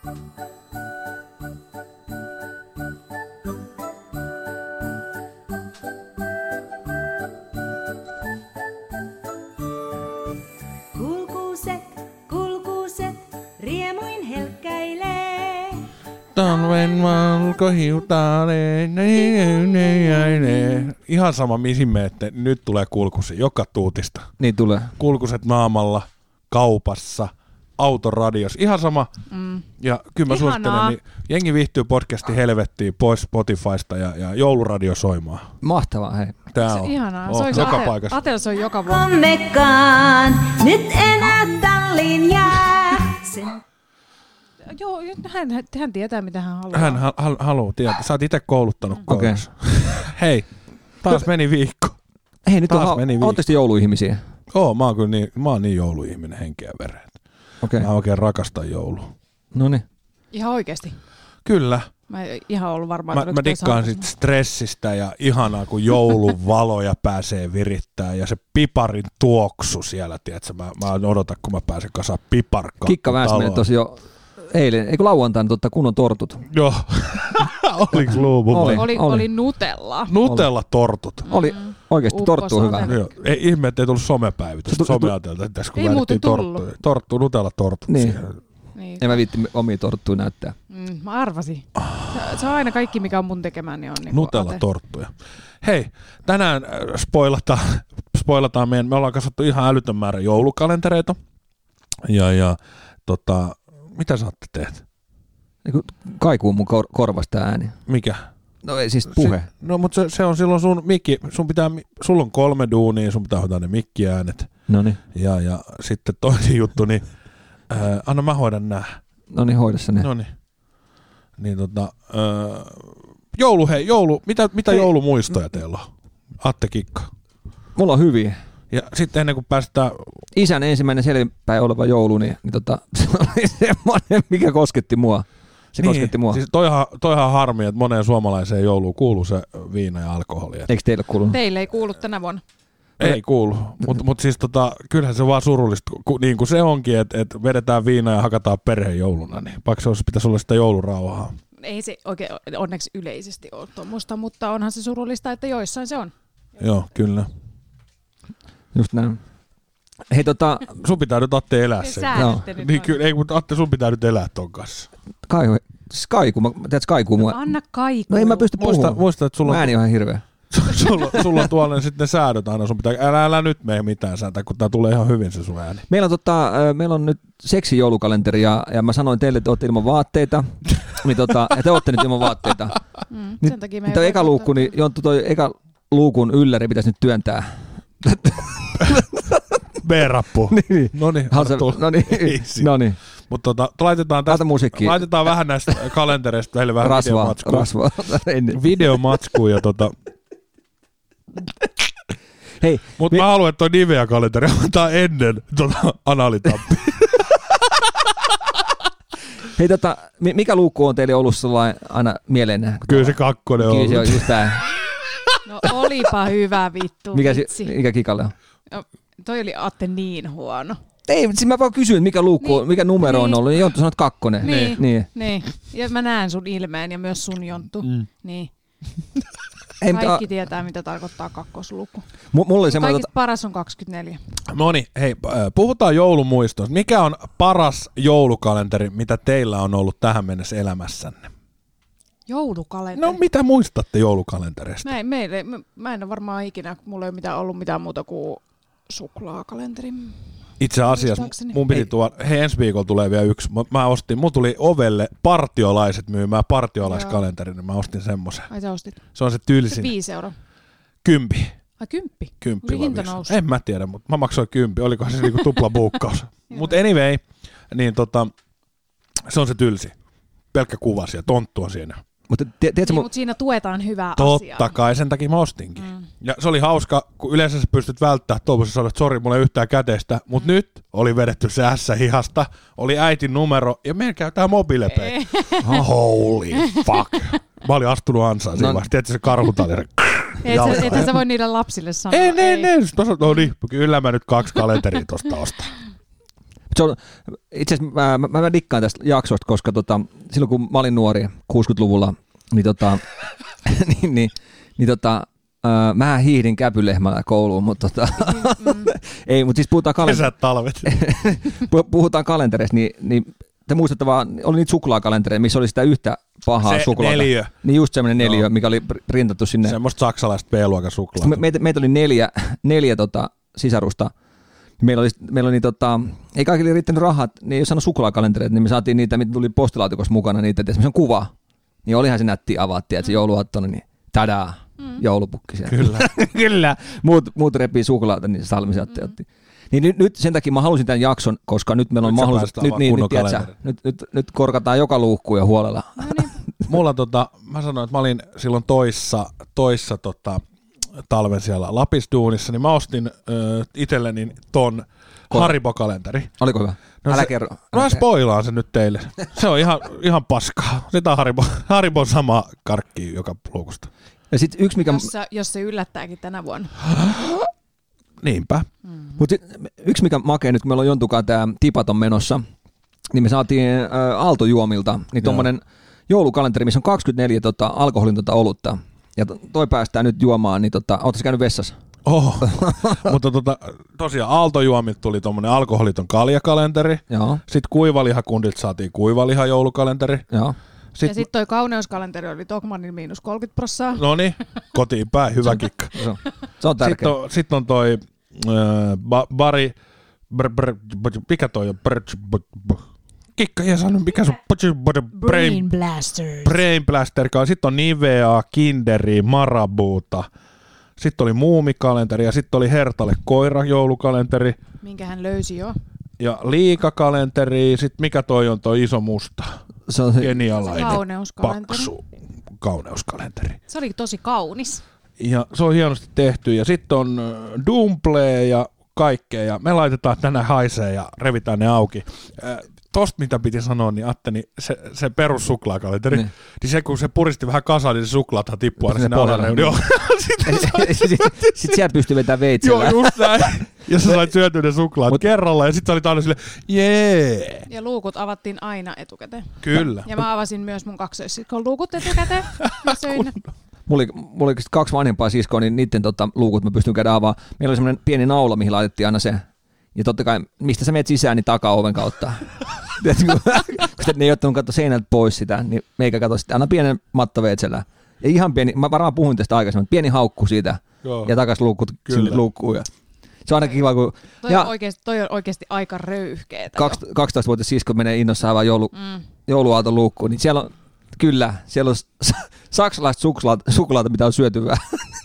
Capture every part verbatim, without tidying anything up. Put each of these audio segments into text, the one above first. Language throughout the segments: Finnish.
Kulkuset, kulkuset, riemuin helkkäilee. Talven valkohiutale. Ihan sama, mihin menette. Nyt tulee kulkusi joka tuutista. Niin tulee. Kulkuset naamalla, kaupassa, autoradios. Ihan sama. Mm. Ja kyllä mä Ihanaa. suosittelen, niin jengi viihtyy podcasti helvettiin pois Spotifysta ja, ja jouluradio soimaan. Mahtavaa, hei. Tää Se on. ihanaa. Oh, Soiko joka Ate- paikassa. Atella soi joka vuonna. Onnekaan, nyt enää tallin jää. Sen Joo, hän, hän tietää, mitä hän haluaa. Hän hal- hal- haluaa tietää. Sä oot itse kouluttanut Okei. koulussa. Hei, taas meni viikko. Hei, nyt Taas on, meni viikko. ootte sitten jouluihmisiä? Oo, mä oon kyllä niin, mä oon niin jouluihminen henkeä vereen. Okei. Mä oikein rakastan joulua. Noniin. Ihan oikeesti. Kyllä. Mä en ihan ollut varma. Mä, mä dikkaan sit stressistä ja ihanaa, kun joulun valoja pääsee virittää ja se piparin tuoksu siellä, tiedätkö? Mä, mä odotan, kun mä pääsen kasaan piparkkaan. Kikka väänsi meille tosi jo eilen, eikö lauantaina totta kunnon tortut? Joo. Oliks luumu? Oli. Oli, oli, oli Nutella. Nutella-tortut. Oli oikeesti torttu hyvä. Upposaate. Joo. Ei ihme, ettei tullut somepäivitys. Se tu- Some tu- ajatelta, että tässä kun Ei muuten väännettiin tullut. torttuja. Torttu, Nutella-tortut. Niin. siihen. Niin. En mä viitti omia torttuja näyttää. Mm, mä arvasin. Se, se on aina kaikki, mikä on mun tekemään, niin on niin Nutella-torttuja. Hei, tänään äh, spoilataan, spoilataan meidän, me ollaan kasvattu ihan älytön määrä joulukalentereita. Ja, ja tota, mitä sä ootte teet? Eiku kaikuu mun kor- korvasta ääni. Mikä? No ei siis puhe. Se, no mutta se, se on silloin sun mikki, sun pitää, sulla on kolme duunia, sun pitää hoitaa ne mikkiäänet. Noniin. Ja, ja sitten toinen juttu, niin äh, anna mä hoidan nää. Noniin, hoida se ne. No niin. Niin tota, äh, joulu, hei, joulu, mitä, mitä Hei. joulumuistoja teillä on? Atte Kikka. Mulla on hyviä. Ja sitten ennen kuin päästään, Isän ensimmäinen selvinpäin oleva joulu, niin, niin tota, se oli semmoinen, mikä kosketti mua. Se niin, kosketti mua. Siis toihan, toihan harmi, että moneen suomalaiseen jouluun kuuluu se viina ja alkoholi. Eikö teille kuulunut? Teille ei kuulu tänä vuonna. Ei kuulu, mutta mut siis tota, kyllähän se vaan surullista, ku, niin kuin se onkin, että et vedetään viinaa ja hakataan perheen jouluna, niin vaikka se olisi, pitäisi olla sitä joulurauhaa. Ei se oikein onneksi yleisesti ole tuommoista, mutta onhan se surullista, että joissain se on. Joo, kyllä. Just näin. Hei tota, Sun pitää nyt Atte elää Te sen. säädätte nyt. Niin, kyllä, ei, mutta Atte, sun pitää nyt elää ton kanssa. Kaiku, siis kaiku, mä tiedät kaiku mua. Anna kaiku. No ei mä pysty Muista, puhumaan. muista että sulla Mun on, ääni on ihan hirveä. sulla, sulla on tuolla sitten ne säädöt aina, sun pitää, älä, älä nyt mene mitään säätää, kun tää tulee ihan hyvin se sun ääni. Meillä on, tota, ö, meillä on nyt seksijoulukalenteri ja, ja mä sanoin teille, että olette ilman vaatteita. niin tota, että te olette nyt ilman vaatteita. Mm, Nyt, sen takia me Tämä eka luukku, niin Jonttu, toi eka luukun ylläri pitäisi nyt työntää. B-rappu. niin. No niin, No niin, no niin. Mutta tota, laitetaan, tästä, musiikkia. laitetaan vähän näistä kalentereista meille vähän Rasvaa, videomatskua. rasvaa. Videomatskua ja tota... Hei, Mutta mi- mä haluan, että toi Nivea-kalenteri antaa ennen tota analitappia. hei tota, mi- mikä luukku on teille ollut sellainen aina mieleen? Kyllä se kakkonen on. Kyllä se on just tää. No olipa hyvä vittu. Mikä, si- vitsi. mikä Kikalle on? No, toi oli Atte niin huono. Ei, siis mä vaan kysyin, mikä luukku, Niin, mikä numero on niin. ollut. Niin Jonttu sanoi, että kakkonen. Niin. niin. Niin. Ja mä näen sun ilmeen ja myös sun Jonttu. Mm. Niin. Ei, mutta, Kaikki tietää, mitä tarkoittaa kakkosluku. mu- mulla oli semmoinen, Kaikista paras on kaksikymmentäneljä. No niin, hei, äh, puhutaan joulumuistoista. Mikä on paras joulukalenteri, mitä teillä on ollut tähän mennessä elämässänne? Joulukalenteri. No mitä muistatte joulukalentereista? Mä en, meille, mä, mä en ole varmaan ikinä, mulla ei ole mitään ollut mitään muuta kuin suklaakalenteri. Itse asiassa Muistaakseni. mun piti Ei. tuoda, hei ensi viikolla tulee vielä yksi, Mä- mä ostin, mun tuli ovelle partiolaiset myymään partiolaiskalenterin, niin mä ostin semmoisen. Ai sä ostit? Se on se Se tylsin. viisi euroa. Kympi. Ai kymppi? Kymppi Oli vai hinta viisi? noussut. En mä tiedä, mutta mä maksoin kymppi. Olikohan se niinku tupla buukkaus. Mutta anyway, niin tota, se on se tylsi. Pelkkä kuva siellä, tonttu on siinä. mutta tiedätkö, Niin, mun, mutta siinä tuetaan hyvää asiaa. Totta kai, sen takia mä ostinkin. Mm. Ja se oli hauska, kun yleensä sä pystyt välttämään tuollaisessa, että sori, mulla ei yhtään käteistä, mutta nyt oli vedetty se S-hihasta, oli äitin numero, ja meillä käy tää mobiilepei. Holy fuck. Mä olin astunut ansaan siinä No. vaiheessa. Tiedätkö se karhutaleri? Et sä, ethän sä voi niille lapsille sanoa. Ei, ei, ei. No niin, kyllä mä nyt kaksi kalenteria tosta ostan. Se on, itse asiassa mä, mä, mä dikkaan tästä jaksosta, koska tota, silloin kun mä olin nuori kuusikymmentäluvulla, niin, tota, niin, niin, niin tota, äh, mä hiihdin käpylehmällä kouluun, mutta tota, mm. ei, mutta siis puhutaan kalentereista. Kesät, talvet. puhutaan kalentereista, niin, niin te muistatte vaan, oli niitä suklaakalentereita, missä oli sitä yhtä pahaa se suklaata. neliö. Niin just semmoinen neliö, Joo. mikä oli printattu sinne. Semmoista saksalaista B-luokan suklaata. Me, meitä, meitä oli neljä, neljä tota, sisarusta. Meillä oli, meillä oli tota, ei kaikille riittänyt rahat, niin ei ole saanut suklaakalentereita, niin me saatiin niitä, mitä tuli postilaatikossa mukana, niitä, että semmoisen kuva. Niin olihan se nätti avaattiin, että se jouluaattona, niin tadaa, mm. joulupukki siellä. Kyllä. Kyllä. Muut, muut repii suklaata, niin Salmi otti. Mm. Niin nyt, nyt sen takia mä halusin tämän jakson, koska nyt meillä on nyt mahdollisuus, nyt, niin, nyt, tiedätkö, nyt, nyt, nyt korkataan joka luukkuun ja huolella. No niin. Mulla tota, mä sanoin, että mä olin silloin toissa, toissa tota, talven siellä Lapisduunissa, niin mä ostin ö, itselleni ton Ko- Haribo-kalenteri. Oliko hyvä? No Älä se, kerro. No mä spoilaan se nyt teille. Se on ihan, ihan paskaa. Sitä on Haribo, Haribon sama karkki joka luukusta. Ja sit yksi mikä... Jos, jos se yllättääkin tänä vuonna. Niinpä. Mm. Mut sit, yksi mikä makee nyt, kun meillä on jontukaan tää tipaton menossa, niin me saatiin ä, Aaltojuomilta niin tommonen joulukalenteri, missä on kaksikymmentäneljä tota, alkoholin tota, olutta. Ja to, toi päästään nyt juomaan, niin tota, ootko sä käynyt vessassa? Oh. Mutta tota, tosiaan Aaltojuomilta tuli tommonen alkoholiton kaljakalenteri. Joo. Sitten kuivalihakundilta saatiin kuivaliha joulukalenteri. Joo. Sit, Ja sitten toi kauneuskalenteri oli Tokmannin miinus kolmekymmentä prosenttia. noniin, kotiin päin, hyvä kikka. Se on, se on tärkeä. Sitten on, sit on toi äh, ba, bari, br, br, br, mikä toi on? Br, br, br, kikka, ja sano, mikä se on? Brain, Brain Blasters. Brain Blaster. Sitten on Nivea, Kinderi, Marabuuta. Sitten oli Muumikalenteri ja sitten oli Hertalle koira joulukalenteri. Minkä hän löysi jo. Ja liikakalenteri. Sitten mikä toi on toi iso musta? Se on se, Genialainen, Kauneuskalenteri. paksu kauneuskalenteri. Se oli tosi kaunis. Ja se on hienosti tehty. Ja sitten on äh, Dumplea ja kaikkea. Ja me laitetaan tänään haisee ja revitään ne auki. Äh, tosta mitä piti sanoa, niin Atteni, se, se perussuklaakalenteri, niin. niin se kun se puristi vähän kasaan, niin se suklaathan tippuu aina sinne alareun. Joo. Sitten sit sieltä pystyy vetämään veitsellä. Joo, just näin. Ja sä sait syötyä ne suklaat Mut, kerralla ja sit sä olit aina silleen, jee. Ja luukut avattiin aina etukäteen. Kyllä. Ja mä avasin myös mun kaksoissiskon luukut etukäteen. Mä söin ne. Mulla oli, mulla oli kaksi vanhempaa siskoa, niin niiden tota, luukut mä pystyn käydä avaamaan. Meillä oli semmoinen pieni naula, mihin laitettiin aina se. Ja totta kai, mistä sä menet sisään, niin taka-oven kautta. Kun ne ei ottanut katsoa seinältä pois sitä, niin meikä katsoi sitten aina pienen mattoveitsellä. Ja ihan pieni, mä varmaan puhuin tästä aikaisemmin, pieni haukku siitä. Joo. Ja takas luukut sinne luukkuun. Ja se on aina kiva, kun... Toi, ja, on oikeasti, toi on oikeasti aika röyhkeetä. kaksitoistavuotias sisko menee innossaan vaan joulu, mm. jouluaaton luukkuun, niin siellä on, kyllä, siellä on saksalaista suklaata, suklaata mitä on syöty vähän.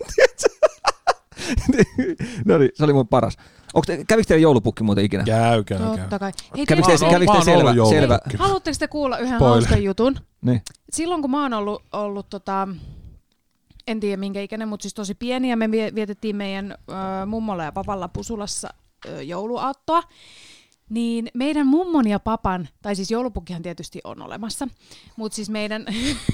No niin, se oli mun paras. Te, kävikö teillä joulupukki muuten ikinä? Käy, käy, käy. Totta kai. Hei, kävikö te, kävikö te selvä? selvä? Haluatteko te kuulla yhden hauskan jutun? Niin. Silloin kun mä oon ollut, ollut tota, en tiedä minkä ikäinen, mutta siis tosi pieni, ja me vietettiin meidän äh, mummolla ja papalla Pusulassa äh, jouluaattoa, niin meidän mummon ja papan, tai siis joulupukkihan tietysti on olemassa, mutta siis meidän...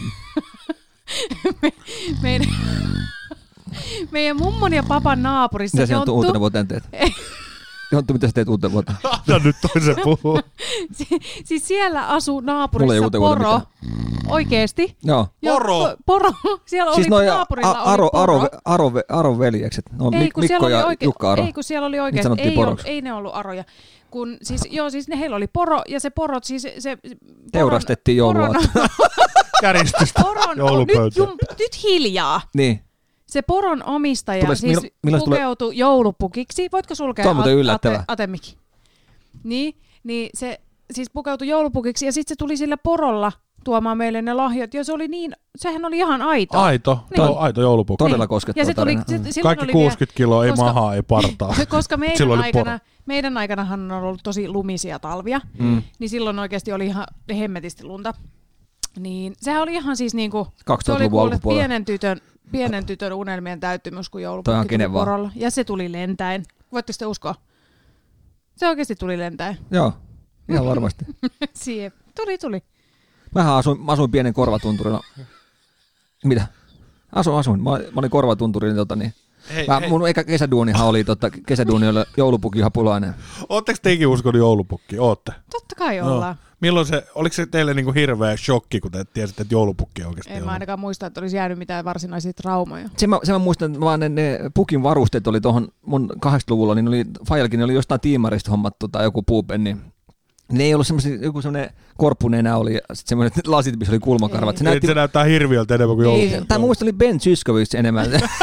me, meidän... Meidän mummon ja papan naapurissa mitä Jonttu... Mitä sinä uutena vuoteen teet? Jonttu, mitä sä teet uutena vuoteen? Anna nyt toisen puhua. si- siis siellä asuu naapurissa poro. Oikeesti? Joo. Poro? Poro. Siellä siis oli naapurilla a- aro, oli poro. Aro, aro, Aron veljekset. No, ei, Mik- Mikko ja oike- Jukka Aro. Ei, kun siellä oli oikeesti. Ei, ollut, ei ne ollut aroja. Kun, siis, joo, siis ne, heillä oli poro, ja se porot, siis se... Poron, teurastettiin jouluaattona. Käristystä joulupöytä. Nyt, jum, nyt hiljaa. Niin. Se poron omistaja Tules, siis mil, pukeutui tule... joulupukiksi. Voitko sulkea Tuo on muuten yllättävää. Atemiki? Niin, niin se siis pukeutui joulupukiksi ja sitten se tuli sillä porolla tuomaan meille ne lahjat. Ja se oli niin, sehän oli ihan aito. Aito, niin. Tuo aito joulupukki. Todella niin. Koskettava ja tarina. Tuli, se, kaikki oli kuusikymmentä kiloa, ei koska, mahaa, ei partaa. Koska meidän, aikana, meidän aikanahan on ollut tosi lumisia talvia, mm. niin silloin oikeasti oli ihan hemmetisti lunta. Niin sehän oli ihan siis niinku, se oli kuule pienen tytön, pienen tytön unelmien täyttymys, kun joulupukki tuli porolla. Ja se tuli lentäen. Voitteko te uskoa? Se oikeasti tuli lentäen. Joo, ihan varmasti. Siihen. Tuli, tuli. Mähän asuin, mä asuin pienen korvatunturilla. Mitä? Asuin, asuin. Mä, mä olin korvatunturilla, niin, tota, niin Hei, Mä, hei. mun eka kesäduunihan oli, totta, kesäduuni oli joulupukki ihan pulainen. Ootteko teikin uskonut joulupukkiin? Ootte. Totta kai No. ollaan. Milloin se, oliko se teille niinku hirveä shokki, kun te tiesitte, että joulupukki oikeasti En on? mä ainakaan muista, että olisi jäänyt mitään varsinaisia traumoja. Se mä, se mä muistan, että vaan ne, ne pukin varusteet oli tuohon mun kahdeksankymmentäluvulla, niin oli, Fajallakin oli jostain tiimarista hommattu tai joku puupenni. Ne ei ollut semmoisia, joku semmoinen korppunenä oli ja sitten semmoinen lasit, missä oli kulmakarvat. Se, Ei, näytti, se näyttää hirviöltä enemmän kuin ei, joulupukki. tai mun mielestä oli Ben Zyskowicz enemmän.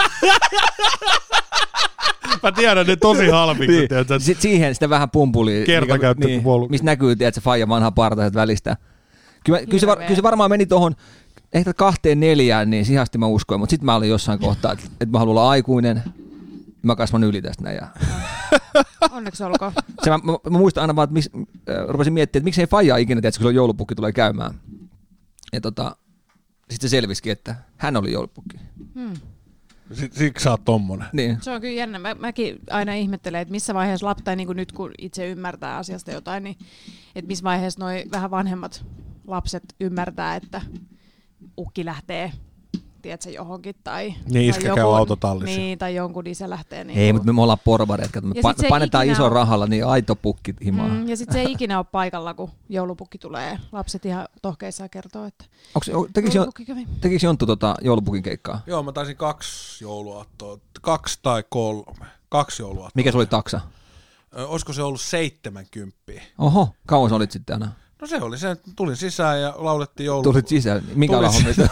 Mä tiedän ne tosi halviksi. niin. Sitten siihen sitä vähän pumpulia. Kertakäyttö niin, polu. mistä näkyy, että se faija vanha parta välistä. Kyllä, kyllä, se var, kyllä se varmaan meni tuohon ehkä kahteen neljään, niin siihen asti mä uskoin, mutta sitten mä olin jossain kohtaa, että, että mä haluan olla aikuinen. Mä kasvan yli tästä näin. Ja Onneksi olkoon. se, mä, mä, mä muistan aina vaan, että mis, äh, rupesin miettimään, että miksei faijaa ikinä, tiedätkö, kun silloin joulupukki tulee käymään. Ja tota, sitten se selvisikin, että hän oli joulupukki. Hmm. Siksi sä oot tommonen. Niin. Se on kyllä jännä. Mä, mäkin aina ihmettelen, että missä vaiheessa lapsi, tai niin kuin nyt kun itse ymmärtää asiasta jotain, niin että missä vaiheessa noi vähän vanhemmat lapset ymmärtää, että ukki lähtee, tiedätkö, johonkin. Tai, Niin, iskä tai käy joku, autotallissa. Niin, tai jonkun isä lähtee. Niin Ei, mutta me ollaan porvareet, kato, me Ja pa- sit se painetaan ikinä ison on- rahalla, niin aito pukki himaa. Mm, ja sitten se ei ikinä ole paikalla, kun joulupukki tulee. Lapset ihan tohkeissaan kertoo, että Onko, tekikö, joulupukki kävi. tekikö Jonttu tota joulupukin keikkaa? Joo, mä taisin kaksi jouluaattoa. Kaksi tai kolme. Kaksi jouluaattoa. Mikä se oli taksa? Ö, Olisiko se ollut seitsemänkymppiä? Oho, kauan sä olit sitten aina? No se oli se, että tulin sisään ja laulettiin joulu. Tulit sisään. Minkä Tulin alahommista?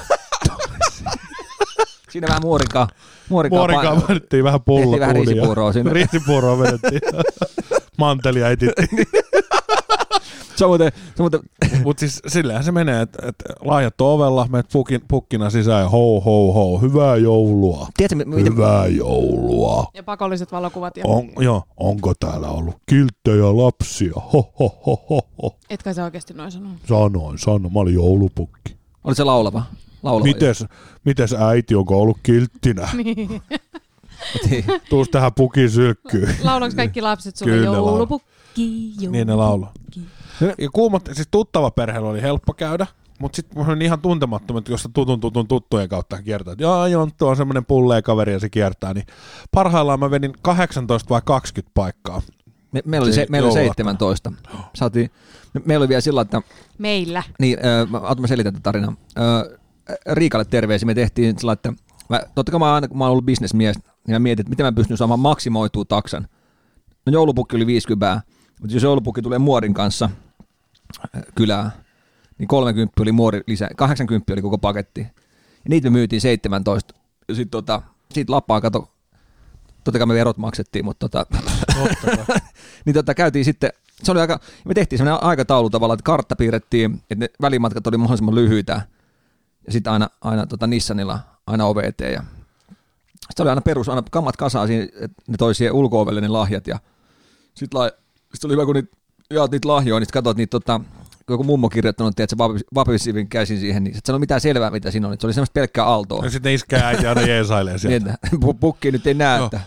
Siinä vähän muorikaa. Muorikaa, Muorikaan pain- vedettiin vähän Tehtiin pullakuunia. vähän riisipuuroa sinne. Riisipuuroa vedettiin. Mantelia etittiin. Se on muuten, se on muuten Mutta siis sillähän se menee, että et lahjat on ovella, menet pukin, pukkina sisään ja ho ho ho, hyvää joulua. tiedätkö, mi- miten, Hyvää joulua. Ja pakolliset valokuvat. Ja On, joo, onko täällä ollut kilttejä lapsia? Ho ho ho ho ho. etkä sä oikeasti noin sanonut. Sanoin, sanoin, mä olin joulupukki. oli se laulava? laulava Mites, mites äiti, onko ollut kilttinä? Niin. Niin. Tuus tähän pukin sylkkyyn. Laulanko kaikki lapset sulle Kyllä ne laulaa. joulupukki, joulupukki? Niin ne laulaa. Ja kuumat, siis tuttava perheellä oli helppo käydä, mutta sitten mä olin ihan tuntemattomat, jos tutun tutun tuttujen kautta kiertää, että jaa, Jonttu on semmoinen pullee kaveri ja se kiertää, niin parhaillaan mä vedin kahdeksantoista vai kaksikymmentä paikkaa. Me, meillä oli, se, Se meillä oli jouluaattona. seitsemäntoista. Saatiin, me, meillä oli vielä sillä, että Meillä. niin, äh, mä, mä selitän tätä tarinaa. Äh, Riikalle terveisiä. Me tehtiin sillä, että mä, totta kai mä aina, kun mä oon ollut bisnesmies, niin mä mietin, että miten mä pystyn saamaan maksimoitua taksan. No joulupukki oli viisikymmentä, mutta jos joulupukki tulee muorin kanssa äh, kylään, niin kolmekymmentä oli muori lisää, kahdeksankymmentä oli koko paketti. Ja niitä me myytiin seitsemäntoista. Ja sit tota, siitä lappaa kato, totta kai me verot maksettiin, mutta tota, niin tota, käytiin sitten, se oli aika, me tehtiin sellainen aikataulu tavallaan, että kartta piirrettiin, että ne välimatkat oli mahdollisimman lyhyitä. Ja sitten aina, aina tota Nissanilla, aina ove eteen. Ja sitten oli aina perus, aina kammat kasaan siinä, että ne toi siihen ulko-ovelle ne lahjat. Ja sitten la, sit oli hyvä, kun niitä, jaat niitä lahjoja, niin sitten katsoit niitä, tota, kun joku mummo kirjoittanut, että se vapisivin käsin siihen, niin se ei ole mitään selvää, mitä siinä on. Se oli semmoista pelkkää aaltoa. Ja sitten iskä äiti aina jeesailee sieltä. Niin, että pu- pukki nyt ei näe, Joo. että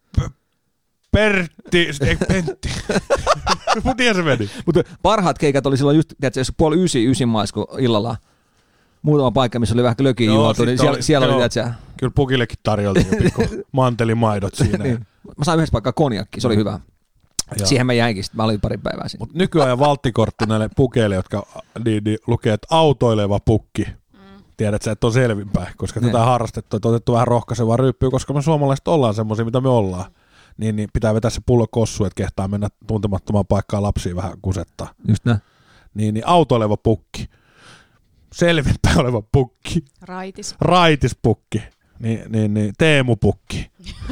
Pertti, ei Pentti. Mun tiedä se meni. mutta parhaat keikat oli silloin just, tiedätkö, jos puoli ysi, ysin maisku illalla. Muutama paikka, missä oli vähän klökiä Joo, juotu, niin sit siellä, oli- siellä oli, joo. tiedätkö, Kyllä pukillekin tarjoltiin pikku mantelimaidot siinä. niin. Mä sain yhdessä paikkaa konjakki, se oli hyvä. Joo. Siihen mä jäinkin, sit mä olin pari päivää siinä. Mut nykyajan valttikortti näille pukeille, jotka niin, niin, lukee, että autoileva pukki. Mm. Tiedät sä, että on selvinpäin, koska Ne. tätä harrastettu, että on otettu vähän rohkaisevaa ryyppyä, koska me suomalaiset ollaan semmoisia, mitä me ollaan. Niin, niin pitää vetää se pullo kossu, että kehtaa mennä tuntemattomaan paikkaan lapsia vähän kusettaa. Just näin. Niin, niin autoileva pukki. Selvinpäin oleva pukki. Raitis. Raitispukki. Niin, niin, niin. Teemupukki.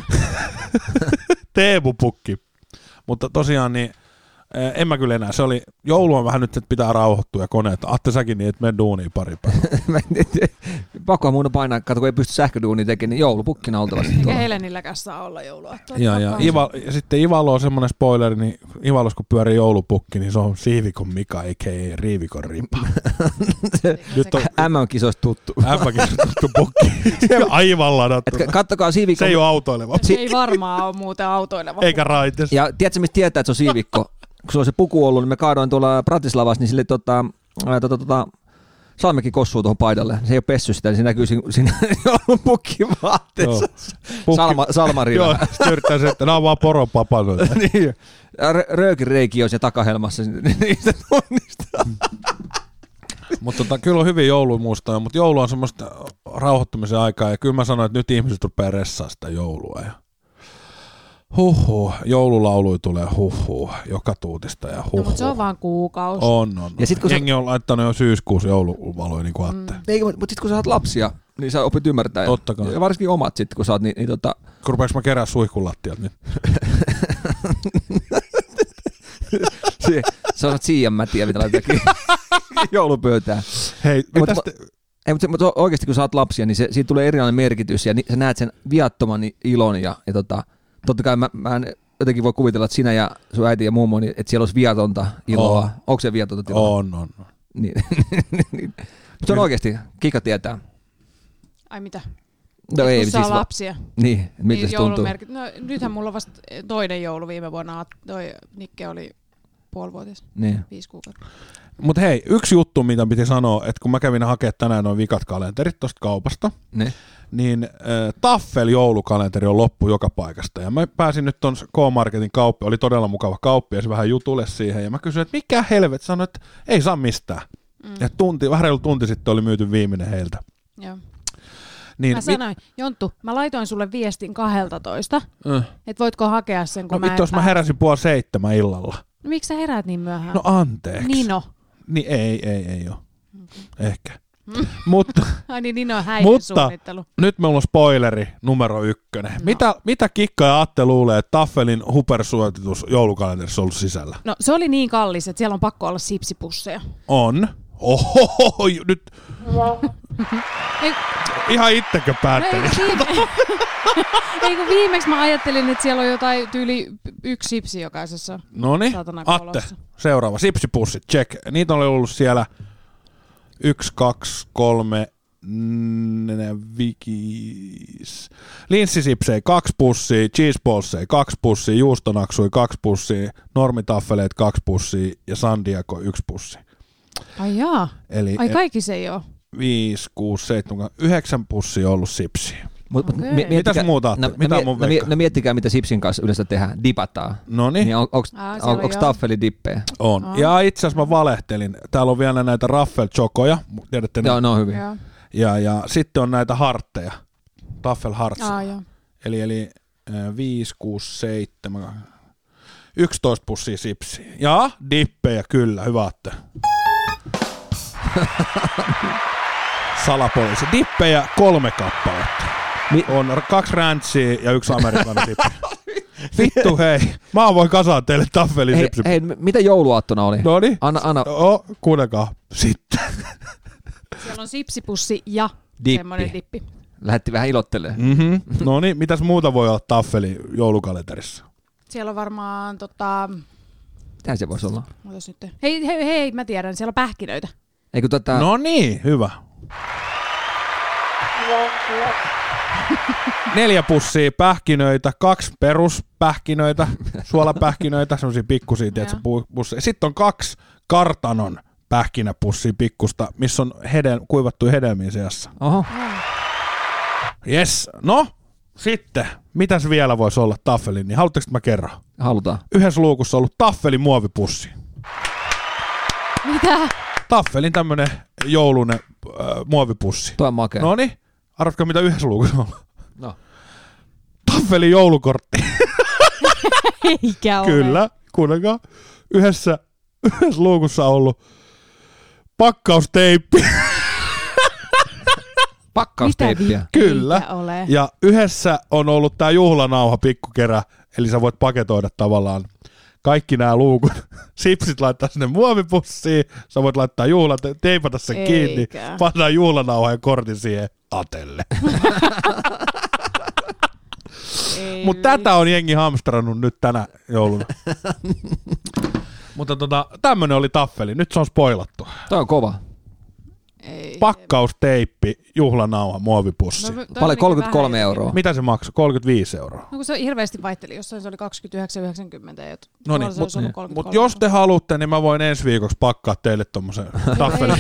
Teemupukki. Mutta tosiaan niin, eh, en mä kyllä enää. Se oli, joulu on vähän nyt, että pitää rauhoittua ja koneet. Atte säkin niin, että mene duuniin pari päivää. Pakkoa mun on painaa, kato kun ei pysty sähköduunia tekemään, niin joulupukkina oltavasti Eikä tuolla. Helenilläkään saa olla joulua. Ja, ja, Iva, ja sitten Ivalo on semmoinen spoileri, niin Ivalos kun pyörii joulupukki, niin se on Siivikon Mika, eikä Riivikon Ripa. Nyt on M M-kisoista tuttu. ämpäkin tuttu pukki. Aivan ladattu. Et kattokaa Se siivikko. ei ole autoileva. Se ei varmaan ole muuten autoileva. Eikä raitis. Ja tiedätkö, mistä tietää, että se on siivikko? Kun sulla on se puku ollut, niin me kaadoin tuolla Bratislavassa, niin sille tota, ää, tota, tota, Salmekin kossuu tuohon paidalle. Se ei ole pessy sitä, niin se näkyy siinä, siinä joulupukkin vaatteessa. Salma, salmarilla. Joo, sitten yrittää se, että nämä on vaan poronpapanoita. Niin. Röökin reikiä on siellä takahelmassa, niistä tunnistaa. Mutta tota, kyllä on hyvin joulumuistoja, mutta joulu on semmoista rauhoittumisen aikaa, ja kyllä mä sanoin, että nyt ihmiset rupeaa ressaa sitä joulua. Ja huhhuh, joululaului tulee huhhuh, joka tuutista ja huhhuh. No, mutta se on vaan kuukausi. On, on. Ja sit, kun jengi sä... on laittanut jo syyskuussa jouluvaloja niin kuin Atte. Mm. Ei, mutta sitten kun sä oot lapsia, niin sä opit ymmärtää. Totta kai. Ja varsinkin omat sitten, kun sä oot niin, niin tota... Kun rupeaks mä kerää suihkun lattialta nyt? se, se on siian mätiä, mitä laitetaan joulupöytään. Hei, mitäs te... Ei, mutta, mutta oikeasti kun sä oot lapsia, niin se, siitä tulee erilainen merkitys ja ni, sä näet sen viattoman ilon ja, ja tota, totta kai mä, mä en jotenkin voi kuvitella, että sinä ja sun äiti ja mummo, niin, että siellä olisi viatonta iloa. On. Onko se viatonta iloa? On, on. on. Niin. Mutta se on oikeasti, Kika tietää. Ai mitä? No kun ei, saa siis lapsia. Va- niin, miltä niin se tuntuu? No nythän mulla on vasta toinen joulu viime vuonna. Toi Nikke oli puolivuotias, niin. viisi kuukautta. Mutta hei, yksi juttu, mitä piti sanoa, että kun mä kävin hakemaan tänään noin vikat kalenterit tuosta kaupasta, ne. niin äh, Taffel joulukalenteri on loppu joka paikasta. Ja mä pääsin nyt ton K-Marketin kauppi, oli todella mukava kauppi ja se vähän jutulle siihen. Ja mä kysyin, että mikä helvet, sanoin, että ei saa mistään. Mm. Ja tunti, vähän reilu tunti sitten oli myyty viimeinen heiltä. Joo. Niin, mä sanoin, mit... Jonttu, mä laitoin sulle viestin kaksitoista, äh. että voitko hakea sen, kun no, mä en vittu, jos mä heräsin puoli seitsemän illalla. No miksi sä heräät niin myöhään? No anteeksi. Nino. Niin ei, ei, ei ole. Okay. Ehkä. Mm. Mutta, Ai niin, Nino häiden suunnittelu. Nyt meillä on spoileri numero ykkönen. No. Mitä, mitä Kikka ja Atte luulee, että Taffelin hupersuositus joulukalenterissa on ollut sisällä? No se oli niin kallis, että siellä on pakko olla sipsipusseja. On. Ohoho, nyt... Ei, ihan itsekö päättelin? No ei, ei kun viimeksi mä ajattelin, että siellä on jotain tyyli yksi sipsi jokaisessa. Noniin, Atte, seuraava. Sipsipussit, check. Niitä on ollut siellä yksi, kaksi, kolme, neljä, viisi. Linssisipsejä kaksi pussia, cheeseballseja kaksi pussia, juustonaksui kaksi pussia, normitaffeleet kaksi pussia ja sandiako yksi pussi. Ai jaa, eli ai kaikki se ei ole. viisi, kuusi, seitsemän, yhdeksän pussia on ollut sipsiä. Mut, okay. mi- Mitäs muuta Atte? No, Mitä no, on mun no, veikka? no miettikää, mitä sipsin kanssa yleensä tehdään. Dipataan. Noniin. Niin on, onks, Aa, on, onko taffeli dippejä? On. Aa. Ja itse asiassa mä valehtelin. Täällä on vielä näitä raffel-chokoja. Tiedätte ne? Joo, ne on hyviä. Joo. Ja, ja sitten on näitä hartteja. Taffel hearts. Aa, joo. Eli, eli viisi, kuusi, seitsemän, yksitoista pussia sipsiä. Ja dippejä, kyllä. Hyvä Atte. Salapoliisi. Dippejä kolme kappaletta. Mi- on kaksi rantsia ja yksi amerikkalainen dippi. Vittu hei. Mä voin kasaan teille taffelin hei, sipsi. hei, mitä jouluaattona oli? Noniin. Anna, anna. Oh, kuunnelkaa. Sitten. Siellä on sipsipussi ja dippi. semmoinen dippi. Lähetti vähän ilottelemaan. Mm-hmm. No niin, mitäs muuta voi olla taffeli joulukalenterissa? Siellä on varmaan tota... Mitähän se voisi olla? Ootas nyt. Hei, hei, hei, mä tiedän, siellä on pähkinöitä. Eikö tota... No niin, hyvä. Neljä pussia pähkinöitä, kaksi peruspähkinöitä, suolapähkinöitä, semmosia pikkusia, tiedätkö, pussia. Sitten on kaksi kartanon pähkinäpussia pikkusta, missä on hedel, kuivattu hedelmiä seassa. Oho. Yes, no sitten, mitäs vielä voisi olla taffelin, niin haluatteko mä kerron? Halutaan. Yhdessä luukussa on ollut taffelin muovipussi. Mitä? Taffelin tämmönen joulunen äh, muovipussi. Tuo on makea. Noniin, arvatko mitä yhdessä luukussa on? No. Taffelin joulukortti. Eikä ole. Kyllä, kuunnelkaa. Yhdessä, yhdessä luukussa on ollut pakkausteippi. Pakkausteippiä. Kyllä. Ole. Ja yhdessä on ollut tää juhlanauha pikkukerä, eli sä voit paketoida tavallaan kaikki nämä luukut. Sipsit laittaa sinne muovipussiin, sä voit laittaa juhlat, teipata sen Eikä. kiinni, pannaan juhlanauha ja kortin siihen Atelle. Mutta tätä on jengi hamstrannut nyt tänä jouluna. Mutta tota, tämmönen oli taffeli. Nyt se on spoilattu. Toi on kova. Ei. Pakkausteippi, juhlanauha, muovipussi. No, Paljon kolmekymmentäkolme euroa. Mitä se maksoi? kolmekymmentäviisi euroa. No kun se hirveästi vaihteli, jossain se oli kaksikymmentäyhdeksän yhdeksänkymmentä. No niin, mutta mut jos te haluatte, niin mä voin ensi viikoksi pakkaa teille tommosen taffelin.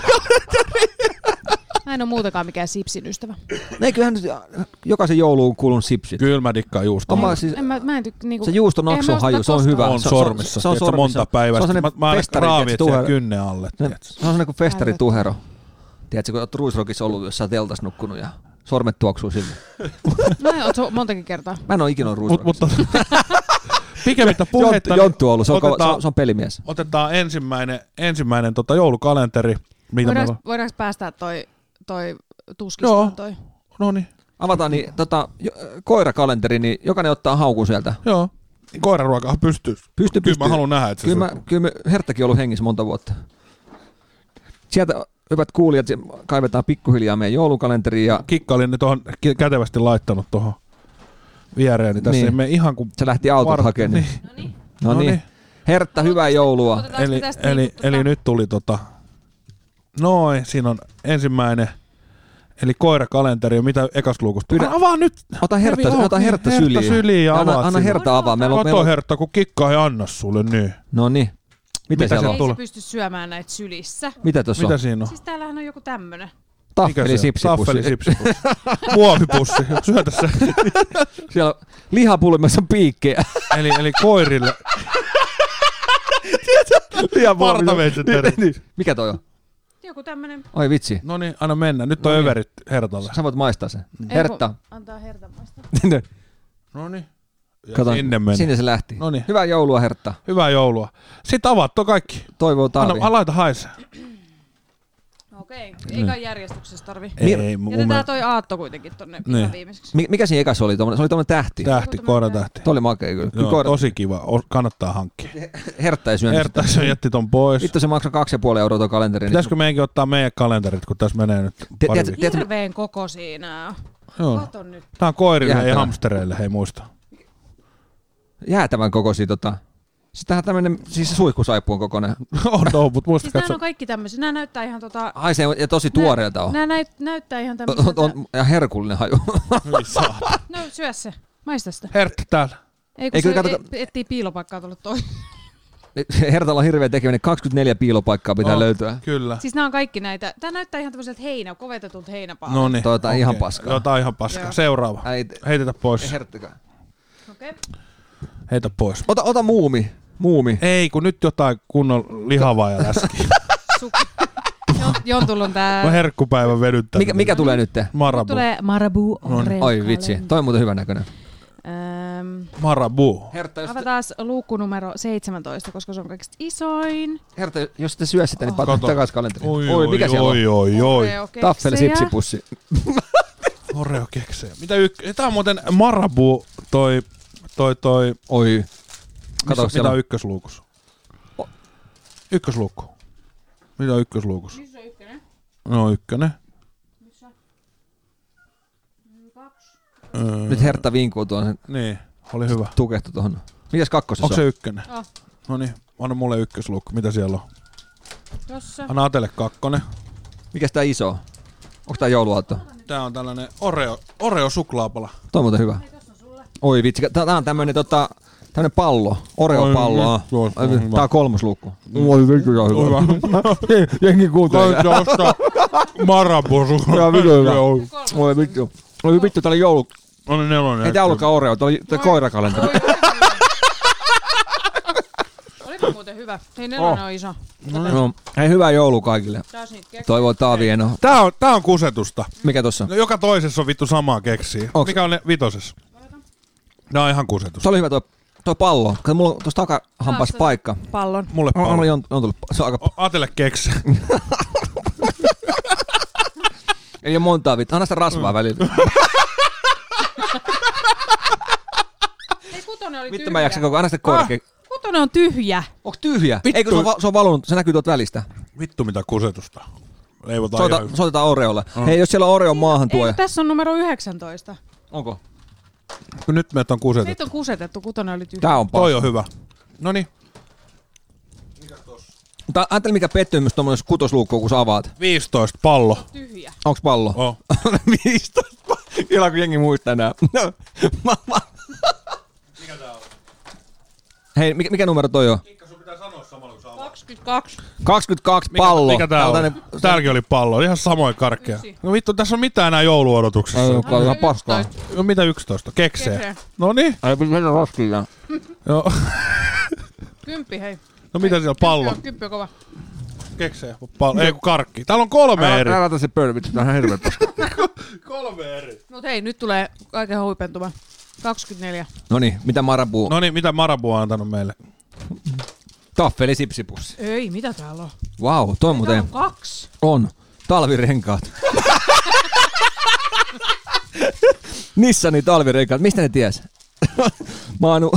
Mä en ole muutakaan mikään sipsin ystävä. Ei, kyllähän nyt jokaisen jouluun kuulun sipsit. Kyllä mä dikkaan juustoa. Oma, siis, en mä, mä en tyk, niinku, se juustonakson haju, se on hyvä. On se, sormissa, se, se on tiedätkö, monta päivää. Mä, mä aina raavin siellä kynnen alle. Se, se on sellainen kuin festarituhero. Tiedätkö, kun olet Ruisrockissa ollut jossain teltas nukkunut ja sormet tuoksuu sille. Mä en ole montakin kertaa. Mä en ole ikinä ollut Ruisrockissa. Pikemmittä puhetta. Jonttu on ollut, se on, otetaan, se on, se on pelimies. Otetaan ensimmäinen, ensimmäinen tota joulukalenteri. Voidaanko, voidaanko päästää toi, toi tuskistaan toi? No niin. Avataan niin, tota, koirakalenteri, niin jokainen ottaa haukun sieltä. Joo. Koiraruokaa pystyy. Pystyy, Kyllä mä haluan nähdä, että se kyllä, mä, kyllä me Herttakin on ollut hengissä monta vuotta. Sieltä, hyvät kuulijat, kaivetaan pikkuhiljaa meidän joulukalenteriin. Ja Kikka oli ne tuohon kätevästi laittanut tuohon viereen, niin tässä niin. Ei mene ihan kuin... Se lähti autot hakemaan. Niin. No niin. No niin. Hertta, hyvää joulua. Eli, eli, eli tota... nyt tuli tota... Noin, siinä on ensimmäinen... Eli koirakalenteri ja mitä ekas luukusta? Pyydä, avaa nyt! Ota Hertta, Hevi, ota Hertta syliin. Hertta syliin ja anna, avaat anna Hertta avaa. Meillä on, Kato meillä on... Hertta, kun Kikka ei anna sulle niin. No niin. Mitä, Mitä siellä on? Ei se pysty syömään näitä sylissä. Mitä tuossa Mitä on? siinä on? Siis täällähän on joku tämmönen. Taffeli sipsipussi. Taffeli sipsipussi. Muovipussi. Syötä se. Siellä on lihapulmassa piikkejä. eli, eli koirille. Partaveitset niin. Mikä toi on? Joku tämmönen. Oi vitsi. No niin, anna mennä. Nyt on no överit Hertalle. Sä voit maistaa sen. Hertta. Antaa Herta maistaa. No niin. Kato, sinne meni. Sinne se lähti. Noniin. Hyvää joulua, Hertta. Hyvää joulua. Sitten avaat tuo kaikki. Toivoo talvi. Anna, laita haisee. Okei, eikä järjestyksessä tarvi. Ei, ei jätetään toi aatto kuitenkin tonne niin. Viimeiseksi. Mikä siinä ekas oli? Se oli tommonen tähti. Tähti, koiratähti. Toi oli makea kyllä. Joo, koira... tosi kiva. Kannattaa hankkia. Hertta ei syönyt. Hertta se jätti ton pois. Vittu se maksaa kaksi ja puoli euroa tuo kalenteri. Pitäisikö meidänkin ottaa meidän kalenterit, kun tässä menee nyt pari viikkoa? Hirveen koko siinä. Joo. Kato nyt. Tää on koirille ja hamstereille, hei muista. Jäätävän kokoisia tota. Siis tähän tämmönen, siis suihkusaipu on kokoinen. on, no, mutta muista siis katso. Nämä on kaikki tämmöisiä. Nämä näyttää ihan tota... Haisee ja tosi tuoreelta on. Nämä näyt, näyttää ihan tämmöiseltä... On, on, ja herkullinen haju. No syö se. Maista sitä. Hertta täällä. Ei kun Ei, se kato... etsii piilopaikkaa tuolle toi. Hertalla on hirveä tekeminen. kaksikymmentäneljä piilopaikkaa pitää oh, löytyä. Kyllä. Siis nämä on kaikki näitä. Tää näyttää ihan tämmöiseltä heinä, kovetetulta heinäpaalta. No niin. Tota okay. ihan paskaa. Joo, tää on ihan paskaa. Joo. Seuraava. Äit... Heitetä pois. Ei Herttikään. Okei. Okay. Heitä pois. Ota, ota muumi. Muumi. Ei, kun nyt jotain kunnon lihavaa ja läskiä. Jontulla on tää... Mä herkkupäivän vedyttänyt. Mikä, mikä tulee nyt? Marabu. Tulee Marabu Oreo. Oi vitsi, toi on muuten hyvän näköinen. Ähm, Marabu. Hertta, jos avataan te... luukku numero seitsemäntoista, koska se on kaikista isoin. Hertta, jos te syö sitä, niin oh. patat takaisin kalenteriin. Oi, oi, mikä oi, siellä oi, on? Oi, oi, oi. Taffeli sipsipussi. Oreo keksejä. Mitä yk- Tää on muuten Marabu toi... toi, toi... Oi. Kato, Missä, mitä on ykkösluukus? O- ykkösluukku. Mitä on ykkösluukus? Missä on ykkönen? No ykkönen. Missä? Kaksi. Öö. Nyt Hertta vinkuu tuon. Niin, oli hyvä. Tukehtu tuohon. Mitäs kakkosessa Onko on? se ykkönen? Oh. No niin, anna mulle ykkösluukku. Mitä siellä on? Tossa. Anna Atelle kakkonen. Mikäs tää iso on? Onko tää jouluaatto? Tää on tällainen Oreo, Oreo suklaapala. Toi on muuten hyvä. Oi vitsi, tää on tämmönen tota... Tämmönen pallo, Oreo-pallo. Tää on kolmosluukku. Oi vittu, tää on hyvä. Jengi kuuntelee. Tää ostaa Marabu suklaa. Oi vittu. Oi vittu, tää oli joulu. On nelonen. Ei tää ollutkaan Oreo, tää oli koirakalenteri. Olipa muuten hyvä. Hei, nelonen on iso. No, hei, hyvää joulua kaikille. Toivoo Taavieno. Tää on, tää on kusetusta. Mikä tossa? No, joka toisessa on vittu samaa keksiä. Onks? Mikä on ne vitosessa? Nää on ihan kusetusta. Se oli hyvä toi. Toi pallo. Kato, mulla on tuossa takahampas paikka. Pallon. Mulle pallo. Anna Jontulle. Se on aika... Atelle keksi. Ei oo montaa vittu. Anna sitä rasvaa mm. välillä. Ei, kutonen oli vittu tyhjä. mä jaksan koko. Anna sitä korkea. Ah, kutonen on tyhjä. Onks tyhjä? Vittu. Eikö se on, va- se on valunut? Se näkyy tuolta välistä. Vittu mitä kusetusta. Leivotaan Soita, ihan... Soitetaan Oreolle. Mm. Hei, jos siellä on Oreo maahan tuo. Ei, tässä on numero yhdeksäntoista. Onko? Kun nyt meitä on kusetettu. Nyt on kusetettu, kutonen oli tyhjä. Tää on paha. Toi on hyvä. Noniin. Mikä tossa? Mutta ajattele mikä pettymys tuommoisessa kutosluukkuun, kun sä avaat. viisitoista pallo. Tyhjä. Onks pallo? Oh. viisitoista. Kyllä kun jengi muistaa nää. No. Mikä tää on? Hei, mikä, mikä numero toi on? Mikka, sun pitää sanoa samalla kun sä avaat. kaksikymmentäkaksi. kaksikymmentäkaksi Mikä, pallo. mikä tää on? Täälläkin oli pallo. Ihan samoin karkea. Yksi. No vittu, tässä on mitään enää jouluodotuksessa. Ei olekaan ihan paskaa. No mitä yksitoista? Keksee. Keksee. No niin. Ei mennä roskiin. Joo. Kymppi, hei. No mitä siellä pallo? Kymppi on kova. Keksee. Pallo. Ei kun karkki. Täällä on kolme eri. Älä laita se pöydä, vittu. Tää on ihan hirveä paskaa. Kolme eri. Mut hei, nyt tulee kaiken huipentuma. kaksikymmentäneljä. Noniin, mitä Marabuu? No niin, mitä Marabu on antanut meille? Taffeli sipsipussi. Ei, mitä täällä on? Vau, wow, toi muuten Täällä on kaksi. on. Talvirenkaat. Nissani talvirenkaat. Mistä ne ties? Manu.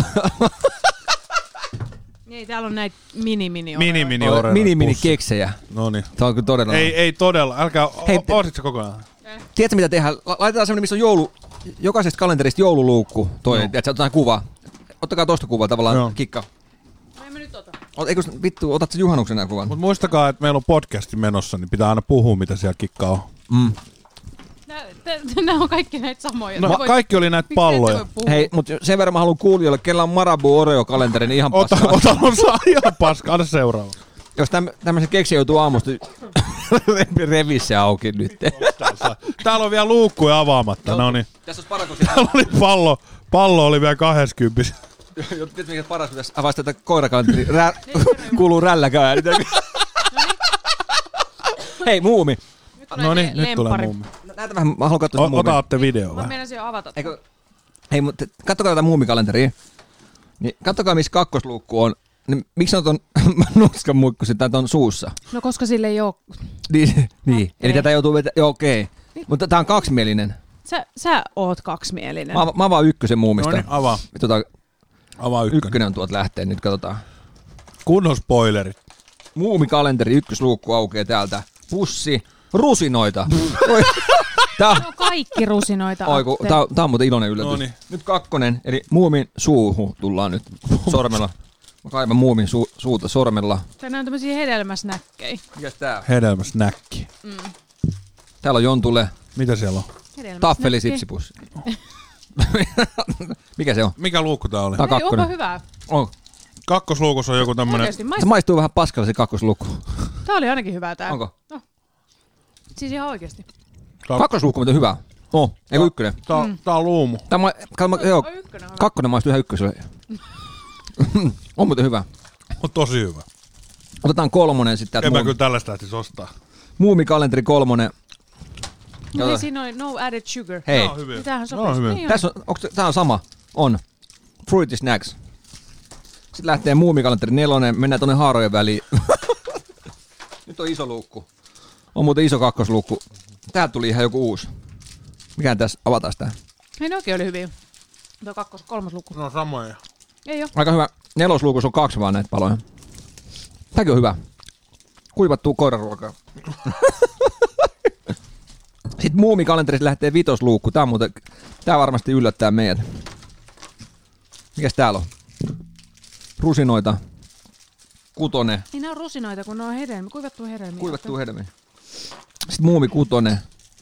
Ei, täällä on näitä mini-mini Mini mini oreo. Mini mini keksejä. No niin. Tää on kyllä todella. Ei, ei todella. Älkää, Hei, o- oosit se kokonaan? Tiedätkö mitä tehdään? La- Laitetaan semmonen, missä on joulu, jokaisesta kalenterista joululuukku. Toi, no. Tiedätkö, otetaan kuva. Ottakaa tosta kuvaa tavallaan, Joo. kikka. No en mä nyt ota. O, eikö vittu, otat sä juhannuksen nää kuvan? Mut muistakaa, että meillä on podcasti menossa, niin pitää aina puhua, mitä siellä kikkaa on. Mm. Nämä on kaikki näitä samoja. No, Te voit- kaikki oli näitä Miksi te ette palloja. voi puhua? Hei, mut sen verran mä haluan kuulijoille, kella on Marabu Oreo-kalenteri, niin ihan Ota, paskaa. ota, on saa ihan paska. Anna seuraava. Jos täm, tämmöisen keksi joutuu aamusta revi se auki nyt. Täällä on vielä luukkuja avaamatta. No niin. Tässä olisi paras, kun sitä... Täällä oli pallo. Pallo oli vielä kahdeksankymmentä. Tiedätkö mikä paras, kun tässä avaisi tätä koirakalenteri, rä... kuuluu rälläkään ääni. Hei, muumi. Nyt tulee No niin, le- nyt tulee lemppari. muumi. Näytä vähän, mä haluan katsoa sitä O- muumia. Otaatte video Mä vähän. meinasin jo avata. Eikö... Hei, mutta kattokaa tätä muumikalenteria. Niin, kattokaa, missä kakkosluukku on. Niin, miksi on ton nuskan muikkusin tai ton suussa? No koska sille ei oo... Niin, niin. eli Ei. tätä joutuu vetämään. Joo, okei. Okay. Mutta tää on kaksimielinen. Sä, sä oot kaksimielinen. Mä, mä avaan ykkösen muumista. No niin, avaa. Tota, Avaa ykkönen. ykkönen on tuolta lähtee, nyt katsotaan. Kunnon spoilerit. Muumikalenteri, ykkösluukku aukeaa täältä. Pussi, rusinoita. Oi, tää, Ne on kaikki rusinoita. oiku, Atte. tää, tää on muuten iloinen yllätys. Noniin. Nyt kakkonen, eli muumin suuhu tullaan nyt sormella. Mä kaivan muumin su, suuta sormella. Tää on tämmösiä hedelmäsnäkkejä. Mikäs tää? Hedelmäsnäkki. Täällä on Jontulle Mitä siellä on? taffeli sipsipussi. Mikä se on? Mikä luukku tää oli? Tää on Ei, onpa kakkonen. hyvää. On. Kakkosluukussa on joku tämmönen... Oikeesti, Se maistuu. maistuu vähän paskalle se kakkosluku. Tää oli ainakin hyvää tää. Onko? Siis ihan oikeesti. Tää- Kakkosluku on muuten hyvä. Oh, eikö ykkönen? Tää, on- tää on luumu. Tää ma, kato, ma, joo, Oi, ykkönen on hyvä. kakkonen maistuu ihan ykköselle. On muuten hyvä. On tosi hyvä. Otetaan kolmonen sitten täältä. En mä Muumi- kyllä tällaista lähtisi ostaa. Muumikalenteri kolmonen. No hei, Kato. siinä on no added sugar. Hei, Tää on hyviä. Mitähän Tää on sopisi? hyviä. Niin on. tässä on, onks, tää on sama. On. Fruity Snacks. Sitten lähtee muumikalenteri nelonen, mennään tonne haarojen väliin. Nyt on iso luukku. On muuten iso kakkosluukku. Täältä tuli ihan joku uusi. Mikään tässä, avataan tää. Hei, ne oikein oli hyviä. Tuo kakkos, kolmas luku. No samoja. Ei oo. Aika hyvä. Nelosluukussa on kaksi vaan näitä paloja. Tämäkin on hyvä. Kuivattuu koiraruokaa. Sitten muumikalenterista lähtee vitosluukku. Tää on muuten, tää varmasti yllättää meidät. Mikäs täällä on? Rusinoita. Kutonen. Niin nää on rusinoita, kun ne on hedelmiä. Kuivattuu hedelmiä. Kuivattuu hedelmiä. Sitten muumi kutonen.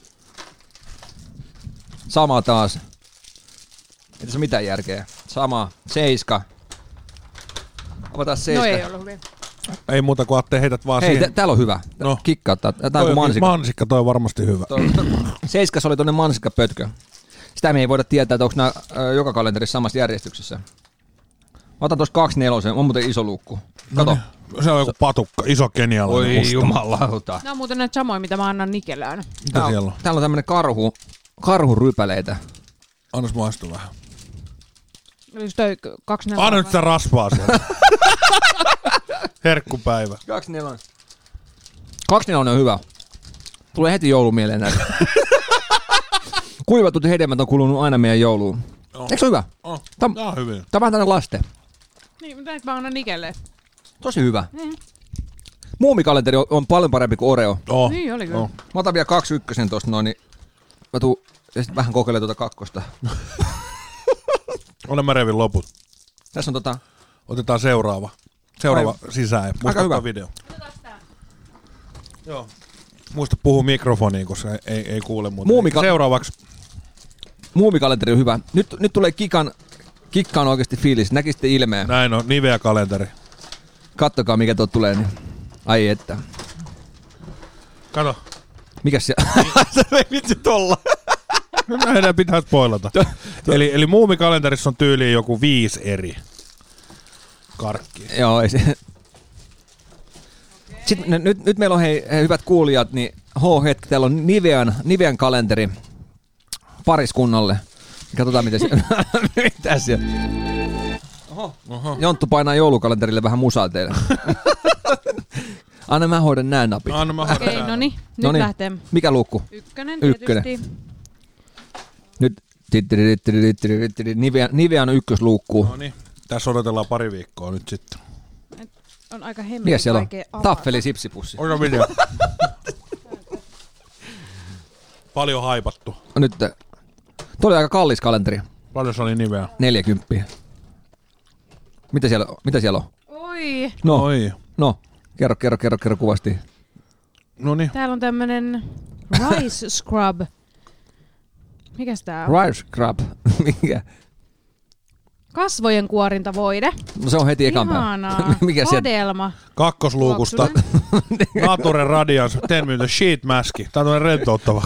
Sama taas. Ei tässä ole mitään järkeä. Sama. Seiska. Avataan No seiska. ei ollut hyviä. Ei muuta kuin Atte heität vaan Hei, siihen. tä- täällä on hyvä. No. No. Kikkauttaa. Tää on Toi kuin on- mansikka. mansikka, toi on varmasti hyvä. Seiskas oli tonne mansikkapötkö. Sitä me ei voida tietää, että onko nämä ö, joka kalenterissa samassa järjestyksessä. Mä otan tuossa kaksi nelosen, on muuten iso luukku. Kato. Se on joku patukka, iso kenialainen musta. jumalauta. Nämä on muuten näitä samoja, mitä mä annan Nikelään. Mitä Tää siellä on? Täällä on tämmönen karhu, karhurypäleitä. Annas maistua vähän. Olis toi k- kaksi neljä. Anna nyt sitä rasvaa siellä. Herkkupäivä. Kaksi nelonen. Kaksi nelonen on hyvä. Tulee heti joulu mieleen näitä. Kuivatut hedelmät on kulunut aina meidän jouluun. Joo. Eikö se ole hyvä? Oh, Tam- tää on hyvin. Tää on vähän tämmönen laste. Niin, mutta näitä mä annan Nikelle. Tosi hyvä. Niin, Muumikalenteri on, on paljon parempi kuin Oreo. Oh. niin oli kyllä. Oh. Mä otan vielä kaksi ykkösen tosta noin, niin mä tuun ja sit vähän kokeilemaan tuota kakkosta. Olen mä revin loput. Tässä on tota, Otetaan seuraava. Seuraava sisään ja musta hyvä. ottaa video. Joo. Muista puhua mikrofoniin, koska ei, ei kuule muuta. Muumika- Seuraavaksi. Muumikalenteri on hyvä. Nyt, nyt tulee Kikan, Kikka on oikeasti fiilis. Näkisitte ilmeen. Näin on, Nivea-kalenteri. Kattokaa mikä tuo tulee. Niin. Ai että. Kato. Mikäs se? Se ei vitsi tolla. Nähdään pitää spoilata. eli, eli Muumikalenterissa on tyyliin joku viisi eri karkkia. Joo, ei se. Sitten n- nyt, nyt meillä on hei, hei hyvät kuulijat, niin H-hetki, täällä on Nivean, Nivean kalenteri pariskunnalle. Katsotaan miten se... mitä siellä? Oho. Oho. Jonttu painaa joulukalenterille vähän musaa teille. Anna mä hoidan nää napit. Anna mä hoidan Okei, nää. no niin, nyt Noniin. lähtee. Mikä luukku? Ykkönen, Ykkönen. tietysti. Nyt Nivean, Nivean ykkösluukku. No niin, tässä odotellaan pari viikkoa nyt sitten. On aika hemmetin Mikä siellä on? vaikea avata. Taffeli sipsipussi. Oika video. Paljon haipattu. Nyt, tuo oli aika kallis kalenteri. Paljon se oli niveä. neljäkymppiä. Mitä siellä, mitä siellä on? Oi, No, Oi. no, kerro, kerro, kerro, kerro kuvasti. No niin. täällä on tämmönen rice scrub. Mikäs tää on? Rice Crab. Mikä? Kasvojen kuorintavoide. No se on heti ekan Ihanaa. päivä. Mikä se? Vadelma. Kakkosluukusta. Nature Radiance ten minute sheet maski. Tää on tämmönen rentouttava.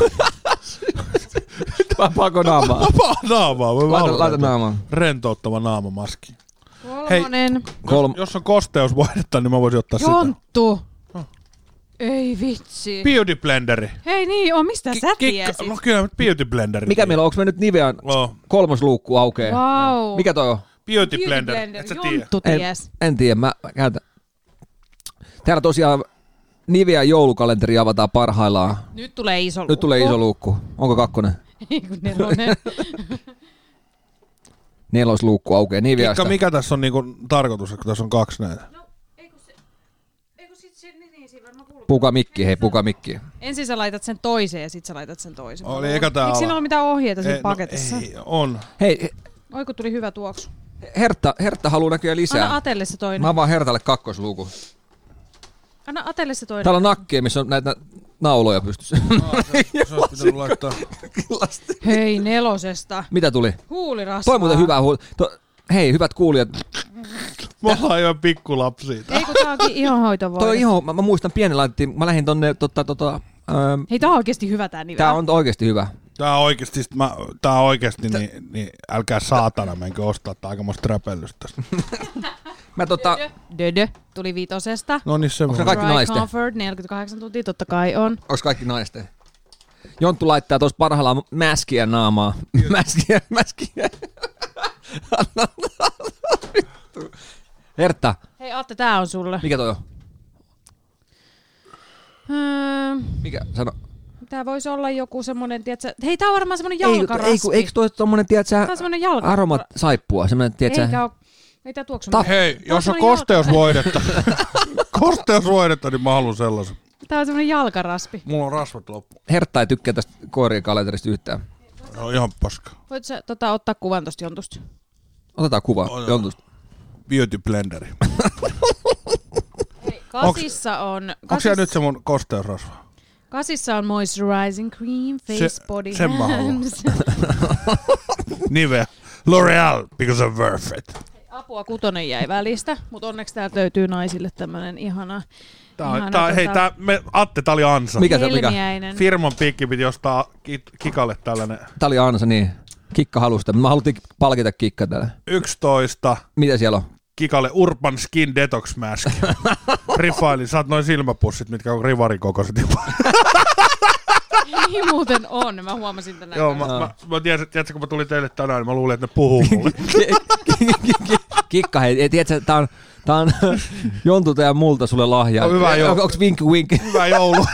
Vapaako naamaa? Vapaa naamaa. Voi Laita, valita. laita naamaan. Rentouttava naamamaski. Kolmonen. Kolm... Jos, jos on kosteusvoidetta, niin mä voisin ottaa sitä. Jonttu. Ei vitsi. Beauty blenderi. Hei niin, on mistä sä Kikka, tiesit? no kyllä beauty blenderi. Mikä meillä on? Onko me nyt Nivean Oh. kolmosluukku aukeaa? Vau. Mikä toi on? Beauty, Beauty blender. blender. Et sä tiedä. Jonttu En, ties. en tiedä, mä käytän. Täällä tosiaan Nivean joulukalenteri avataan parhaillaan. Nyt tulee iso luukku. Nyt tulee iso luukku. Onko kakkonen? Ei kun nelonen. Nelosluukku aukeaa Niveasta. Kikka, mikä tässä on niinku tarkoitus, kun tässä on kaksi näitä? No, ei kun se... Ei kun sit se... Niin, niin, siinä varmaan kuuluu. Puka mikki, hei puka mikki. Ensin sä laitat sen toiseen ja sit sä laitat sen toiseen. Oli eka tää Eikö siinä ala. ole mitään ohjeita siinä Ei, paketissa? No, ei, on. Hei, Oi kun tuli hyvä tuoksu. Hertta, Hertta haluaa näkyä lisää. Anna Atelle se toinen. Mä avaan Hertalle kakkosluukun. Anna Atelle se toinen. Täällä on nakkeja, missä on näitä nauloja pystyssä. Se olisi pitänyt laittaa. Hei nelosesta. Mitä tuli? Huulirasvaa. Toi muuten hyvä huuli. To... Hei, hyvät kuulijat. Me ollaan ihan pikkulapsia. Ei kun tää onkin ihonhoitovoide. Toi on ihan, mä, mä muistan pienen laitettiin, mä lähdin tonne, tota, tota, ähm, Hei tää on oikeesti hyvä tää nivel. tää on oikeesti hyvä. Tää on oikeesti, mä, tää on oikeesti niin, niin älkää saatana menkö ostaa tää aikamoista räpellystä tästä. Mä tota, Dödö. Tuli vitosesta. No niin se Onko se voi. kaikki Dry naisten? Comfort, neljäkymmentäkahdeksan tuntia, totta kai on. onks kaikki naisten? Jonttu laittaa tuossa parhaillaan mäskiä naamaa. Mäskiä, mäskiä. Hertta, Hei Atte, tää on sulle. mikä toi on? Hmm, Mikä? Sano. tää voisi olla joku semmonen, tiiätsä... Hei, tää on varmaan semmonen Ei, jalkaraspi. ei, kun- eikö toi tommonen, tiedätkö Tää on semmonen jalka... aromat saippua, semmonen, tiedätkö Eikä oo... Ei tää tuoksu. Ta- mitään. Hei, Tää on jos on semmonen kosteusvoidetta, kosteusvoidetta, niin mä haluan sellaisen. Jalka... Tää on semmonen jalkaraspi. Mulla on rasvat loppu. Hertta ei tykkää tästä koirien kalenterista yhtään. Se on ihan paska. Voit sä tota, ottaa kuvan tosta jontusta? Otetaan kuva Otetaan. Jontusta. Beauty blenderi. Hei, kasissa on... Onko siellä nyt se mun kosteusrasva? Kasissa on moisturizing cream, face, Se- body, sen mä haluan. hands. Nivea. L'Oreal, because I'm worth it. Apua, kutonen jäi välistä, mutta onneksi täältä löytyy naisille tämmönen ihana... Tää on, ihana tää, hei, tota, tää, me, Atte, tää oli ansa. Mikä se, mikä? helmiäinen. Firman piikki piti ostaa ki- Kikalle tällainen Tää oli Ansa, niin. Kikka halusta. Mä haluttiin palkita Kikka täällä. yksitoista Mitä siellä on? Kikalle Urban Skin Detox Mask. Rifailin, saat noin silmäpussit, mitkä on rivarin kokoiset. Niin muuten on, mä huomasin tänään. Joo, mä, Joo. mä, mä tiesin, tiedätkö, kun mä tulin teille tänään, niin mä luulin, että ne puhuu mulle. Kikka, hei, tiedätkö, tää on, tää on Jontulta ja multa sulle lahja. No, hyvä joo. On, onks wink wink? Hyvää joulua.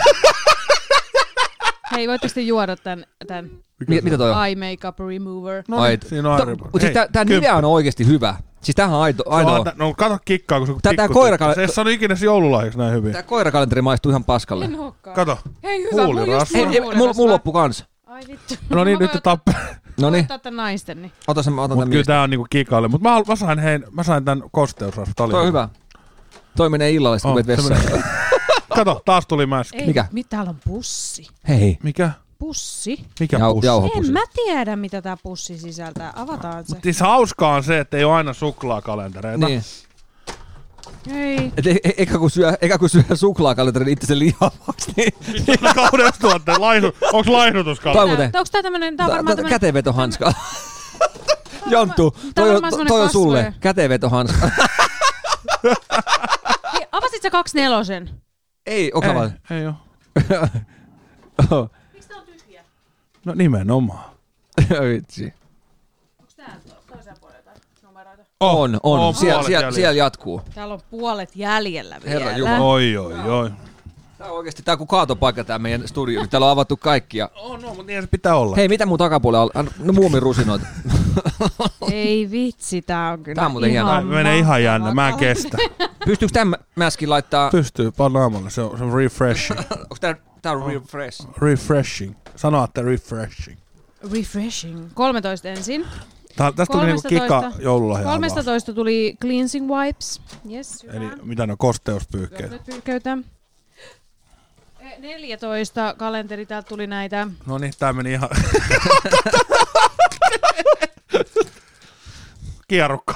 Hei, voitteko te juoda tän, tän Mitä, mitä toi on? eye makeup remover? No Ai, niin, siinä on to- Airbus. mut siis tää, tää Nivea on oikeesti hyvä. Siis tämähän on aito, ainoa. No, no kato Kikkaa, kun se Tää- tää pikku koirakale- tyttö. Se ei ole ikinä se joululahjaksi näin hyvin. Tää koirakalenteri maistuu ihan paskalle. En olekaan. Kato. Hei, hyvä, mulla just Huulirasva. Ei, mulla ei, huulirasva. mulla, mulla loppu kans. Ai vittu. No niin, Mä nyt voin tappaa. No niin, ottaa tän naisten, niin. ota sen, mä otan Mut tän kyllä miestä. tää on niinku Kikalle. Mut mä, mä sain, hei, mä sain tän kosteusrasva. Toi on hyvä. Toi menee illalle, sit kun On, meet se vessaan. Kato, taas tuli mäski. Ei, Mikä? mit, täällä on pussi. Hei. Mikä? Pussi? Mikä Jau- pussi? jauhopussi. En mä tiedä, mitä tää pussi sisältää. Avataan se. Mutta siis hauskaa on se, että ei ole aina suklaakalentereita. Niin. Ei. Et e- e- eikä kun syö, eikä kun syö suklaakalenterin itse sen lihavaksi, niin Kaudestuotteet, laihdu, onks laihdutuskalenteri? Toi muuten. Tää, onks tää tämmönen, tää on Ta- varmaan ta- tämmönen... käteenvetohanska. Jonttu, Tää on toi on, varmaan semmonen toi on sulle. kasvojen. Käteenvetohanska. Hei, avasit sä kaksi nelosen? Ei, onko vai? Ei, ei oo. Oh. Miks tää on tyhjä? No nimenomaan. Vitsi. Onks tää toisella puolella jotain numeroita? On, on. On Siellä, puolet siellä, jäljellä. siellä jatkuu. Täällä on puolet jäljellä vielä. Herra Jumala. Oi, oi, oi. Tää on oikeesti tää on kuin kaatopaikka tää meidän studio. Täällä on avattu kaikkia. On, no, mutta niin se pitää olla. Hei, mitä mun takapuolella on? No muumin rusinoita. Ei vitsi, tää on kyllä Tää on muuten ihan hieno. Tää menee ihan jännä, mä en kestä. Pystyykö tämän mäskin laittaa? Pystyy, pan naamalle, se on, se on refreshing. Onko tää, tää on real fresh? Refreshing. Sano, että refreshing. refreshing. kolmetoista ensin. Tää, tästä tuli niinku kika joululahja. kolmetoista tuli cleansing wipes. Yes, hyvä. Eli mitä ne on, kosteuspyyhkeet. Nyt pyyhkeytä. Eh, neljätoista kalenteri, täältä tuli näitä. No niin, tää meni ihan... Kierrukka.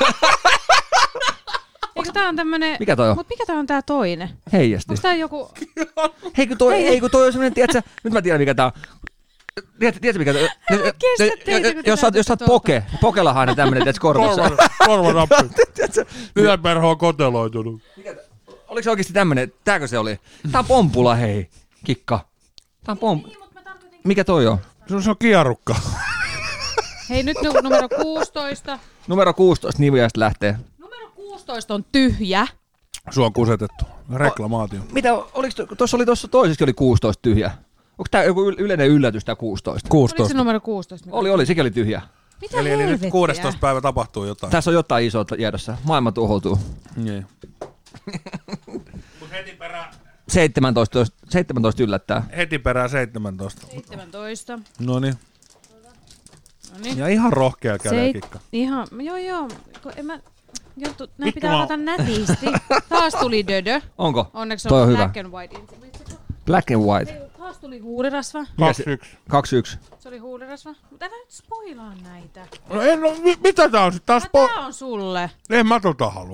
Eikö tää on tämmönen... Mikä toi on? Mut mikä tää on tää toinen? Heijasti. Onks tää joku... Hei kun toi, Hei. ei kun toi on semmonen, tiiätsä, nyt mä tiedän mikä tää on. Tiedätkö, tiedätkö mikä tää on? kestä teitä, kun te Jos sä oot- jos sä oot näytätte poke, pokellahan aina tämmönen, tiedätkö, korvassa. Korvanappi. Yläperho on koteloitunut. Oliko se oikeesti tämmönen? Tääkö se oli? Tää on pompula, hei. Kikka. Tää on pom... Mikä toi on? Se on, se on kierrukka. Hei, nyt nu- numero kuusitoista. Numero kuusitoista Niviasta lähtee. Numero kuusitoista on tyhjä. Sua on kusetettu. Reklamaatio. Mitä, oliks, tuossa oli tuossa toisessakin oli kuusitoista tyhjä. Onko tää joku yl- yleinen yllätys tää kuusitoista? Oliko se kuusitoista. numero kuusitoista? Oli, oli, sekin oli tyhjä. Mitä Eli, eli nyt helvettiä? kuudestoista päivä tapahtuu jotain. Tässä on jotain isoa tiedossa. Maailma tuhoutuu. Niin. Mut heti perään, seitsemäntoista, seitsemäntoista yllättää. heti perään seitsemäntoista. seitsemäntoista. Noniin. Noniin. Ja ihan rohkea käden Seit- kikka. Ihan, joo joo. Kun en mä... Juttu, nää Vittu pitää mä- avata nätisti. Taas tuli dödö. Onko? Onneksi Toi on on black hyvä. and white. Black and white. Hei, taas tuli huulirasva. kaksi yksi. kaksi yksi. Se oli huulirasva. Mutta älä nyt spoilaa näitä. No en, no, mi- mitä tää on sit taas? Ah, Po- tää on sulle. en mä tota halua.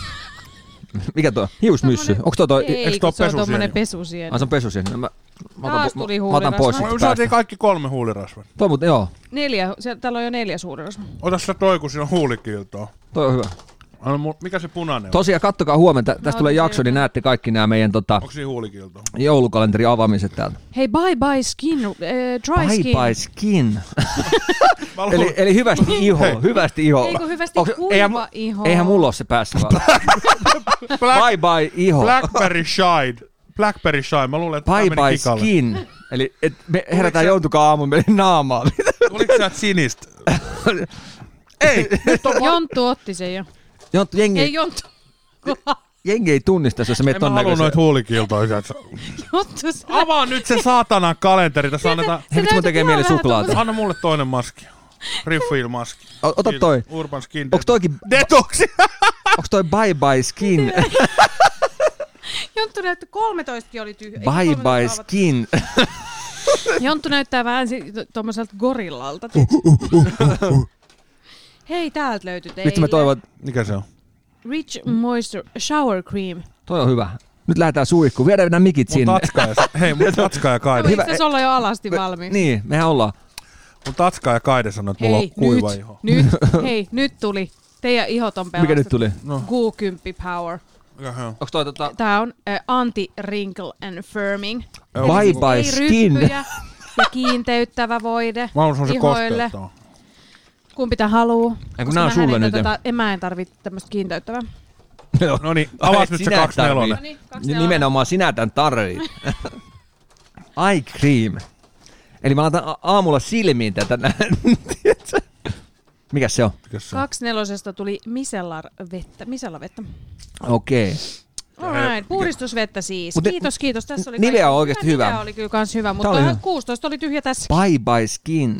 Mikä tuo? Hiusmyssy. Tommonen- Onko tuo toi? Ei, eikö toi kun se on pesusieni? tommonen pesusieni. Ai se on pesusieni. No mä, mä, Taas otan, tuli mä, mä otan pois. huulirasva. Me saatiin kaikki kolme huulirasvat. Toi muuten, joo. Neljä, siellä, täällä on jo neljä huulirasva. Ota sä toi, kun siinä on huulikiiltoa. Toi on hyvä. Anna mu- Mikä se punainen on? Tosiaan, kattokaa huomenta. Tästä otin tulee sen jakso, niin jotain. näette kaikki nämä meidän tota, Onko siinä huulikiiltoa? joulukalenterin avaamiset täältä. Hei, bye bye skin, äh, dry Bye skin. bye skin. Mä eli, luulen- eli hyvästi iho, Hei. hyvästi iho. Ei kun hyvästi Onks- kuiva eihän, mu- iho. Eihän mulla ole se päässä vaan. Black, Bye bye iho. Blackberry Shine. Blackberry Shine. Mä luulen, että Bye tää meni bye kikalle. skin. Eli et me herätään sä- Jontukaan aamun meidän naamaan. Oliko sä sinistä? Ei, nyt on Jonttu otti sen jo. Jonttu, jengi, Ei Jonttu. jengi ei tunnista, jos sä meet En mä ton halua näköiseen. noita huulikiiltoja. sieltä. Jonttu, sä... Avaa nyt se saatanan kalenteri. Tässä annetaan... Hei, vitsi mun tekee ihan mieli vähän suklaata. Anna mulle toinen maski. Refill maski. O- Ota toi. Urban Skin. Onks toikin, Detoxi. onks toi bye bye skin? Jonttu näyttää, kolmetoistakin oli tyhjä. Ei, Bye bye kolmetoista avattu. skin. Jonttu näyttää vähän si- to- tommoselta gorillalta. Hei, täältä löytyi teille. Vitsi mä toivon, Mikä se on? Rich Moisture Shower Cream. toi on hyvä. Nyt lähdetään suihkuun. Viedään nämä mikit Mun sinne. tatska ja, hei, mun tatska ja kaide. Hyvä. Itse olla jo alasti valmiin. Niin, mehän ollaan. Mun tatska ja kaide sanoi, että mulla Hei, on kuiva nyt, iho. nyt, hei, nyt tuli. Teidän ihot on pelastettu. Mikä nyt tuli? No. Q kymmenen Power. Mikä se on? Onks toi tota... Tää on äh, anti-wrinkle and firming. Bye bye Ei skin. ryppyjä ja kiinteyttävä voide Mä haluan se ihoille. kosteuttaa. Kumpi tää haluu? Ei, kun Koska nää on mähän sulle en nyt. Tätä, en mä en tarvitse tämmöstä kiinteyttävää. No niin, avas nyt se Sinä kaksi nelonen. tarvii. No niin, kaksi N- Nimenomaan sinä tän tarvit. Eye cream. Eli mä laitan a- aamulla silmiin tätä näin. Tiedätkö? Mikäs se on? Mikäs se on? Kaksi nelosesta tuli micellar vettä. Micellar vettä. Okei. Alright, puhdistusvettä siis. Mut ne- Kiitos, kiitos. Tässä oli Niveä kaikki. on oikeesti hyvä. Niveä oli kyllä kans hyvä, oli mutta hyvä. kuusitoista oli tyhjä tässä. Bye bye skin.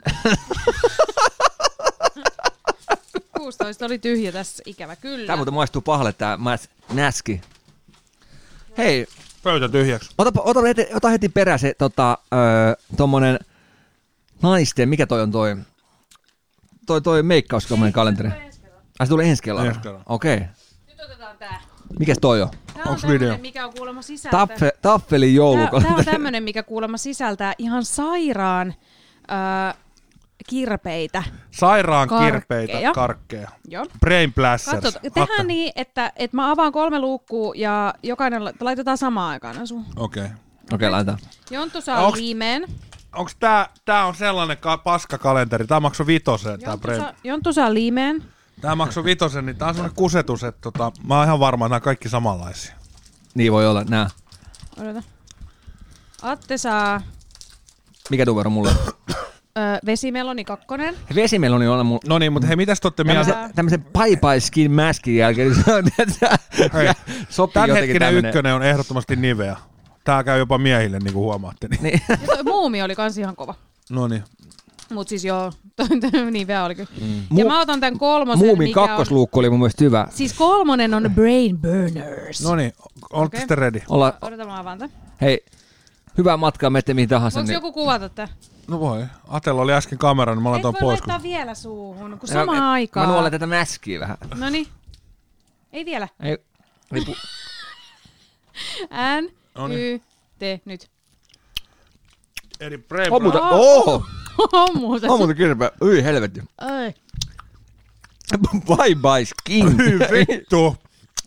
kuusitoista oli tyhjä tässä, ikävä kyllä. Tää muuten maistuu pahalle tää mas- näski. Hei, Pöytä tyhjäksi. Ota, ota, heti, ota heti perään se tota, öö, tommonen naisten, mikä toi on toi? Toi, toi meikkauskammonen kalenteri. Ai se tuli ensi kerralla? Okei. Okay. Nyt otetaan tää. Mikäs toi on? Tää on tämmönen, mikä on kuulemma sisältää. Taffe, taffelin joulukalenteri. Tää, tää on tämmönen, mikä kuulemma sisältää ihan sairaan öö, kirpeitä. Sairaan karkkeja. kirpeitä karkkeja. Joo. Brain blasters. Katso, tehdään niin, että, että mä avaan kolme luukkua ja jokainen laitetaan samaan aikaan asuun. Okei. Okay. Okei, okay, laitetaan. Jonttu saa onks, liimeen. Onks tää, tää on sellainen ka- paskakalenteri? Tää maksoi vitosen. Tää Jonttu, saa, Jonttu saa liimeen. Tää maksoi vitosen, niin tää on semmonen kusetus, että tota, mä oon ihan varma, että nää on kaikki samanlaisia. Niin voi olla, nää. Odota. Atte saa... Mikä numero mulle? Öö, vesimeloni kakkonen. Vesimeloni on mulla. No niin, mutta hei, mitäs totte mieltä? Tämmösen, tämmösen bye-bye-skin mäskin jälkeen. Hei, sopii tämänhetkinen ykkönen on ehdottomasti Nivea. Tää käy jopa miehille, niin kuin huomaatte. Niin. Niin. Ja toi muumi oli kans ihan kova. No niin. Mut siis joo, Nivea oli kyllä. Mm. Ja Mu- mä otan tän kolmosen, Muumin mikä kakkosluukku on... oli mun mielestä hyvä. Siis kolmonen on Brain Burners. No niin, ootte Okay. sitten ready? Olla... Odota, mä avaan tän. Hei, hyvää matkaa, menette mihin tahansa. Voinko niin... joku kuvata tää? No voi. Atella oli äsken kamera, niin mä laitan Et voi pois. laittaa kun... vielä suuhun, kun samaan aikaan. Mä nuolen tätä mäskiä vähän. Noniin. Ei vielä. Ei, ripu. N, Noniin. Y, T, nyt. Eli Brain On muuten, Oh. oh! On muuten. On muuten kirpeä. Ui helvetti. Ai. Bye bye skin. Hyi vittu.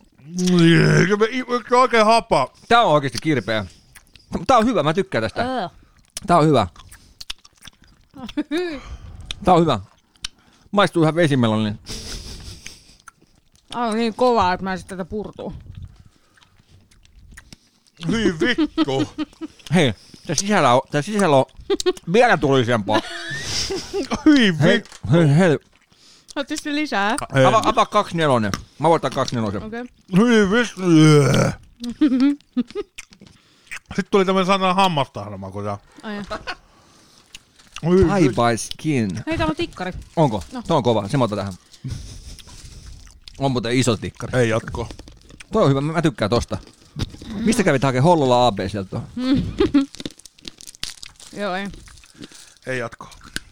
Mä oikein hapa. Tää on oikeesti kirpeä. Tää on hyvä, mä tykkään tästä. Uh. Tää on hyvä. Tää on hyvä. Maistuu ihan vesimeloninen. Tää on niin kovaa, että mä en sit tätä purtuu. Hyi vittu. Hei, tää sisällä on, tää sisällä on vielä tulisempaa. Hyi Hei, vittu. hei, hei. Otti sitten lisää. Ava, avaa kaksi nelonen. Mä voin ottaa kaksi nelosen. Okei. Hyi vittu. Sitten tuli tämmönen sana hammastahdama, kun tää. Ai ja. Bye bye skin. Hei, täällä on tikkari. Onko? No. Tuo on kova, se mä otan tähän. On muuten iso tikkari. Ei jatko. Toi on hyvä, mä tykkään tosta. Mistä kävit hakemaan Hollola A B sieltä? Joo, ei. Ei jatko.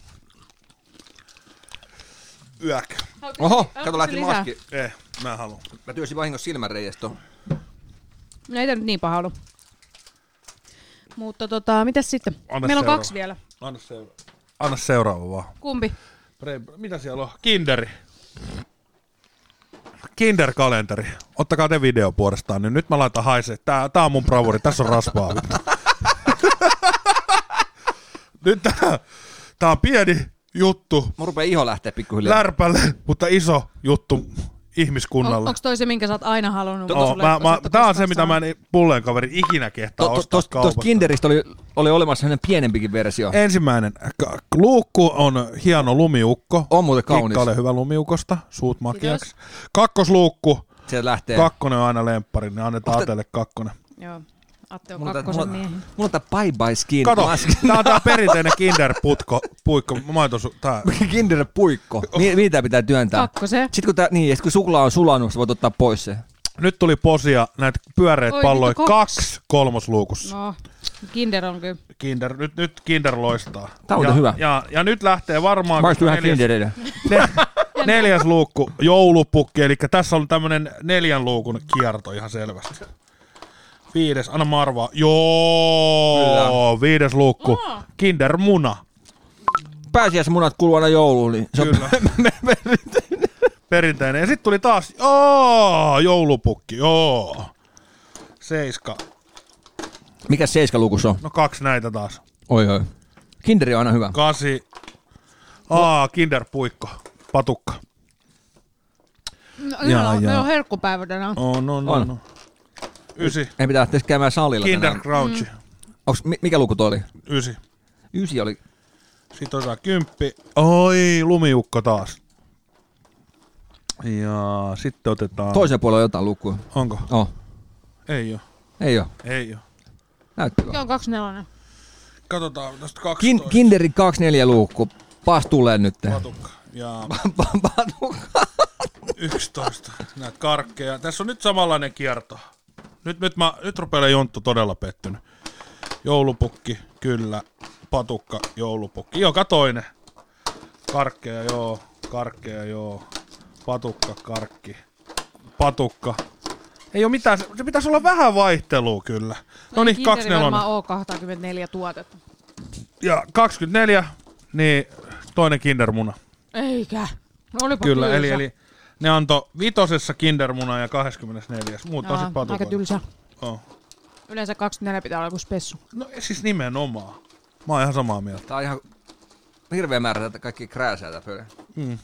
Yäk. Oho, kato lähti maski. Ei, mä en halua. Mä työsin vahingossa silmänreiästä tuohon. No ei tää nyt niin paha ollut. Mutta tota, mitäs sitten? Anna Meillä on seuraava. kaksi vielä. Anna seuraava. Anna seuraava vaan. Kumpi? Pre- Mitä siellä on? Kinderi. Kinder-kalenteri. Ottakaa te video puolestaan, niin nyt mä laitan haisee. Tää, tää on mun bravuri, tässä on rasvaa. Nyt tää, tää on pieni juttu Mun rupee iho lähteä pikkuhiljaa. lärpälle, mutta iso juttu ihmiskunnalle. On, onks toi se, minkä sä oot aina halunnut? Oo, sulle- mä, mä, sulle tää on koskaan se, mitä mä en pulleen kaveri ikinä kehtaa To, to, ostaa tos, kaupasta. Tuosta Kinderistä oli, oli olemassa sellainen pienempikin versio. Ensimmäinen. K- luukku on hieno lumiukko. On muuten kaunis. Kikka, ole hyvä lumiukosta. Suut makiaksi. Kakkosluukku. Sieltä lähtee. Kakkonen on aina lemppari, niin annetaan Onks te- Atelle kakkonen. Joo. Atte on Mulla on tää- kakkosen mulla- miehi. Mulla on tää bye bye skin. Kato, maski. tää on tää perinteinen Kinder-putko, puikko, maitosu, tää. Kinder puikko. Mi- Mihin tää pitää työntää? Kakkosen. Sitten kun, tää, niin, sit kun suklaa on sulanut, sä voit ottaa pois se. Nyt tuli posia, näitä pyöreät Oi, palloja, vittu, kaksi. kaksi kolmosluukussa. No, Kinder on kyllä. Kinder, nyt, nyt Kinder loistaa. Tää on ja, hyvä. Ja, ja nyt lähtee varmaan... Maistuu ihan neljäs- Kinderille. Ne, neljäs luukku, joulupukki, eli tässä on tämmönen neljän luukun kierto ihan selvästi. Viides, anna mä arvaa. Joo, Kyllä. viides luukku, Oh. Kinder-muna. Pääsiäismunat kuuluu aina jouluun, niin se on Kyllä. Perinteinen. Ja sitten tuli taas, joo, joulupukki, joo. Seiska. Mikä seiskalukussa on? No kaksi näitä taas. Oi oi. Kinderi on aina hyvä. Kasi. Aa, Kinder-puikko, patukka. No, Jaa, jaa, jaa. meillä on herkkupäivä tänään. Oh, no, no, On. no. Ysi. Ei pitää lähteä käymään salilla Kinder tänään. Crouchi. Mm. Onks, mi- mikä luku toi oli? Ysi. Ysi oli. Sitten osaa kymppi. Oi, lumiukko taas. Ja sitten otetaan... Toisen puolella on jotain lukua. Onko? Oh. Ei oo. Ei oo. Ei oo. Näyttäkö? Joo, kaksi nelonen. Katsotaan tästä Kin- kaksitoista. Kinderin kaksikymmentäneljä luukku. Paas tulee nyt. Patukka. Ja Patukka. yksitoista. Näitä karkkeja. Tässä on nyt samanlainen kierto. Nyt, nyt, mä, nyt rupeaa Jonttu todella pettynyt. Joulupukki, kyllä. Patukka, joulupukki. Joka toinen. Karkkeja, joo. Karkkeja, joo. Patukka, karkki. Patukka. Ei oo mitään, se pitäisi olla vähän vaihtelua kyllä. No niin, kaksikymmentäneljä. varmaan oo kaksikymmentäneljä tuotetta. Ja kaksikymmentäneljä, niin toinen kindermuna. Eikä. Olipa kyllä, tylsä. eli, eli ne antoi vitosessa kindermuna ja kahdeskymmenesneljäs. Muut on sit patukoita. Aika tylsä. Oh. Yleensä kaksikymmentäneljä pitää olla joku spessu. No siis nimenomaan. Mä oon ihan samaa mieltä. Tää on ihan hirveä määrä tätä kaikki krääsää tää pöydä. Mm.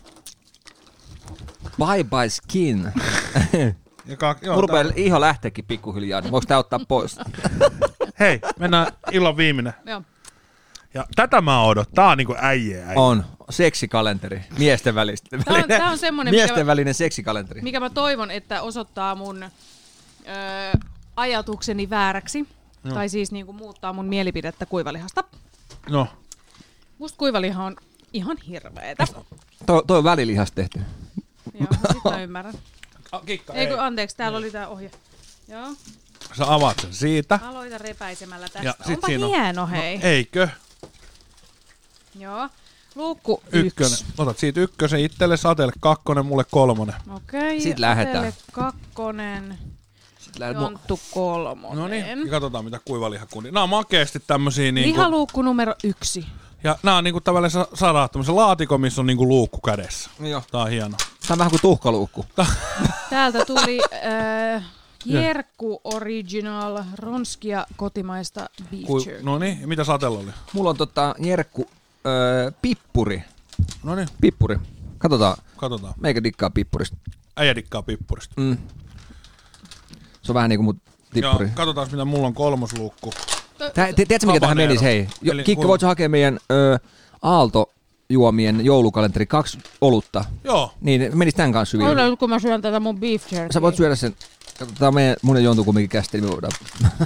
Bye bye skin. Ja ka- joo, Mun rupee tää... iho lähteekin pikkuhiljaa, niin voiko tää ottaa pois? Hei, mennään illan viimeinen. Joo. Ja tätä mä odot. Tää on niinku äijä äijä. On. Seksikalenteri. Miesten välistä. Tää on, tää on semmonen, Miesten mikä, välinen seksikalenteri. mikä mä toivon, että osoittaa mun öö, ajatukseni vääräksi. No. Tai siis niinku muuttaa mun mielipidettä kuivalihasta. No. Musta kuivaliha on ihan hirveetä. Toi, toi on välilihas tehty. Joo, sit mä ymmärrän. Kikka, Ei kun anteeksi, täällä oli tää ohje. Joo. Sä avaat sen siitä. Aloita repäisemällä tästä. Ja sit Onpa siinä on- hieno, hei. No, eikö? Joo. Luukku Ykkönen. yksi. Otat siitä ykkösen itselle, Satelle kakkonen, mulle kolmonen. Okei. Sit lähdetään. Atelle kakkonen. Sitten lähdet mu- Jonttu kolmonen. No niin, ja katsotaan mitä kuivalihakundi. Nää on makeesti tämmösiä niinku... Lihaluukku numero yksi. Ja nää on niinku tavallaan saada tämmösen laatikon, missä on niinku luukku kädessä. Joo. Tää on hieno. Tää on vähän kuin tuhkaluukku. Täältä tuli äh, Jerkku Original ronskia kotimaista beef Kui... jerky. No niin, ja mitä Satella oli? Mulla on tota Jerkku öö, pippuri. No niin, Pippuri. Katsotaan. katsotaan. Meikä dikkaa pippurista. Äijä dikkaa pippurista. Mm. Se on vähän niinku mun tippuri. Joo, katsotaan mitä mulla on kolmosluukku. Tää, te, tiedätkö mikä tähän Habanero. menisi? Hei, jo, Eli Kikka, kuinka- voit sä hakea meidän ö, Aalto-juomien joulukalenteri, kaksi olutta. Joo, Niin, menis tän kanssa hyvin. Olet, kun mä syön tätä mun beef jerky. Sä voit syödä sen. Kato, tää on meidän, mun ja Jontun kumminkin kästi, niin me voidaan.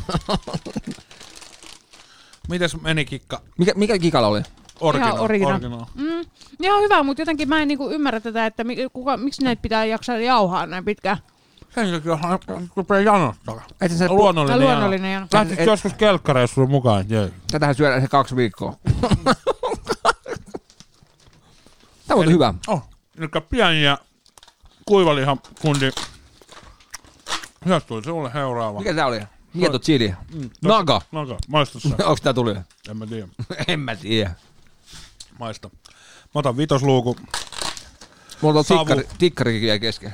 mites meni Kikka? Mikä, mikä Kikalla oli? Original. Ihan original. original. Mm, ihan hyvä, mutta jotenkin mä en niinku ymmärrä tätä, että mi, kuka, miksi näitä pitää jaksaa jauhaa näin pitkään. Sen takia rupeaa janottaa. Et sä, Luonnollinen, Tää luonnollinen jano. Lähtisit Et- joskus kelkkareissulle mukaan? Jee. tätähän syödään se kaksi viikkoa. Tää on Eli- hyvä. Oh, elikkä pieniä kuivalihakundi. Sieltä tuli sulle seuraava. Mikä tää oli? Mieto chili. Mm, Naga. Naga, maista sä. Onks tää tuli? En mä tiedä. En mä tiedä. Maista. Mä otan vitosluukun. Mulla on Savu. tikkari, tikkarikin jäi kesken.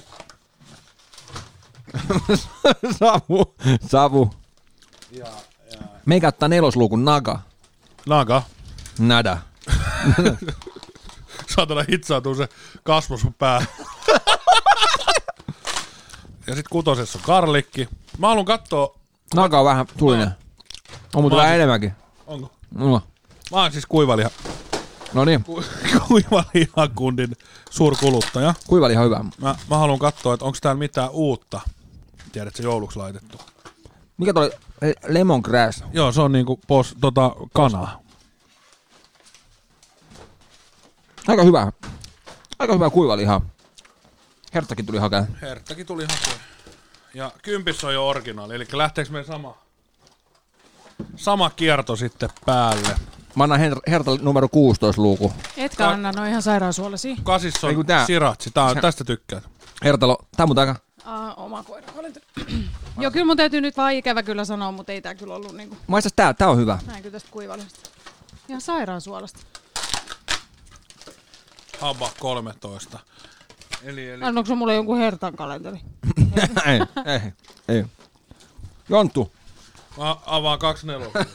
Savu. Savu. Ja, ja. Meikä ottaa nelosluukun naga. Naga. Nada. Saatana hitsautuu se kasvo sun päälle. Ja sit kutosessa on karlikki. Mä haluan kattoo, Naga on vähän tulinen. On mutta Mä oon vähän siis- enemmänkin. onko? No, Mä oon siis kuivaliha, no niin, ku, kuivalihakundin suurkuluttaja. kuivaliha hyvä. Mä, mä haluan katsoa, että onko täällä mitään uutta. Tiedätkö, jouluksi laitettu. Mikä toi lemongrass? Joo, se on niinku pos, tota, kanaa. Aika hyvä. Aika hyvä kuivaliha. Herttakin tuli hakea. Herttakin tuli hakea. Ja kympissä on jo originaali, eli lähteekö meidän sama, sama kierto sitten päälle. Mä annan her- Herta numero kuusitoista luuku. Etkä anna, ne on ihan sairaansuolaisia. Kasissa Ei on kun tää- siratsi, tää on, se- tästä tykkäät. Hertalo, tää on mun aika. Aa, oma koira. Joo, kyllä mun täytyy nyt vaan ikävä kyllä sanoa, mutta ei tää kyllä ollut niinku, Maistas tää, tää on hyvä. näin kyllä tästä kuivalihasta. Ihan sairaansuolasta. Haba kolmetoista. Eli, eli Annoiko se mulle jonkun hertan kalenteri? ei, ei, ei. Jonttu. mä avaan kaksi nelosta.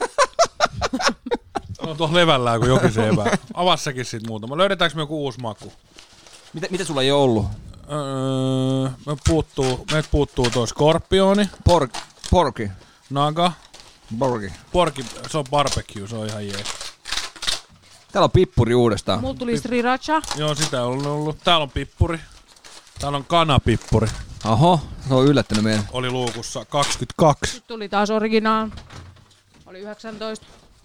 On tuossa levällään, kun jokin se evää. Avaa säkin sit muutama. Löydetäänkö me joku uusi maku? Mitä, mitä sulla ei ollut? Öö, me puuttuu, meiltä puuttuu toi skorpioni, Pork, porki. naga, Porki. porki, se on barbecue, se on ihan jees. Täällä on pippuri uudestaan. Mulla tuli sriracha. Joo, sitä on ollut. Täällä on pippuri. Täällä on kanapippuri. Oho, se on yllättänyt meidän. Oli luukussa kaksikymmentäkaksi. Nyt tuli taas original. Oli yhdeksäntoista.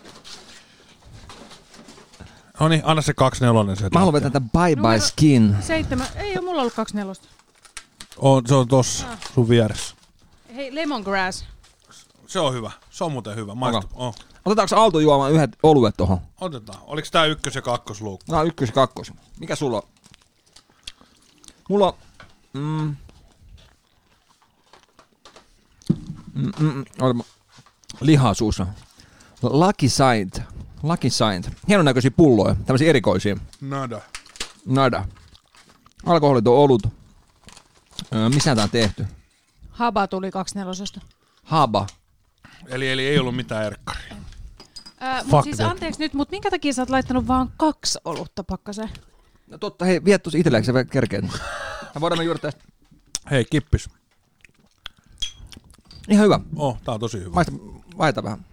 No niin, anna se kaksikymmentäneljä se. Mä haluan vetää tätä Bye Bye Numero- Skin. Seitsemän. Ei oo mulla ollut kaksi nelosta. On, se on tossa sun vieressä. Hei, lemongrass. Se on hyvä. Se on muuten hyvä. Maistu. Okay. Oh. Otetaanko Aalto juomaan yhdet oluet tohon? Otetaan. Oliko tää ykkös- ja kakkosluukku? Nää on ykkös- ja kakkos. Mikä sulla on? Mulla on... Mm, mm, mm, mm, lihaa suussa. Lucky Saint. Lucky Saint. Hienon näköisiä pulloja. Tämmöisiä erikoisia. Nada. Nada. Alkoholiton olut. Öö, missä tää on tehty? Haba tuli kaksinelosesta. Haba. Eli, eli ei ollut mitään erkkaria. Öö, mut siis anteeksi nyt, mutta minkä takia sä oot laittanut vaan kaksi olutta pakkaseen? No totta, hei, viet tuossa itselläkin sä kerkeet. Ja voidaan me juoda tästä. Hei, kippis. Ihan hyvä. Oh, tää on tosi hyvä. Maista, vaihtaa vähän.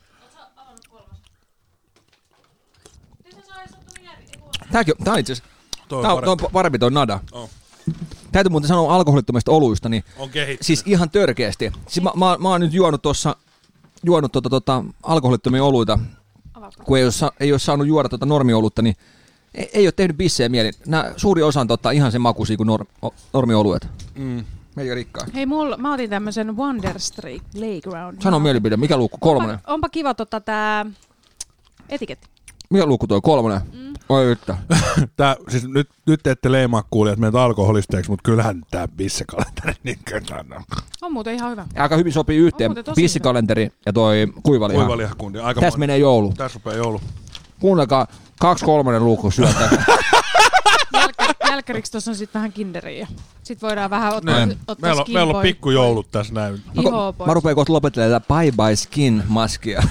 Tääkin on, tää on itse asiassa, tää on, on parempi toi Nada. Oh. Täytyy muuten sanoa alkoholittomista oluista, niin on kehittynyt. Siis ihan törkeästi. Siis mä, mä, mä oon nyt juonut tuossa, juonut tota, tota, alkoholittomia oluita, kun ei ole, ei ole saanut juoda tota normiolutta, niin ei, ei ole tehnyt bissejä mieli. Nää, suuri osa on tota, ihan sen makuisia kuin norm, normioluet. Mm. Meillä rikkaa. Hei, mulla, mä otin tämmösen Wonder Streak Playground. Sano mielipide, mikä luukku? Kolmonen? Onpa, onpa kiva tota tää etiketti. Mikä luukku toi? Kolmonen? Mm. Oi yttä. Tää, siis nyt, nyt ette leimaa kuulijat meitä alkoholisteiksi, mutta kyllähän tää bissekalenteri niin kerran. On muuten ihan hyvä. Aika hyvin sopii yhteen bissikalenteri ja toi kuivaliha. Kuivalihakundi. Aika Tässä menee joulu. Tässä rupeaa joulu. Kuunnelkaa, kaksi kolmonen luukku syötää. Jälkäriksi tuossa on sitten vähän kinderiä. Sitten voidaan vähän ottaa, ottaa meillä, skin meillä on pikkujoulut tässä näin. Ihoa pois. Mä rupean kohta lopettelemaan tätä bye bye skin maskia.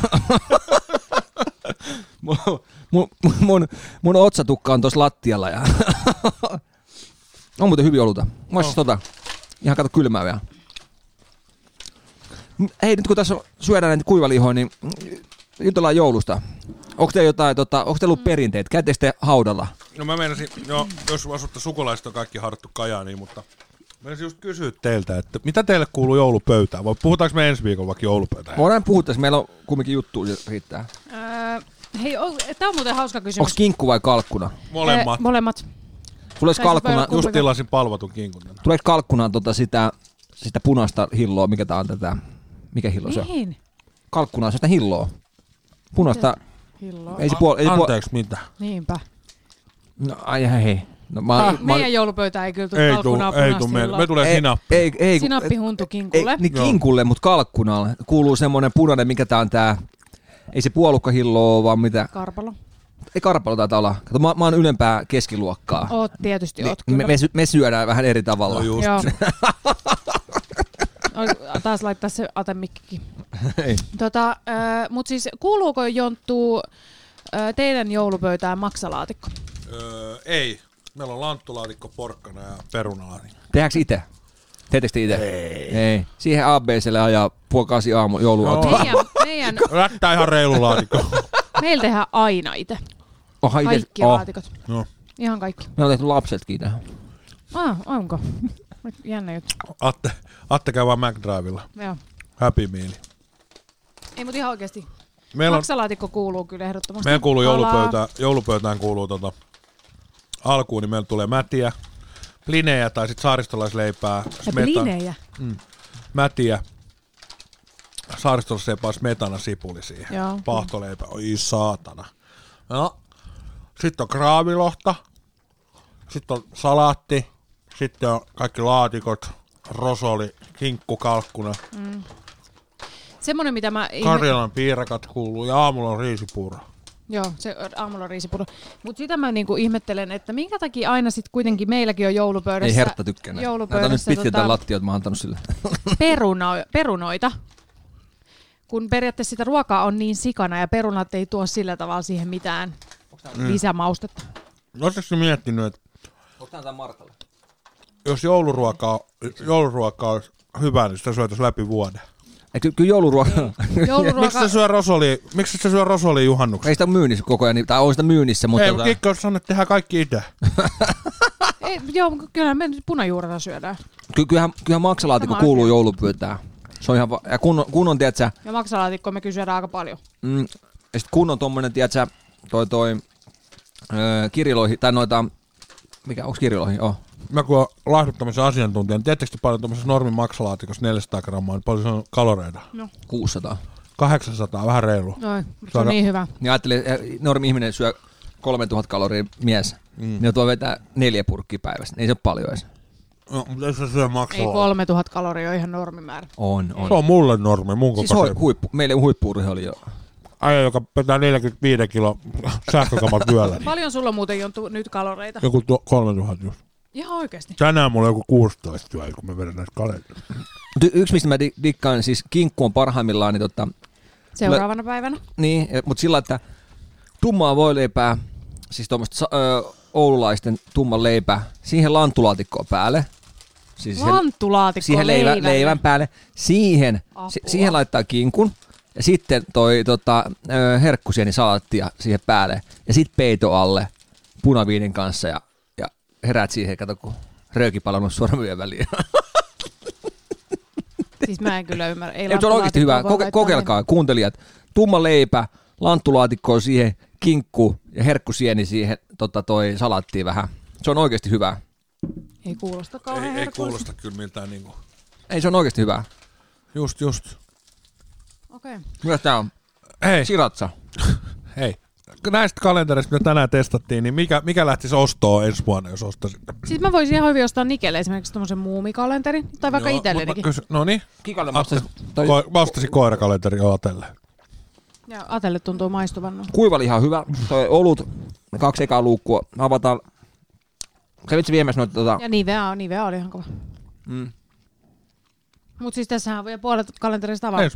mun, mun, mun, mun otsatukka on tuossa lattialla. Ja on muuten hyviä oluta. Mä no. tota, ihan kato kylmää vielä. Hei, nyt kun tässä syödään näitä kuivalihoja, niin jutellaan joulusta. Onko teillä jotain, tota, onko teillä ollut perinteet? Käyttekö te haudalla? No mä meinasin, jo, jos asutta sukulaiset on kaikki harrattu Kajaaniin, mutta meinasin just kysyä teiltä, että mitä teille kuuluu joulupöytään? Vai puhutaanko me ensi viikolla vaikka joulupöytään? Voidaan puhua tässä, meillä on kumminkin juttu, riittää. Öö, hei, on, tää on muuten hauska kysymys. Onko kinkku vai kalkkuna? Molemmat. Eh, molemmat. Tuleeko kalkkuna, just tilasin palvatun kinkun. Tuleeko kalkkunaan tota sitä, sitä punaista hilloa, mikä tää on tätä, mikä hillo se on? Mihin? Kalkkunaan sitä hilloa. Punaista. Hilloa. Ei se puol, ei se puol... Anteeksi, mitä? Niinpä. No ai hei. No, mä, ah, mä, meidän mä... joulupöytä ei kyllä tule kalkkunaa punaista hilloa. Me, me tulee sinappi. Ei, ei, Sinappihuntu kinkulle. Ei, niin kinkulle, mutta kalkkunalle. Kuuluu semmonen punainen, mikä tää on tää. Ei se puolukkahillo vaan mitä. Karpalo. Ei karpalo taitaa olla. Kato, mä, mä oon ylempää keskiluokkaa. Oot tietysti, niin, oot kyllä. Me, me, me syödään vähän eri tavalla. No just. Joo. Taas laittaa se atemikkikin. Tota, äh, mut siis kuuluuko Jonttu äh, teidän joulupöytään maksalaatikko? Öö, ei. Meillä on lanttulaatikko, porkkana ja perunalaatikko. Tehdäänkö itse? Teettekö te itse? Ei. Ei. Siihen A B C:lle ajaa puoli kasi aamu jouluaattona. Meidän, meidän... Rättää ihan reilu laatikko. Meillä tehdään aina itse. Oha, ite... Kaikki oh. laatikot. No. Ihan kaikki. Me on tehty lapsetkin tähän. Ah, onko? Jännä juttu. Atte, Atte käy vaan McDrivella. Joo. Happy meal. Ei, mutta ihan oikeesti. Meillä on, maksalaatikko kuuluu kyllä ehdottomasti. meillä kuuluu joulupöytään, joulupöytään kuuluu tota, alkuun, niin meillä tulee mätiä, plinejä tai sitten saaristolaisleipää. Plinejä? Mm, mätiä. Saaristolaisleipää, smetana, sipuli siihen. Joo. Pahtoleipä. Oi saatana. No. Sitten on kraavilohta. Sitten on salaatti. Sitten on kaikki laatikot, rosoli, kinkku, kalkkuna. Mm. Semmoinen, mitä mä... Karjalan piirakat kuuluu ja aamulla on riisipuuro. Joo, se aamulla on riisipuuro. Mutta sitä mä niinku ihmettelen, että minkä takia aina sitten kuitenkin meilläkin on joulupöydässä... Ei Hertta tykkää näin. Näitä on nyt pitkin tämän lattiot, mä oon antanut sille. Peruna, perunoita. Kun periaatteessa sitä ruokaa on niin sikana ja perunat ei tuo sillä tavalla siihen mitään mm. lisämaustetta. Oletko miettinyt, että... Onko tämä Martalle? Jos jouluruokaa, jouluruokaa olisi hyvä, niin sitä syötäisiin läpi vuoden. Ky- kyllä jouluruoka... jouluruoka... Miksi sä syö rosolia, miksi sä syö rosolia juhannuksena? Ei sitä myynnissä koko ajan, tai on sitä myynnissä, mutta... Ei, tota... Kikka olisi sanonut, että tehdään kaikki itse. Ei, joo, kyllähän me punajuurta syödään. Ky- kyllähän, kyllähän maksalaatikko Sama kuuluu asia. joulupöytään. Se on ihan... Va- ja kun on, kun on tiedätkö... Ja maksalaatikkoa me kysytään aika paljon. Mm, ja sit kun on tommonen, tiedätkö, toi toi... Öö, kiriloihin, tai noita... Mikä, onks kiriloihin? Oh. mä kun oon laihduttamisen asiantuntija, niin tiedättekö paljon tuollaisessa normin maksalaatikossa neljäsataa grammaa, niin paljon se on kaloreita? No. kuusisataa. kahdeksansataa, vähän reilu. Noin, se on niin hyvä. Niin ajattelin, normi-ihminen syö kolmetuhatta kaloria mies, mm. niin tuo vetää neljä purkkia päivässä. Ei se ole paljon edes. No, mutta ei se syö maksaa. Ei kolmetuhatta kaloria ole ihan normimäärä. On, on. Se on mulle normi, mun siis kokoisen. huippu, meille huippu-urheilu oli jo. Äijä, joka pitää neljäkymmentäviisi kilo sähkökamat yöllä. Paljon sulla muuten on nyt kaloreita? Joku kolmetuhatta just. Ihan oikeesti? Tänään mulla on joku kuusitoista yö, kun mä vedän näistä kalenteria. Yksi, mistä mä dikkaan, siis kinkku on parhaimmillaan, niin tota... Seuraavana päivänä? Niin, mutta sillä, että tummaa voileipää, siis tuommoista ö, oululaisten tumman leipää, siihen lanttulaatikkoa päälle. Siis lanttulaatikkoa siihen leivän, leivän päälle. Siihen, si, siihen laittaa kinkun ja sitten toi tota, ö, herkkusienisalattia siihen päälle ja sitten peito alle punaviinin kanssa ja, ja heräät siihen, kato kun rööki palannut sormien väliin. Siis mä en kyllä ymmärrä. Ei, Ei, se on oikeasti hyvä. Koke- kokeilkaa, kuuntelijat. Tumma leipä, lanttulaatikkoa siihen, kinkku ja herkkusieni siihen tota toi salattiin vähän. Se on oikeasti hyvää. Ei kuulosta kauhean Ei, ei kuulosta kyllä miltään niinku. Ei, se on oikeasti hyvää. Just, just. Okei. Okay. Myös tää on Hei. siratsa. Hei. Näistä kalentereista, mitä tänään testattiin, niin mikä, mikä lähtisi ostoon ensi vuonna, jos ostaisit? Siis mä voisin ihan hyvin ostaa Nikelle esimerkiksi tommosen muumikalenterin, tai vaikka itsellenikin. Kysy, no niin. Kikalle mä ostasin, toi... ko- ostasin koirakalenteri Atelle. Ja Atelle tuntuu maistuvan. Kuivaliha on hyvä. Toi olut, kaksi ekaa luukkua. Avataan. Kävitsä viemässä noita tota... Ja Nivea, Nivea oli ihan kova. Mm. Mut siis tässähän on vielä puolet kalenterista avaa.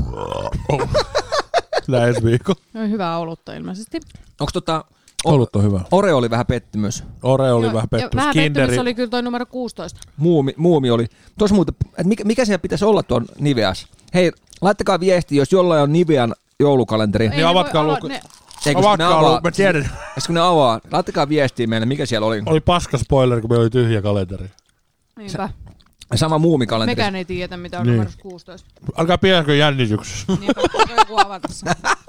Sillä ensi viikko. No hyvää olutta ilmeisesti. Onks tota... Olut on hyvä. Oreo oli vähän pettymys. Oreo oli Joo, vähän pettymys. Vähän Kinderi... pettymys oli kyllä toi numero kuusitoista. Muumi, muumi oli. Tuossa muuten, että mikä, mikä siellä pitäisi olla tuon Niveas? Hei, laittakaa viesti, jos jollain on Nivean joulukalenteri. Niin avatkaa luku. Ne... Avatkaa luku, mä tiedän. Eikö kun ne avaa, laittakaa viestiä meille, mikä siellä oli. Oli paska spoileri, kun meillä oli tyhjä kalenteri. Niinpä. Sama muumikalenteri. Mekään ei tiedä, mitä on niin. numero kuusitoista. Alkaa pienäkö jännityksessä. Niinpä, joku avata se.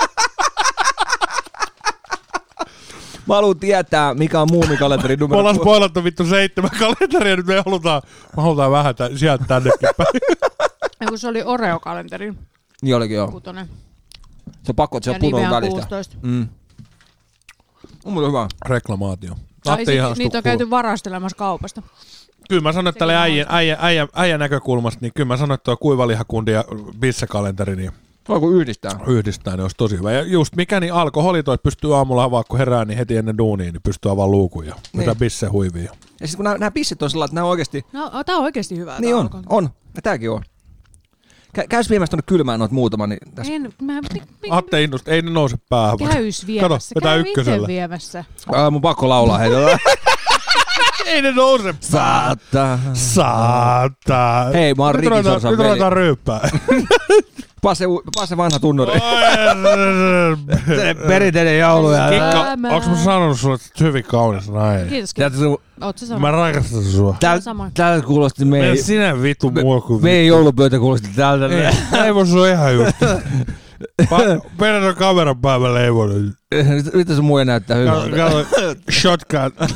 Mä haluan tietää, mikä on muumikalenteri numero... Me ollaan spoilattu vittu seitsemän kalenteria, nyt me halutaan, me halutaan vähän tä, sieltä tännekin päin. Ja kun se oli Oreo-kalenteri. Niin olikin joo. Kutonen. Se on pakko, että se on punon välistä. kuusitoista. Mm. On muuten hyvä. Reklamaatio. Tai sit, niitä on käyty varastelemassa kaupasta. Kyllä mä sanoin, että tälle äijän, äijän, äijän, äijän näkökulmasta, niin kyllä mä sanoin, että tuo kuivalihakundi ja bissekalenteri, niin voiko yhdistää? Yhdistää, niin olisi tosi hyvä. Ja just mikä, niin alkoholi toi, että pystyy aamulla avaa, kun herää, niin heti ennen duunia, niin pystyy avaamaan luukun ja mitä niin. Bisse huivia. Ja sitten kun nämä, nämä bisset on sellainen, että nämä on oikeasti... No, tää on oikeasti hyvä. Niin on, on. Ja tääkin on. Kä- käys viemässä tuonne kylmään noita muutama, niin tässä... En, mä... Atte innosta, ei ne nouse päähän. Käys viemässä, Kato, käy ykkösellä. itse viemässä. Ää, mun pakko laulaa heitä. Ei ne nouse Saattaa. Saattaa. Hei, mä oon Ricky Sorsan veli. Nyt ruvetaan ryyppää. Pas se, pas se vanha tunnuri. Perinteinen joulu. Kikka, onks mä sanonut sulle, että hyvin kaunis nainen? Kiitos, kiitos. Oot sä Mä rakastan sua. Tältä kuulosti meidän... Sinä vittu mua kuin... Meidän joulupöytä kuulosti tältä. Ei voi sua ihan just. Meidän on kameran päivä leivonnut. Mitä sun muija näyttää hyvältä? Kato, shotgun.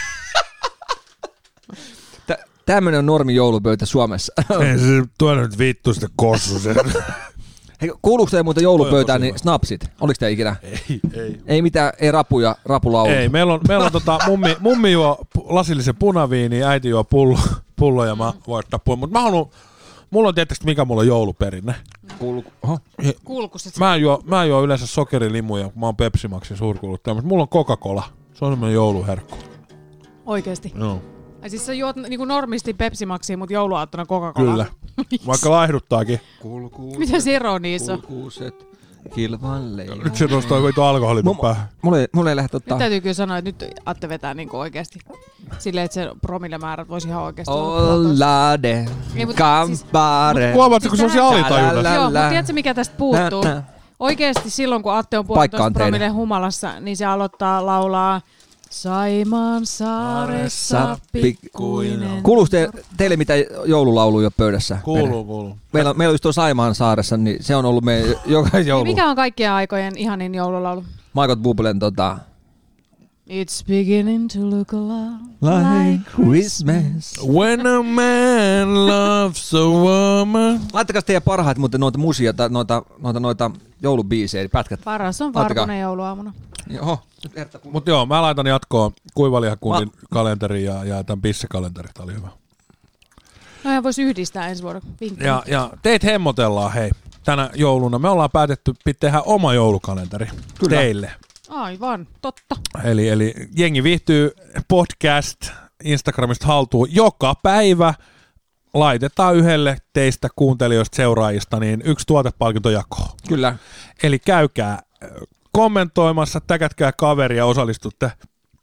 Tämmönen on normi joulupöytä Suomessa. Ei se tuoda nyt vittu sitä kossu sen. Hei, kuuluuko teille muuten joulupöytään niin snapsit? Oliko te ikinä? Ei, ei. Ei mitään, ei rapuja, rapulaulu. Ei, meillä on, meillä on tota, mummi, mummi juo lasillisen punaviini, äiti juo pullo, pullo ja mä voin ottaa pullo. Mutta mä haluan, mulla on tietysti mikä mulla on jouluperinne. Kulku. Oho. Kulkuset. Mä en juo, mä en juo yleensä sokerilimuja, kun mä oon Pepsi Maxin suurkuluttaja, mutta mulla on Coca-Cola. Se on semmoinen jouluherkku. Oikeesti? Joo. Ai siis sä juot niinku normisti Pepsi Maxia, mutta jouluaattona Coca-Colaa. Kyllä. Vaikka laihduttaakin. Kulkuuset. Mitä se ero niissä on? Kulkuuset. Kilvan leijona. Nyt se nostaa vitu alkoholin M- päähän. Mulla ei, mulla ei lähde ottaa. Nyt täytyy kyllä sanoa, että nyt Atte vetää niinku oikeesti. Silleen, että se promillemäärät voisi ihan oikeesti olla. Ollade. Campare. Huomaatko, kun se on siellä alitajunnassa? Joo, mutta tiedätkö mikä tästä puuttuu? Oikeesti silloin, kun Atte on puolitoista promille humalassa, niin se aloittaa laulaa Saimaan saaressa pikkuinen. Kuuluuko te, teille mitä joululauluja on pöydässä? Kuuluu, kuuluu. Meillä, meillä olisi tuo Saimaan saaressa, niin se on ollut meidän joka joulu. Niin mikä on kaikkien aikojen ihanin joululaulu? Michael Bublen tota... It's beginning to look a lot like Christmas. When a man loves a woman. Laittakaa teidän parhaat muuten noita musia, tai noita, noita, noita joulubiisejä, pätkät. Paras on Varpunen jouluaamuna. Joo. Mutta joo, mä laitan jatkoon Kuivalihakunnin Ma- kalenteriin ja, ja tämän pissekalenterin. Tämä oli hyvä. No ja voisi yhdistää ensi vuoden. Vinkki. Ja, ja teitä hemmotellaan, hei, tänä jouluna. Me ollaan päätetty tehdä oma joulukalenteri Kyllä. teille. Aivan, totta. Eli, eli jengi viihtyy podcast Instagramista haltuun joka päivä. Laitetaan yhdelle teistä kuuntelijoista, seuraajista, niin yksi tuotepalkinto jakoon. Kyllä. Eli käykää kommentoimassa, täkätkää kaveria ja osallistutte.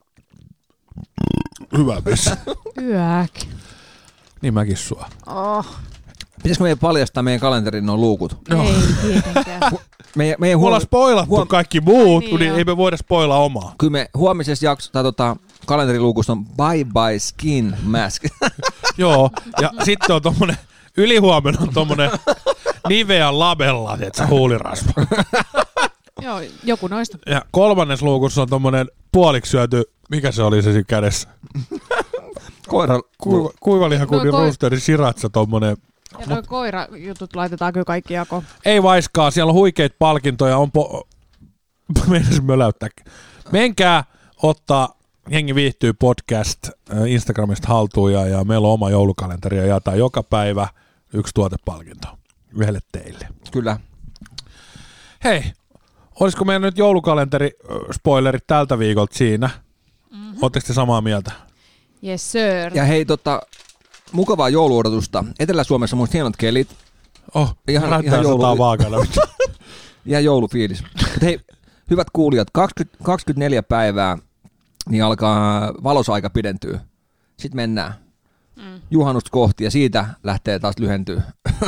Hyvä vessa. Yäk. Niin mäkin sua. Oh. Pitäisikö meidän paljastaa meidän kalenterin nuo luukut? No. Ei tietenkään. Me, me huom... Me ollaan spoilattu huom... kaikki muut, niin, niin jo. ei me voida spoilaa omaa. Kyllä me huomisessa jakso, tai tota, kalenteriluukusta on Bye Bye Skin Mask. Joo, ja sitten on tommonen, ylihuomenna on tommonen Nivea Labella, tietsä, huulirasva. Joo, joku noista. Ja kolmannes luukussa on tommonen puoliksi syöty, mikä se oli se siinä kädessä? Koira. Kuiva, kuivalihakunnin no, roosteri siratsa tommonen. Ja noi koirajutut laitetaan kyllä kaikki jakoon. Ei vaiskaa, siellä on huikeita palkintoja, on po... Meidän möläyttää. Menkää ottaa Jengi viihtyy podcast Instagramista haltuun ja, ja meillä on oma joulukalenteri ja jaetaan joka päivä yksi tuotepalkinto yhdelle teille. Kyllä. Hei, olisiko meidän nyt joulukalenteri spoilerit tältä viikolta siinä? Mm-hmm. Oletteko te samaa mieltä? Yes sir. Ja hei, tota, mukavaa jouluodotusta. Etelä-Suomessa on musta hienot kelit. Oh, ihan, ihan joulu... vaakana. Ihan joulufiilis. Mut hei, hyvät kuulijat, kaksikymmentä, kaksikymmentäneljä päivää, niin alkaa valosaika pidentyä. Sitten mennään mm. juhannusta kohti ja siitä lähtee taas lyhentyä.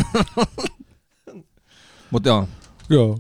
Mutta joo. Joo.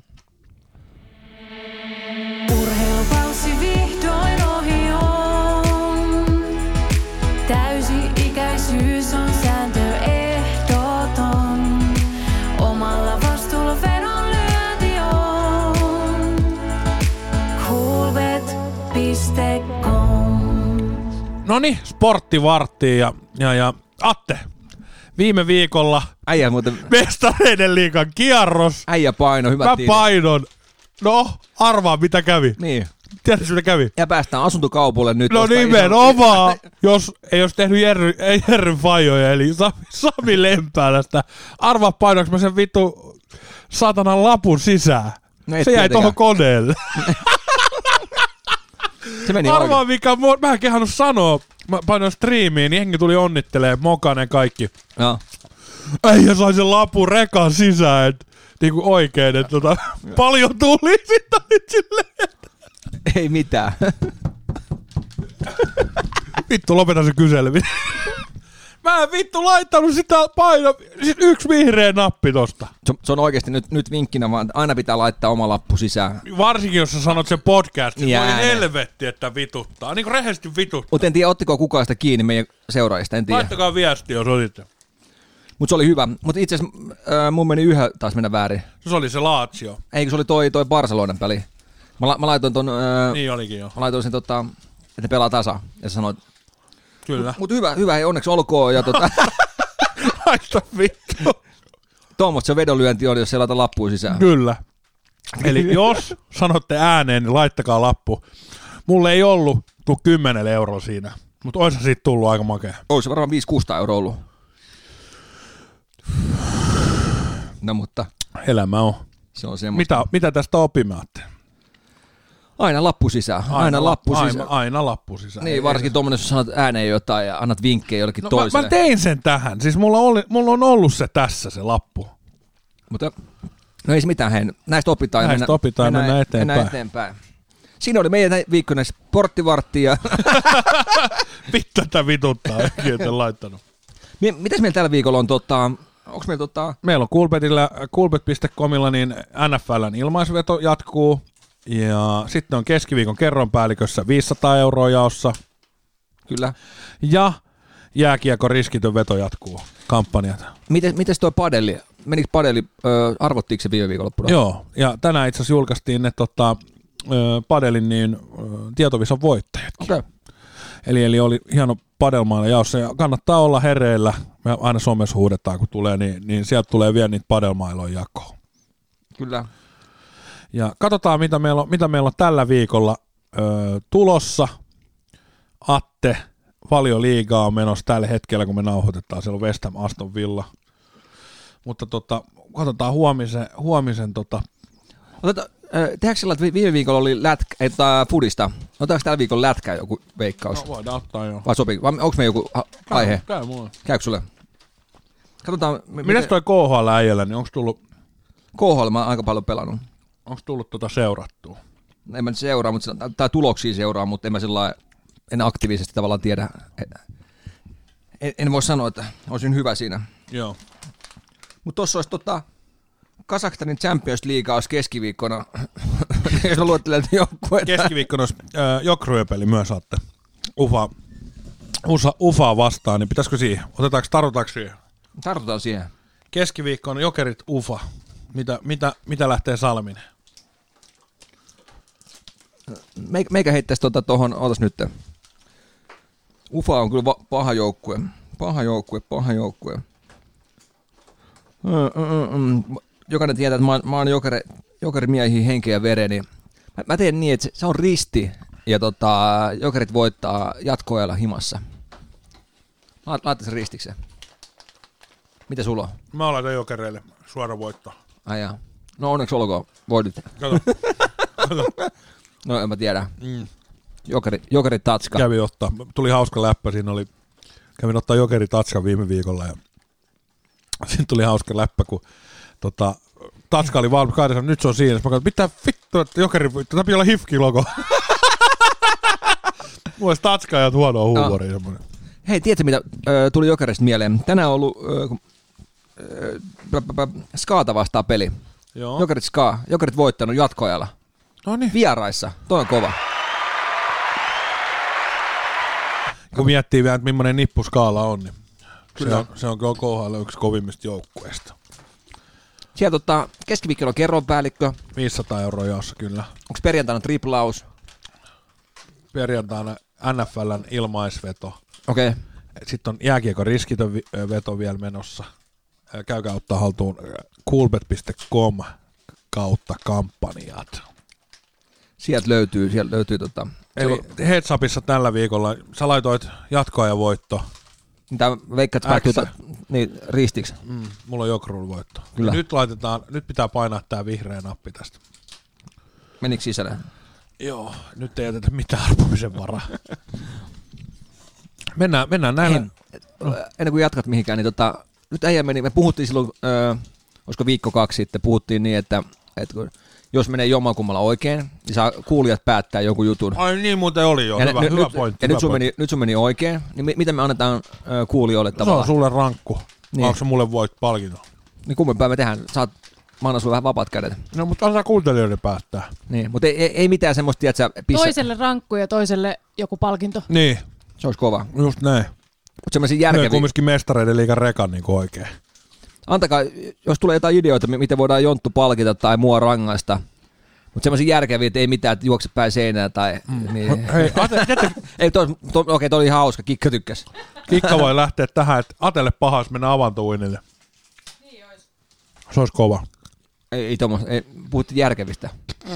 Urheilukausi vihdoin ohi on. Täysi-ikäisyys on sääntö ehdoton. Omalla vastuulla vedonlyönti on. Coolbet piste com. Noniin, sporttivarttiin ja, ja, ja Atte, viime viikolla Äijä muuten... Mestareiden liigan kierros. Äijä paino, hyvät Mä tiilit. painon. No, arvaa mitä kävi. Niin. Tiedätkö mitä kävi? Ja päästään asuntokaupulle nyt. No nimenomaan, jos ei olisi tehnyt Jerry, ei Jerryn fajoja, eli Sami, Sami Lempäälästä. Arvaa painoinko mä sen vittu satanan lapun sisään. No se jäi tohon koneelle. Se meni arvaa mikä, mä en kehannut sanoa. Mä painoin striimiin, niin jengi tuli onnittelee, mokanen kaikki. Joo. Äijä sai sen lapun rekan sisään, et, niinku oikein, että tota, paljon tuli sitä nyt silleen. Ei mitään. Vittu, lopeta se kyselminen. Mä en vittu laittanut sitä paino, sit yksi vihreä nappi tosta. Se, se on oikeesti nyt, nyt vinkkinä, vaan aina pitää laittaa oma lappu sisään. Varsinkin, jos sä sanot sen podcastin, niin voi helvetti, että vituttaa. Niin kuin rehellisesti vituttaa. Mutta en tiedä, ottiko kukaan sitä kiinni meidän seuraajista, en tiedä. Laittakaa viesti, jos otitte. Mutta se oli hyvä. Mutta itse asiassa äh, mun meni yhä taas mennä väärin. Se oli se Lazio. Eikö se oli toi, toi Barcelonan peli? Mä, la, mä laitoin ton... Äh, niin olikin jo. Mä laitoin sen tota, että ne pelaa tasa. Ja sä sanoit... Kyllä. Mutta hyvä, hyvä, hei, onneksi olkoon. Ja tota... Haista vittu. Tuommoista se vedonlyönti on, jos se laita lappuja sisään. Kyllä. Eli jos sanotte ääneen, niin laittakaa lappu. Mulle ei ollut tuu kymmenen euroa siinä, mutta oisa siitä tullut aika makea. Ois varmaan viisi kuusi euroa ollut. No mutta. Elämä on. Se on semmoista. Mitä, mitä tästä opimme, Atte? Aina lappu sisään. Aina, aina lappu aina, sisään. Aina lappu sisään. Niin, varsinkin tuommoinen, jos sanot ääneen jotain ja annat vinkkejä jollekin no, toiselle. Mä, mä tein sen tähän. Siis mulla, oli, mulla on ollut se tässä, se lappu. Mutta no ei se mitään, hei. Näistä opitaan. Näistä mennä, opitaan ja mennään eteenpäin. Mennään eteenpäin. Siinä oli meidän viikkoinen sporttivartti. Ja vittu, että vituttaa. En laittanut. Mitäs meillä tällä viikolla on? Tota, onks meillä, tota... meillä on Coolbetillä, coolbet piste comilla niin N F L:n ilmaisveto jatkuu. Ja sitten on keskiviikon kerronpäällikössä viisisataa euroa jaossa. Kyllä. Ja jääkiekon riskitön veto jatkuu kampanjat. Mites, mites tuo padelli? Menikö padelli, ö, arvottiinko se viime viikonloppuna? Joo, ja tänään itse asiassa julkaistiin ne tota, padelin niin tietovisan voittajatkin. Okay. Eli, eli oli hieno padelmailla jaossa ja kannattaa olla hereillä. Me aina somessa huudetaan, kun tulee, niin, niin sieltä tulee vielä niitä padelmailoja jakoon. Kyllä. Ja katsotaan, mitä meillä on, mitä meillä on tällä viikolla ö, tulossa. Atte, Valioliigaa on menossa tällä hetkellä, kun me nauhoitetaan. Siellä on West Ham, Aston Villa. Mutta tota, katsotaan huomisen, huomisen tota... Oteta, tehdäänkö sillä, että viime viikolla oli lätkä, että fudista? Otetaanko tällä viikolla lätkää joku veikkaus? No, voidaan ottaa jo. Vai sopii? Vai onko me joku aihe? Käy, käy mulle. Käykö sulle? Katsotaan. Mites toi K H L-äijällä, niin onko tullut... K H L mä oon aika paljon pelannut. Onko tullut tota seurattua? En mä seuraa, mutta, tai tuloksia seuraa, mutta en mä sillä en aktiivisesti tavallaan tiedä. En, en voi sanoa, että olisin hyvä siinä. Joo. Mutta tossa olisi tota, Kazakstanin Champions League olisi keskiviikkona, jos mä luettelen joukkueita. Keskiviikkona olisi äh, Jokryöpeli myös saatte. Ufa, Ufa, Ufaa vastaan, niin pitäisikö siihen? Otetaanko, tarvitaanko siihen? Tartutaan siihen. Keskiviikkona Jokerit Ufa. Mitä, mitä, mitä lähtee Salminen? Meikä heittäisi tuota tuohon, ootas nyt. Ufa on kyllä va- paha joukkue. Paha joukkue, paha joukkue. Jokainen tietää, että mä oon, mä oon jokeri, jokerimiehiä henkeä ja veren, niin mä, mä teen niin, että se, se on risti ja tota, jokerit voittaa jatkoajalla himassa. Laat, laitta sen ristiksen. Mitä sulla on? Mä laitan Jokereille suora voitto. Ai jaa. No onneksi olkoon, voitit. Kato. Kato. No en mä tiedä. Mm. Jokeri, jokeri tatska. Kävin ottaa. Tuli hauska läppä. Siinä oli, kävin ottaa Jokeri tatskan viime viikolla ja siinä tuli hauska läppä, kun tota, tatska oli valmis kahdessa. Nyt se on siinä. Mä katsoin, mitä vittu, että Jokeri, tämä pitää olla hifki-logo. Mulla olisi tatska ja huonoa huumoria. No. Hei, tiedätkö mitä ö, tuli Jokerista mieleen? Tänään on ollut ö, ö, Skaata vastaan peli. Joo. Jokerit Ska. Jokerit voittanut jatkoajalla. No niin. Vieraissa. Toi on kova. Kun miettii vielä, että millainen nippuskaala on, niin se on, se on kyllä K H L yksi kovimmista joukkueista. Sieltä ottaa keskiviikkona kerronpäällikkö. viisisataa euroa jaossa kyllä. Onko perjantaina triplaus? Perjantaina N F L:n ilmaisveto. Okei. Okay. Sitten on jääkiekon riskitön veto vielä menossa. Käykää ottaa haltuun coolbet piste com kautta kampanjat. Sieltä löytyy, sieltä löytyy tota... Eli Heads Upissa tällä viikolla sä laitoit jatkoa ja voitto. Mitä veikkaat päättyy ta- niin, ristiksi? Mm, mulla on Jokruun voitto. Nyt laitetaan, nyt pitää painaa tää vihreä nappi tästä. Menikö sisälle? Joo, nyt ei jätetä mitään arpomisen varaa. mennään, mennään näillä. No. Ennen kuin jatkat mihinkään, niin tota, nyt äijä meni, me puhuttiin silloin, öö, olisiko viikko kaksi sitten, puhuttiin niin, että, että kun, jos menee jommankummalla oikein, niin saa kuulijat päättää jonkun jutun. Ai niin muuten oli jo, ja hyvä, n- hyvä nyt, pointti. Ja hyvä nyt, sun pointti. meni, nyt sun meni oikein, niin mi- miten me annetaan öö, kuulijoille tavallaan? Se on sulle rankku, niin. Onko se mulle voit palkinto? Niin kummempaa me tehdään, saat, mä annan sulle vähän vapaat kädet. No mutta antaa kuuntelijoiden päättää. Niin, mutta ei, ei, ei mitään semmoista, tiedätkö, pissa... Toiselle rankku ja toiselle joku palkinto. Niin. Se olisi kova. Just näin. Mutta semmoisia järkeviä... Me kumminkin mestareiden liigan rekan niin oikein. Antakaa, jos tulee jotain ideoita, miten voidaan Jonttu palkita tai mua rangaista. Mutta semmoisia järkeviä, että ei mitään, että juokse päin seinään tai... Mm. Niin. Hei, Ate, jätte... ei, to, to, okei, okay, toi oli ihan hauska, Kikka tykkäs. Kikka voi lähteä tähän, että Atelle paha, jos mennään avantouinille. Niin ois. Se olisi kova. Ei, ei tommos, ei, puhuttiin järkevistä.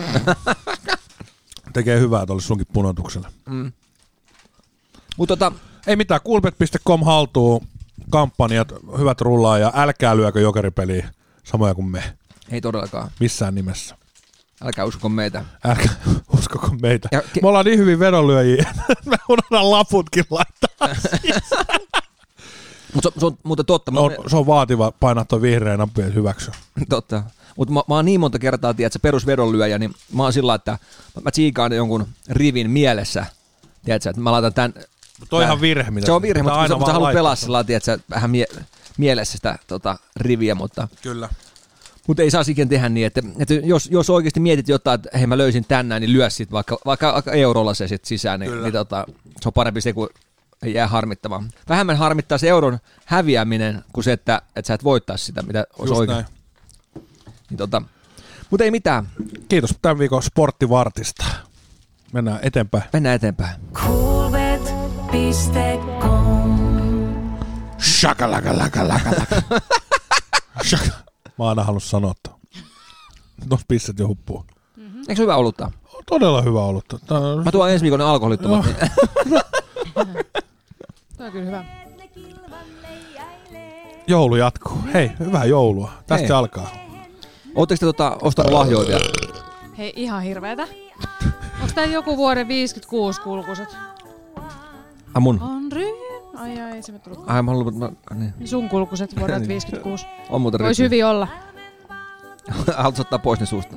Tekee hyvää tuolle sunkin punotukselle. Mm. Mutta tota... Ei mitään, coolbet piste com haltuu, kampanjat, hyvät rullaa ja älkää lyökö jokeripeliä samoja kuin me. Ei todellakaan. Missään nimessä. Älkää uskoko meitä. Älkää uskoko meitä. Ja ke- me ollaan niin hyvin vedonlyöjiä, että me unohdan laputkin laittaa sisään. Mut se, se on muuten totta. No, me... se on vaativa painaa tuo vihreä nappi, että hyväksy. Totta. Mutta mä, mä oon niin monta kertaa, tiedätkö, perusvedonlyöjä, niin mä oon sillä, että mä tsiikaan jonkun rivin mielessä. Tiedätkö, että mä laitan tän... Mutta on ihan virhe. Mitä se on virhe, mutta sä, sä haluat pelaa sillä tiedätkö, vähän mie- mielessä sitä tota, riviä, mutta... Kyllä. Mutta ei saa ikinä tehdä niin, että, että jos, jos oikeasti mietit jotain, että hei mä löysin tänään, niin lyö sit vaikka, vaikka eurolla se sit sisään, niin, niin tota, se on parempi se, kun ei jää harmittamaan. Vähemmän harmittaa se euron häviäminen kuin se, että, että sä et voittaa sitä, mitä olisi Just oikein. näin. Niin, tota, Mutta ei mitään. Kiitos tämän viikon sporttivartista. Mennään eteenpäin. Mennään eteenpäin. Coolbet piste com. Shakalakalakalaka. Shaka. Mä oon aina halunnut sanoa tuon. Tuossa pisset jo huppuu. Mm-hmm. Eikö se hyvä olutta? On todella hyvä olutta. Tää... Mä tuon ensi viikon alkoholittomat. Niin. Tämä on kyllä hyvä. Joulu jatkuu. Hei, hyvää joulua. Tästä Hei. se alkaa. Ootteko te tota, ostanut lahjoja vielä? Hei, ihan hirveetä. Onks tää joku vuoden viisikymmentäkuusi kulkuset? Ai mun? On ryhyn. Ai ai, se me tullut. Ai mä haluan, mä, niin. Sun kulkuset vuodelta viisikymmentäkuusi. On muuten Vois ryhty. hyvin olla. Haluatko ottaa pois ne suusta?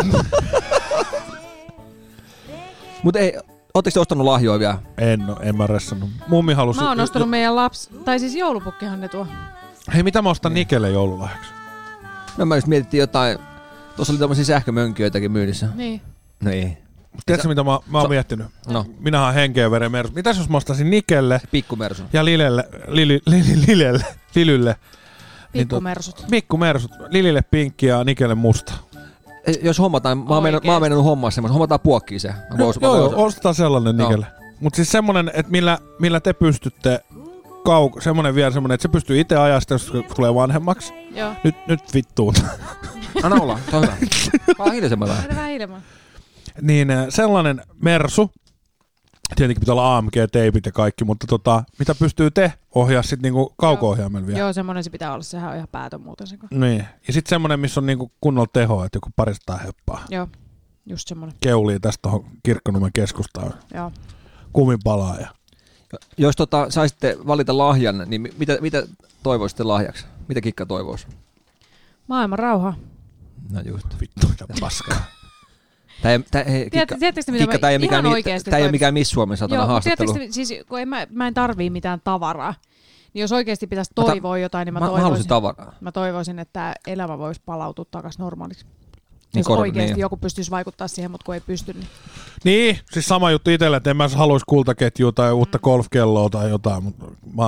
Mut ei, ootteko te ostanut lahjoja vielä? En, oo, en mä ressannut. Mummi halusi... Mä oon ostanut meidän laps... Tai siis joulupukkihan ne tuo. Hei, mitä mä ostan Nikelle joululahjaksi? No mä just mietittiin jotain, tuossa oli tämmöisiä sähkömönkijöitäkin myynnissä. Niin. No ei. Tiedätkö mitä mä, mä oon miettinyt? No. Minä oon henkeä veren mersu. Mitäs jos mä ostaisin Nikelle Pikkumersu. ja Lilelle, Lili, Lili, Lilelle, Lilylle? Pikkumersut. Niin Pikkumersut. Lilille pinkki ja Nikelle musta. Ei, jos hommataan, mä oon meinannut- mä oon meinannut hommaa semmoisen, hommataan puokkiin se. Mä vois- mä Joo, joo, vois- ostetaan sellainen Joo. Nikelle. Mut siis semmonen, että millä, millä te pystytte kau- semmonen vielä semmonen, että se pystyy itse ajaa sitä, jos tulee vanhemmaksi. Joo. Nyt, nyt vittuun. Anna olla, se on hyvä. Vaan hiljaisemmin vähän. Mene vähän ilman. Niin äh, sellainen Mersu, tietenkin pitää olla A M G-teipit ja kaikki, mutta tota, mitä pystyy te ohjaa sit niinku kauko-ohjaimella vielä? Joo, semmonen se pitää olla. Sehän on ihan päätön muuten se. Niin. Ja sit semmonen, missä on niinku kunnolla tehoa, että joku paristaa heppaa. Joo, just semmonen. Keulii tästä tohon Kirkkonummen keskustaan. Joo. Kumin palaa ja... Jos tota, saisitte valita lahjan, niin mi- mitä, mitä toivoisitte lahjaksi? Mitä Kikka toivoisi? Maailman rauha. No just. Vittu, mitä paskaa. Tää ei, tää, hei, Tiedät- Kikka, tiedättekö mitä Kikka, mä tää ei ole ihan mikään, mi- oikeesti tää ei ole toivoisin? mikään Miss Suomen satana Joo, mutta haastattelu. tiedättekö, siis, kun en mä, mä en tarvii mitään tavaraa. Niin jos oikeasti pitäisi Mä ta- toivoa jotain, niin mä, Mä, mä toivoisin, haluaisin tavaraa. mä toivoisin, että tää elämä voisi palautua takaisin normaaliksi. Niin Jos korona- oikeasti niin. joku pystyisi vaikuttaa siihen, mutta kun ei pysty, niin... Niin, siis sama juttu itselle, että en mä haluaisi kultaketjua tai uutta golfkelloa tai jotain, mutta mä...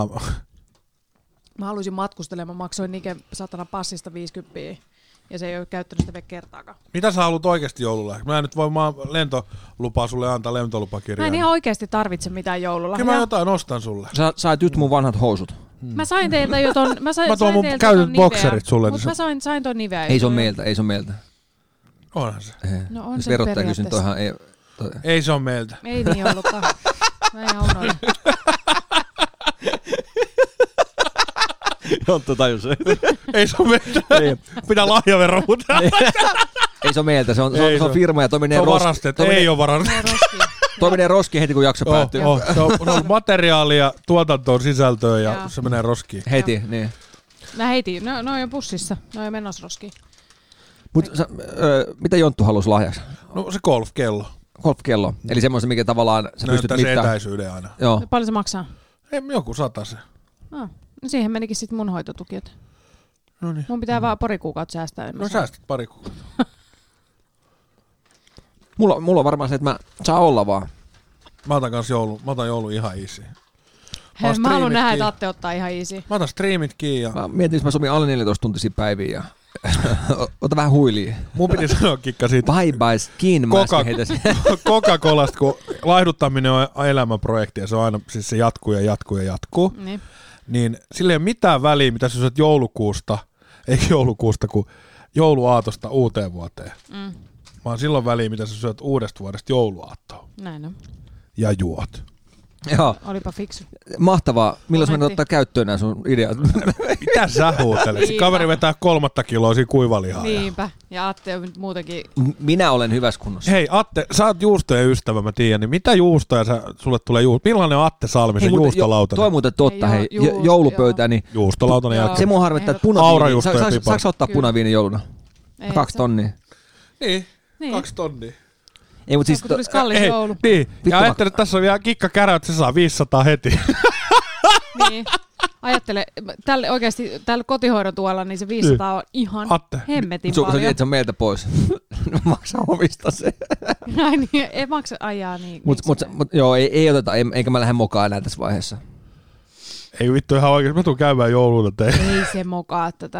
Mä haluaisin matkustelemaan, mä maksoin Niken satana passista viisikymmentä ja se ei ole käyttänyt sitä vielä kertaakaan. Mitä sä haluat oikeasti joululahjaksi? Mä en nyt voi maa lentolupaa sulle antaa Mä lentolupakirjaa. en ihan oikeasti tarvitse mitään Kyllä mä joululahjaa. jotain ostan sulle. Sä sait nyt mun vanhat housut. Mä sain teiltä jo ton... Mä, sain, Mä tuon sain mun teiltä käytetyt ton Nivean, bokserit sulle, Mut niin mä se- sain, sain ton Nivean. Ei se on meiltä, ei se on meiltä. Onhan se. No on Jos se verottaja kysyn, periaatteessa. toihan ei... Toi. Ei se on meiltä. Ei niin ollutkaan. Mä ihan unohdin. Jonttu tajus. Ei se on meiltä. Ei. Pitää lahjavero, mutta Ei se on meiltä, se on, se on, Ei se on se- firma ja toi se menee on roski. varastettu. Toi Ei menee, ole varastettu. Ne roskiin. toi menee roskiin heti kun jakso Oh, päättyy. oh, se on, se on materiaalia, tuotantoon, sisältöön ja Joo. se menee roskiin. Heti, niin. Mä heitin. No, no on pussissa. No on menossa roskiin. Mut sä, ö, mitä Jonttu halusi lahjaksi? No se golfkello. Golfkello. Eli semmoisen, mikä tavallaan sä pystyt Näyttää se mittaamaan. etäisyyden aina. Joo. Paljon se maksaa? Ei, joku sata se. Ah, no siihen menikin sitten mun hoitotuki. että No niin. Mun pitää vaan pari kuukautta säästää. en mä No saa. säästät pari kuukautta. Mulla, mulla on varmaan se, että mä saa olla vaan. Mä otan kans joulu, mä otan joulu ihan easy. Hei, oon mä haluan striimit nähdä, kiinni. että Atte ottaa ihan easy. Mä otan streamit kiinni ja Mä mietin, että mä somin alle neljätoista tuntisia päiviä ja ota vähän huilia. mun piti sanoa Kikka siitä Bye bye skin Coca- mask heitä se. Coca-Colasta, kun laihduttaminen on elämänprojekti ja se on aina, siis se jatkuu ja jatkuu ja jatkuu, Niin. niin sillä ei ole mitään väliä, mitä sä syöt joulukuusta, ei joulukuusta, kun jouluaatosta uuteen vuoteen. Mm. Vaan silloin väliä, mitä sä syöt uudesta vuodesta jouluaattoon. Näin on. Ja juot. Joo, Olipa fiksu. mahtavaa. Milloin sä menet Momentti. ottaa käyttöön nämä sun ideat? Mitä sä huutelet? Se Niinpä. kaveri vetää kolmatta kiloa siinä kuivalihaa. ja- Niinpä. Ja Atte on nyt muutenkin... Minä olen hyvässä kunnossa. Hei Atte, sä oot juustojen ystävä, mä tiedän, niin mitä juustoja sä, sulle tulee juusto? Millainen on Atte Salmi, se Hei, muuten jo- juustolautanen? Toi muuten totta, Hei, hei. joo, Jo- juust- joulupöytään, niin Juustolautanen Joo. jälkeen. se mua harmittaa, että Ehdottomasti. punaviini. Aurajuusto ja Saaks pipari. saaks ottaa Kyllä. punaviini jouluna? Ei, Kaksi se- tonnia. Niin, Niin. kaksi tonnia. Ei, mut siis... Kun tulisi kallis Ei, joulu. niin. Vittu Ja mä- ajattelin, että tässä on vielä Kikka Kärä, että se saa viisisataa heti. Niin. Ajattele, tälle oikeasti tällä kotihoidon tuolla, niin se viisisataa on ihan Atte. hemmetin Sun, sä paljon. tiedät, se on meiltä pois. Maksaa omista se. Ai niin, ei maksa ajaa niin. Mut, miksi mut, näin? mut, joo, ei, ei oteta, ei, eikä mä lähde mokaan enää tässä vaiheessa. Ei vittu ihan oikeesti, mä tuun käymään jouluna teille. Ei se mokaa tätä.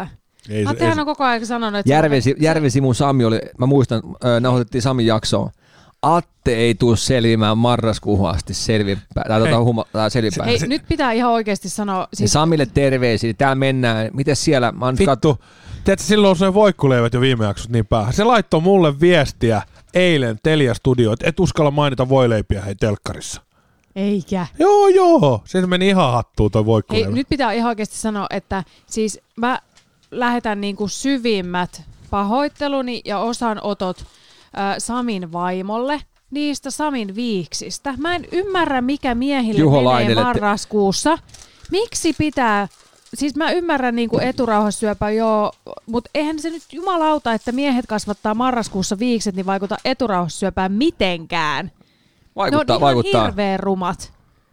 Ei, Mattihan on koko ajan sanonut, että... Järvesi, Järvesimun Sami oli, mä muistan, nauhoitettiin Samin jaksoa. Atte ei tule selviämään marraskuuhun asti selvinpäin. Tai, tuota, huma, tai selvinpäin. Hei, nyt pitää ihan oikeasti sanoa... Siis... Samille terveisiä, täällä mennään. Mites siellä? Mä Vittu, katso... tiedätkö, silloin on se voikkuleivät jo viime jaksot niin päähän. Se laittoi mulle viestiä eilen Telia Studio, että et uskalla mainita voileipiä hei telkkarissa. Eikä. Joo, joo. Se meni ihan hattuun toi voikkuleivä. Hei, nyt pitää ihan oikeasti sanoa, että siis mä lähetän niinku syvimmät pahoitteluni ja osanotot äh, Samin vaimolle niistä Samin viiksistä. Mä en ymmärrä, mikä miehille Juho menee Lainelle marraskuussa. Miksi pitää... Siis mä ymmärrän niinku eturauhassyöpä, joo, mutta eihän se nyt jumalauta, että miehet kasvattaa marraskuussa viikset, niin vaikuta eturauhassyöpään mitenkään. Vaikuttaa, ne on vaikuttaa. ihan hirveän rumat.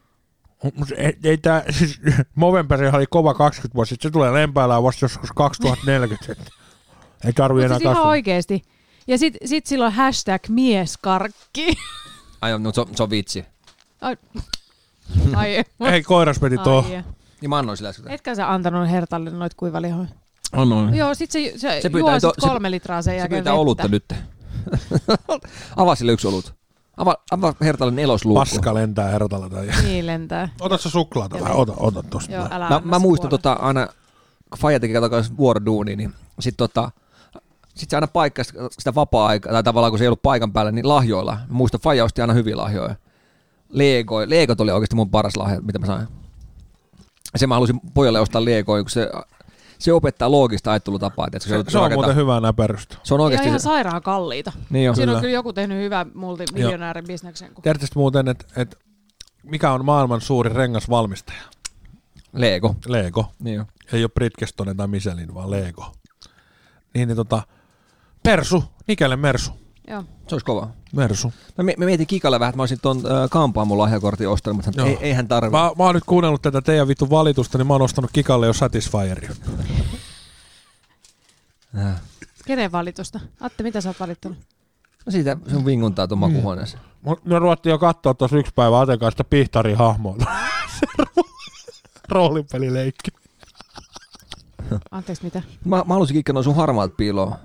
Ei, ei tää, siis Movemberg oli kova kaksikymmentä vuotta sitten, se tulee lempäillään vasta joskus kaksituhattaneljäkymmentä. Ei tarvii enää siis ihan kasvaa. oikeesti. Ja sit, sit silloin hashtag mieskarkki. Ai, no, se, on, se on vitsi. Ai, ai, Ei koiras meni tuohon. Niin mä annoin sillä äsken. Etkä sä antanut hertalle noit kuivalihoja? Annoin. Joo, sit se, se, Se juo sit to- kolme litraa sen Se jälkeen pyytää vettä. olutta nyt. Avaa sille yksi olut. Avaa, avaa hertalle nelosluukku. Paska lentää hertalla. Tai... Niin lentää. Ota se suklaata vähän, ota, ota tosta. Joo, älä Mä, anna mä muistan suora. tota, aina, kun Faija teki katsotaan vuoroduunia, niin sit, tota, sit se aina paikkaa sitä vapaa-aikaa, tai tavallaan kun se ei ollut paikan päällä, niin lahjoilla. Mä muistan, Faija osti aina hyviä lahjoja. Legoi. Legot oli oikeasti mun paras lahja, mitä mä sain. Se mä halusin pojalle ostaa Legoja, kun se, se opettaa loogista ajattelutapaa. Se, se, se on muuten hyvää näperrystä. Se on oikeasti... Ja ihan sairaan kalliita. Niin jo. Siinä Kyllä. on kyllä joku tehnyt hyvää multimiljonäärin bisneksen. Kun... Tiedätkö muuten, että et, mikä on maailman suurin rengasvalmistaja? Lego. Lego. Niin jo. Ei ole Bridgestone tai Michelin, vaan Lego. Niin, niin tota, Persu, Nikelle Mersu. Joo. Se olisi kova. Mersu. Mä, mä mietin Kikalle vähän, että mä olisin ton äh, kampaan mun lahjakortin ostanut, mutta ei, eihän tarvitse. Mä, mä oon nyt kuunnellut tätä teidän vittu valitusta, niin mä oon ostanut Kikalle jo Satisfyeria. Äh. Kenen valitusta? Atte, mitä sä oot valittanut? No siitä se on vinguntaa tuon makuhuoneessa. Me ruvettiin jo katsoa tuossa yksi päivä Aten sitä Pihtarin hahmoa. Se roolipelileikki. Anteeksi, mitä? Mä, mä halusin kikkaa noin sun harmaat piiloon.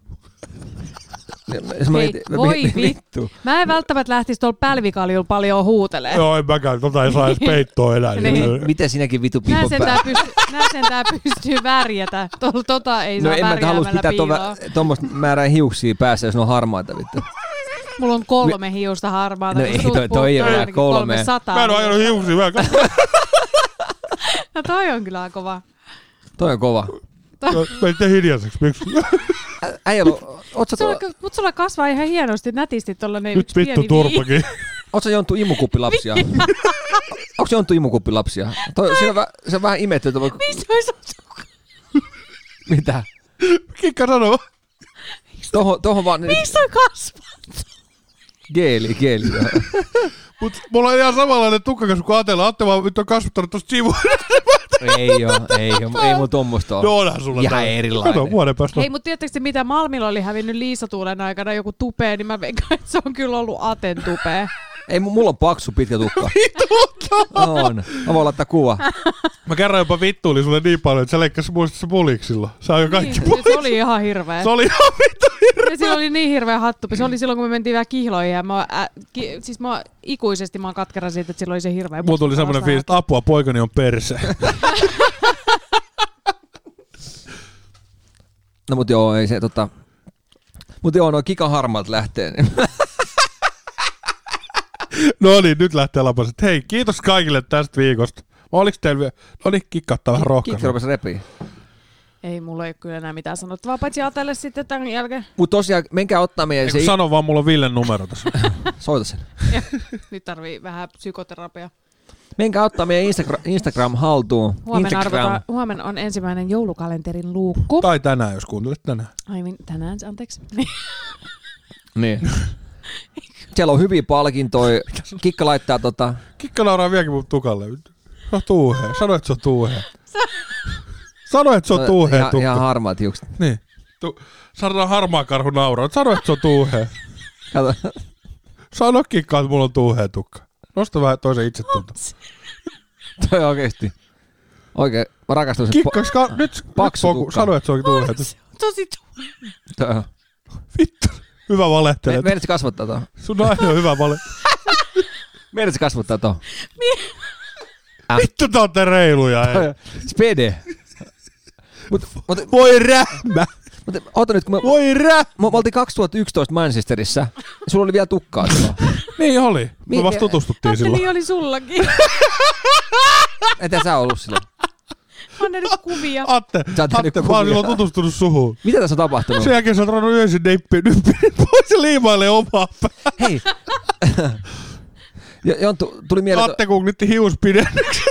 Hei, voi vittu. Mä en välttämättä lähtisi tuolla pälvikaljulla paljon huutelee. Joo, en mäkään. Tota ei saa edes peittoa enää. Niin. Miten sinäkin vittu Nää piipon sentään päällä? pystyy, nää sentään pystyy värjätä. Tuolla tota ei No saa en mä halus värjäämällä pitää piiloa. tuommoista määrää hiuksia päässä, jos ne on harmaita vittu. Mulla on kolme hiusta harmaata. No kun ei, sut toi- toi puuttuu ei ole ainakin kolme. kolmesataa Mä en oo ajanut hiuksia. Mä en No toi on kyllä kova. Toi on kova. Meitte hiljaiseksi. Miksi? Äijä ollut, oot sä, Sulla, mut sulla kasvaa ihan hienosti, nätisti tollanen Nyt yksi vittu pieni turpakin. oot sä jonttu imukuppilapsia? Onko se jonttu imukuppilapsia? Toi, siinä on vä, se on vähän imetty. Että voi... Missä olisi Mitä? Kikka sanoo. Tohon, tohon vaan... Missä on kasvanut? Geeli, geeli. Mut mulla on ihan samanlainen tukkakasu kuin Atella. Atte vaan nyt on kasvattanut tosta sivuun. ei oo, ei oo, ei mun tommosta oo. No onhan sulla Ihan tää. erilainen. Kato, vuoden päästä. Hei, mutta tiedättekö te, mitä Malmilla oli hävinnyt Liisa Tuulen aikana joku tupee, niin mä veikkaan, että se on kyllä ollut Aten tupee. Ei, mulla on paksu pitkä tukka. On. Mä voin laittaa kuva. Mä kerran jopa vittuili sulle niin paljon, että sä leikkäsit muistissa puliksi silloin. Sä on jo kaikki Niin, se oli ihan hirveä. Se oli ihan vittu hirveä. Ja sillä oli niin hirveä hattupi. Se oli silloin, kun me mentiin vielä kihloihin. Ja mä, ä, ki, siis mä ikuisesti mä oon katkera siitä, että sillä oli se hirveä. Mulla tuli semmonen fiilis, että apua, poikani on perse. No mut joo, ei se tota... Mut joo, no Kikan harmaat lähtee. No niin, nyt lähtee lapaset. Hei, kiitos kaikille tästä viikosta. Oliks teillä vielä... No niin, Kikka ottaa vähän Kikka rohkaisua. rupesi repii. Ei mulla ei kyllä enää mitään sanottavaa, paitsi Atelle sitten tämän jälkeen. Mut tosiaan, menkää ottaa meidän... Eikö sano vaan, mulla on Villen numero tässä. Soita sen. Ja, nyt tarvii vähän psykoterapiaa. Menkää ottaa meidän Instagram, Instagram haltuun. Huomenna, Instagram. arvotaan, huomenna on ensimmäinen joulukalenterin luukku. Tai tänään, jos kuuntelet tänään. Ai min, tänään, anteeksi. Niin. Siellä on hyviä palkintoja. Kikka laittaa tota... Kikka nauraa vieläkin mun tukalle. Se on tuuhea. Sano, että se on tuuhea. Sano, että se on tuuhea ihan, tukka. ihan harmaat hiukset. Niin. Tu- Sanotaan harmaa karhu nauraa. Sano, että se on tuuhea. Kato. Sano Kikka, että mulla on tuuhea tukka. Nosta vähän toisen itsetunto. Toi oikeesti. Oikein, Mä rakastun sen. Kikkaks, ka- nyt paksu nyt sano, että se onkin tuulehdus. Tosi tuulehdus. Vittu, hyvä valehtelet. Meidät se kasvattaa tuon. Sun nainen on hyvä vale. Meidät se kasvattaa tuon. Vittu, te ootte reiluja. Spede. Mut, mut, Voi rähmä. Mutta oota nyt, kun me, Voi rähmä. me oltiin kaksituhattayksitoista Manchesterissa, ja sulla oli vielä tukkaa silloin. Niin oli. Me Mi- vasta tutustuttiin silloin. Niin oli sullakin. Entä sä ollut silloin? Mä oon nähnyt kuvia. Atte, Sä oot Atte, tehnyt mä oon kuvia. silloin tutustunut suhun. Mitä tässä on tapahtunut? Sen jälkeen sä oot rannut yösin neippiin nyppiin pois ja liimailee omaa päätä. Hei. Jo- Jonttu, tuli mieleen... Atte googletti hiuspidennyksen.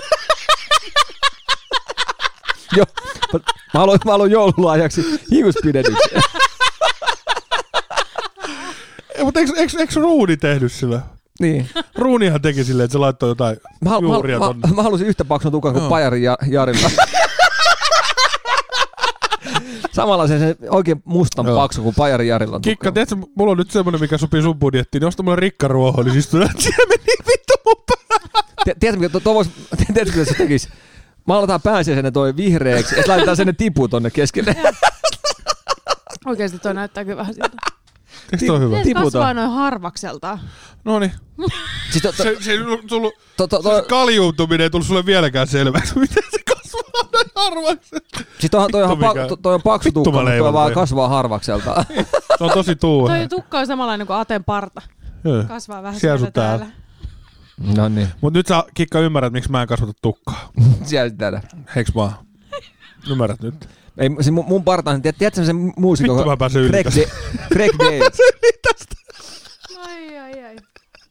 Jo, mä, mä haluan, mä haluan joululahjaksi hiuspidennyksen. Mutta eikö, eikö, eikö Ruuni tehnyt sillä? Niin. Ruunihan teki silleen, että se laittoi jotain Mä, hal- juuria mä, tonne. mä, mä halusin yhtä paksun tukan kuin Joo. Pajarin ja Jarilla. Samanlaisen sen oikein mustan Joo. paksu kuin Pajarin Jarilla on Kikka, tukka. tiedätkö, mulla on nyt semmonen, mikä sopii sun budjettiin, niin osta mulle rikkaruoho, niin siis tulee, että siellä meni vittu mun päähän. Tiedätkö, mikä to, to vois, tiedätkö, mitä se tekisi? Maalataan pääsiäisenä toi vihreäksi, että laitetaan sen tipu tonne keskelle. Oikeesti toi näyttää kyllä vähän siltä. Eikö toi hyvä? Se Tiputaan. kasvaa noin harvakselta. Noniin. Siis to, to, Se, se ei tullut, to, to, se to, kaljuuntuminen ei tullut sulle vieläkään selväksi. Miten se kasvaa noin harvaksi? siis toi, toi, on, Vittu pa, mikä- to, toi on paksu Vittu tukka, mä mutta toi leivon vaan toi. kasvaa harvakselta. Se on tosi tuuhe. Toi tukka on samanlainen kuin Aten parta. Joo. Kasvaa vähän Siellä siellä sun täällä. täällä. No niin, Mut nyt sä, Kikka, ymmärrät, miksi mä en kasvata tukkaa. siellä täällä. Eiks vaan? Ymmärrät nyt? Ei, se mun, mun partaan, tiedät, tiedätkö sen muusikon? Vittu mä pääsen yli Greg, tästä. De, Greg Dale. Ai ai ai.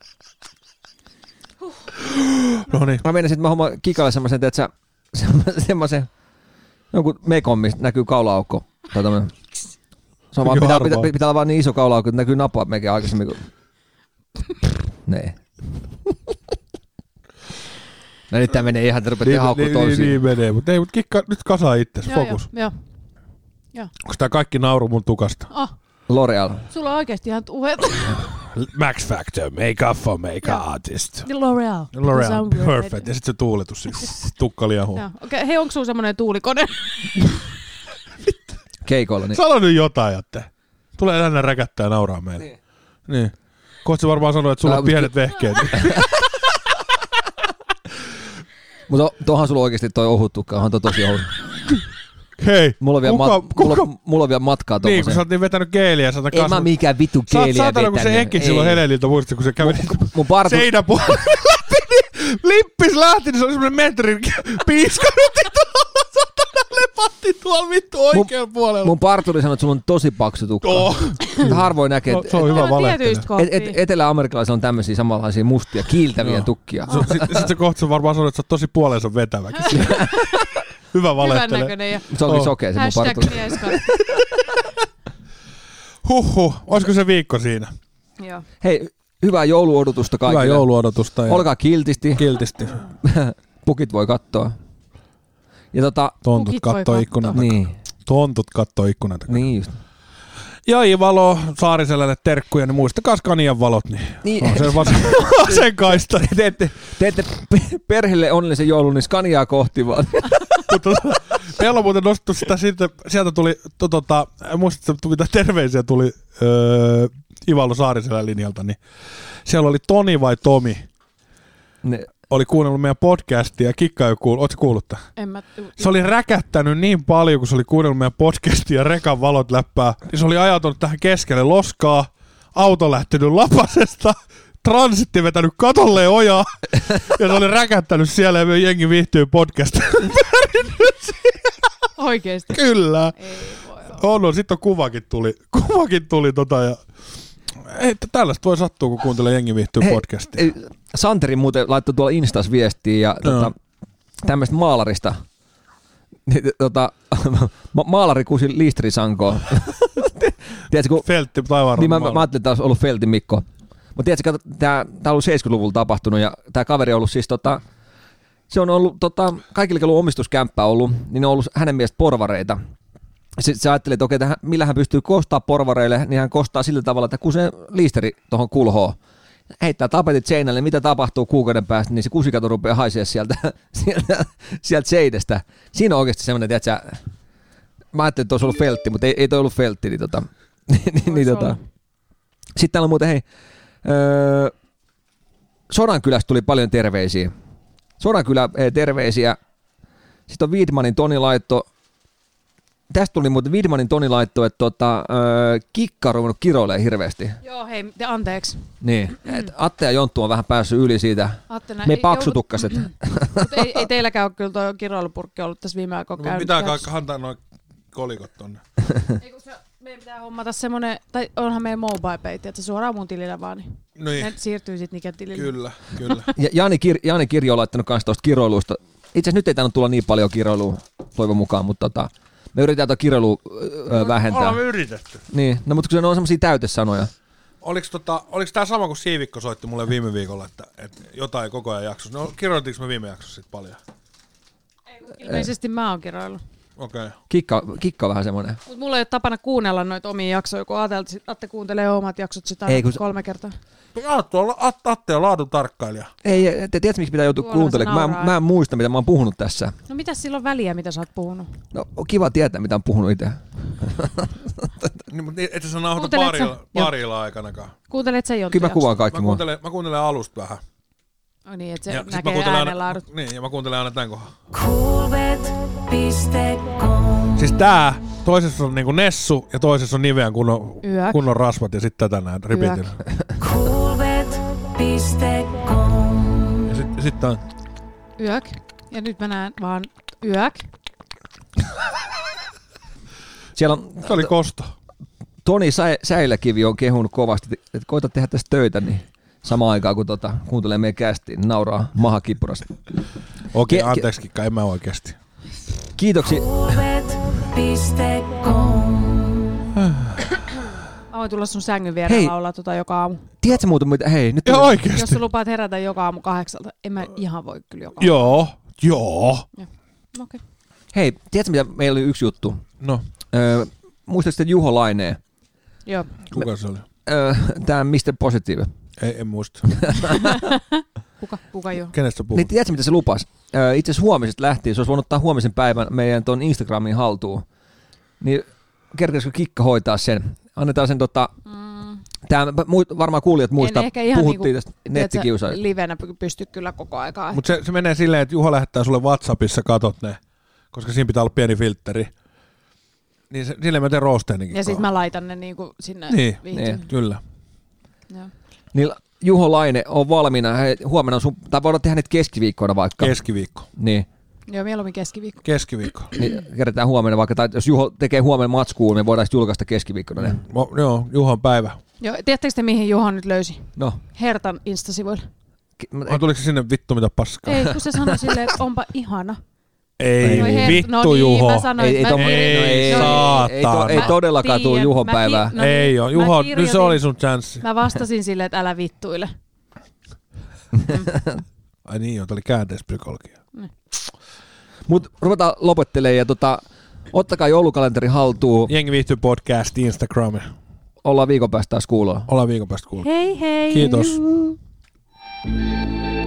Noniin. Mä meinasin, että mä hommaan Kikalle semmoisen, tiedätkö, semmoisen, jonkun mekon, mistä näkyy kaula-aukko. Tai tämmönen. Se on vaan, Joku pitää, harvaa. pitää, pitää olla vaan niin iso kaula-aukko, että näkyy napaa mekin aikaisemmin kuin... Nee. No nyt tää menee ihan, että rupeat Niin, haukkua niin, niin, toisiin. niin menee, mutta ei, mut Kikka, nyt kasaa itses, Joo, fokus. Joo, joo. Onko tää kaikki nauru mun tukasta? Oh, L'Oreal. sulla on oikeesti ihan tuhet. Max Factor, make up for make artist. L'Oreal. L'Oreal, perfect. Ja sit se tuuletus siis tukka liian huono. Joo, okei. Hei, onko sulla semmonen tuulikone? Keikoilla. Niin. Sano nyt jotain, Jatte. Tulee tänne räkättää ja nauraa meille. Niin. niin. Kohta se varmaan sanoo, että sulla Älä, on pienet vehkeet. Mutta tuohan sulla oikeesti toi ohut tukka, onhan toi tosi ohut. Hei, Mulla on vielä, kuka, mat, kuka, mulla, mulla on vielä matkaa niin, kun tommoseen. sä oot niin vetänyt geeliä ja sä oot Ei mä kasvanut. mikään vittu Sä oot keeliä saatana, kun se vetänyt. Enkin silloin Ei. Heleliltä muisti, kun se kävi Mun partu... seinäpuolella läpi, niin lippis lähti, niin se oli semmonen metrin piiskanutti tuolla, satana lepatti tuolla vittu oikealla puolella. Mun parturi sanoi, että sulla on tosi paksu tukka. Oh. Harvoin näkee, No, että se on hyvä Joo, valehtele. tietyistä et, kohtia. et, etelä-amerikkalaisilla on tämmöisiä samanlaisia mustia, kiiltäviä Joo. tukkia. Sitten sit se kohta se varmaan sanoi, että sä oot tosi puolensa vetäväkin. Hyvä Hyvän valehtele. näköinen ja Se onkin Oh. sokea se mun hashtag parturi. mieskar. Huhhuh, olisiko se viikko siinä? Joo. Hei, hyvää jouluodotusta kaikille. Hyvää jouluodotusta. Ja Olkaa kiltisti. kiltisti. Pukit voi katsoa. Ja tota, Tontut Pukit voi kattoo katsoa. ikkunan takaa. niin, Tontut kattoo ikkunan takaa. niin just. Ja Ivalo Saariselälle terkkuja, niin muistakaa Scanian valot, niin, Niin. on se vasen, vasen kaista. Teette, teette pe- perheelle onnellisen joulun, niin Scaniaa kohti vaan. Mutta meillä on muuten nostettu sitä, siitä, sieltä tuli, to, tota, muistatko, mitä terveisiä tuli öö, Ivalo Saariselän linjalta, niin siellä oli Toni vai Tomi, Ne, oli kuunnellut meidän podcastia ja Kikka ei kuullut, ootko kuullut tämän? En mä... Se oli räkättänyt niin paljon, kun se oli kuunnellut meidän podcastia ja rekan valot läppää, niin se oli ajautunut tähän keskelle loskaa, auto lähtenyt lapasesta, transitti vetänyt katolle ojaa, ja se oli räkättänyt siellä ja meidän jengi viihtyy podcastia. Oikeesti. Kyllä. Ei voi olla. On, on. Sitten on kuvakin tuli. Kuvakin tuli tota ja... Ei, tällaista voi sattua, kun kuuntelee jengi viihtyy Hei, podcastia. ei, Santeri muuten laittoi tuolla Instas viestiä ja Joo. tota, tämmöistä maalarista. Niin, tota, ma- maalari kuusi liistrisankoa. Tiedätkö, kun, Feltti taivaan niin mä, mä ajattelin, että tämä olisi ollut Feltin Mikko. Mutta tiedätkö, tämä on ollut seitsemänkymmentäluvulla tapahtunut ja tämä kaveri on ollut siis tota, se on ollut tota, kaikille, joilla on omistuskämppää ollut, niin ne on ollut hänen mielestä porvareita. Sitten se ajatteli, että okei, että millä hän pystyy kostaa porvareille, niin hän kostaa sillä tavalla, että kun se liisteri tuohon kulhoo. heittää tapetit seinälle, mitä tapahtuu kuukauden päästä, niin se kusikato rupeaa haisee sieltä, sieltä, sieltä seidestä. Siinä on oikeasti semmoinen, tiedätkö, mä ajattelin, että olisi ollut feltti, mutta ei, ei toi ollut feltti. Niin tota, niin, niin, tota. Sitten täällä on muuten, hei, öö, Sodankylästä tuli paljon terveisiä. Sodankylä eh, terveisiä. Sitten on Widmanin Toni laitto. Tästä tuli muuten Widmanin Toni laitto, että tota, öö, Kikka on ruvennut kiroilemaan hirveästi. Joo, hei, te anteeksi. Niin, et Atte ja Jonttu on vähän päässyt yli siitä. Attena, Me ei, paksutukkaset. Joudut, mutta ei, ei teilläkään ole kyllä tuo kiroilupurkki ollut tässä viime aikoina No, käynyt. pitää kaikki antaa noin kolikot tonne. Ei, kun se, meidän pitää hommata semmoinen, tai onhan meidän mobile pay, että suoraan mun tilillä vaan, niin Niin. ne siirtyy sitten Niken tilille. Kyllä, kyllä. Ja Jani, Kir- Jani Kirjo on laittanut myös tuosta kiroilusta. Itse asiassa nyt ei tainnut tulla niin paljon kiroilua toivon mukaan, mutta tota, me yritetään tuota kiroilua öö, vähentää. Ollaan me yritetty. Niin, no mutta kun ne on semmosia täytesanoja. Oliko, tota, oliko tämä sama kuin Siivikko soitti mulle viime viikolla, että, että jotain koko ajan jaksossa? No kirjoitinko me viime jaksossa sitten paljon? Ilmeisesti mä oon kiroillut. Okei. Okay. Kikka, kikka on vähän semmoinen. Mutta mulla ei ole tapana kuunnella noita omia jaksoja, kun ajateltiin, että Atte kuuntelee omat jaksot sitä aina kun se- kolme kertaa. Atte on, Atte on laadun tarkkailija. Ei, te tiedätkö miksi pitää joutua Tuolla se kuuntelemaan? Mä, nauraa. mä en muista, mitä mä oon puhunut tässä. No mitä sillä on väliä, mitä sä oot puhunut? No on kiva tietää, mitä on puhunut itse. Niin, mutta et sä nauhoita Kuuntelet sä? parilla, parilla aikanakaan. Kuuntelet sä Jonttu Kyllä mä jaksoa? kuvaan kaikki Mä mua. kuuntelen, mä kuuntelen alusta vähän. Oh niin, että se Ja sit mä näkee kuuntelen äänenlaadut. aina, niin, ja mä kuuntelen aina tämän kohdan. Coolbet piste com. Siis tää, toisessa on niinku Nessu ja toisessa on Nivean kunnon, Yök. kunnon rasvat ja sitten tätä näin repeatillä. Coolbet piste com. Ja sit, sit on, Yök. Ja nyt mä näen vaan yök. Siellä on se oli kosto. Toni Sä- Säiläkivi on kehunut kovasti, että koita tehdä tästä töitä, niin samaan aikaan kun tota, kuuntelee meidän kästiin, niin nauraa maha kippurasta. Okei, Ke- ke- anteeksi Kikka, en mä oikeesti. Kiitoksia. Coolbet piste com. Mä voin tulla sun sängyn viereen Hei. laulaa tota joka aamu. Tiedätkö muuten, mitä? Hei, nyt Ja tuli- Jos oikeesti. sä lupaat herätä joka aamu kahdeksalta, en mä ihan voi kyllä joka aamu. Joo, joo. Okei. Hei, tiedätkö mitä? Meillä oli yksi juttu. No, Öö, muistatko te Juho Laineen? Joo. kuka se oli? Öö, Tämä mister Positive. Ei, en muista. Kuka? Kuka joo? Kenestä puhut? Niin tiedätkö mitä se lupasi? Öö, itse asiassa huomisesta lähtien, se olisi voinut ottaa huomisen päivän meidän ton Instagramin haltuun. Niin kertaisiko Kikka hoitaa sen? Annetaan sen tota... Mm. Tää, mu- varmaan kuulijat muistaa, En ehkä ihan puhuttiin niinku, tästä nettikiusaajista. livenä py- pysty kyllä koko aikaa. Mutta se, se menee silleen, että Juha lähettää sulle WhatsAppissa, katot ne, koska siinä pitää olla pieni filtteri. Niin se, silleen mä teen roosteeninkin. Ja sit mä laitan ne niinku sinne Niin, viihtyyn. niin. Kyllä. Joo. Niin Juho Laine on valmiina. Hei, huomenna on sun, tai voidaan tehdä niitä keskiviikkona vaikka. Keskiviikko. niin, Joo, mieluummin keskiviikko. Keskiviikko. niin kerätään huomenna vaikka, tai jos Juho tekee huomenna matskuun, niin voidaan sitten julkaista keskiviikkona ne. Mo, joo, Juhan päivä. Joo, tiedättekö te mihin Juho nyt löysi? No. Hertan instasivuille. Ki- mä- Ai, tuliko se sinne vittu mitä paskaa? Ei, kun se sanoi silleen, että onpa ihana. Ei, Noi her- vittu no niin, Juho. mä sanoin, Ei, ei, mä- tommonen- Ei, no ei, saatana. ei, to, ei Mä todellakaan tuu tiedän, Juhon mä päivää. ki- no niin, Ei oo. mä Juho, nyt se kirjoitin- oli sun chanssi. Mä vastasin silleen, että älä vittuile. Ai niin joo, tää oli käänteispsykologia. Mut ruvetaan lopettelemaan ja tota, ottakaa joulukalenteri haltuun. Jengi viihtyy podcast Instagramin. Ollaan viikon päästä taas kuulolla. Ollaan viikon päästä kuulla. Hei hei! Kiitos.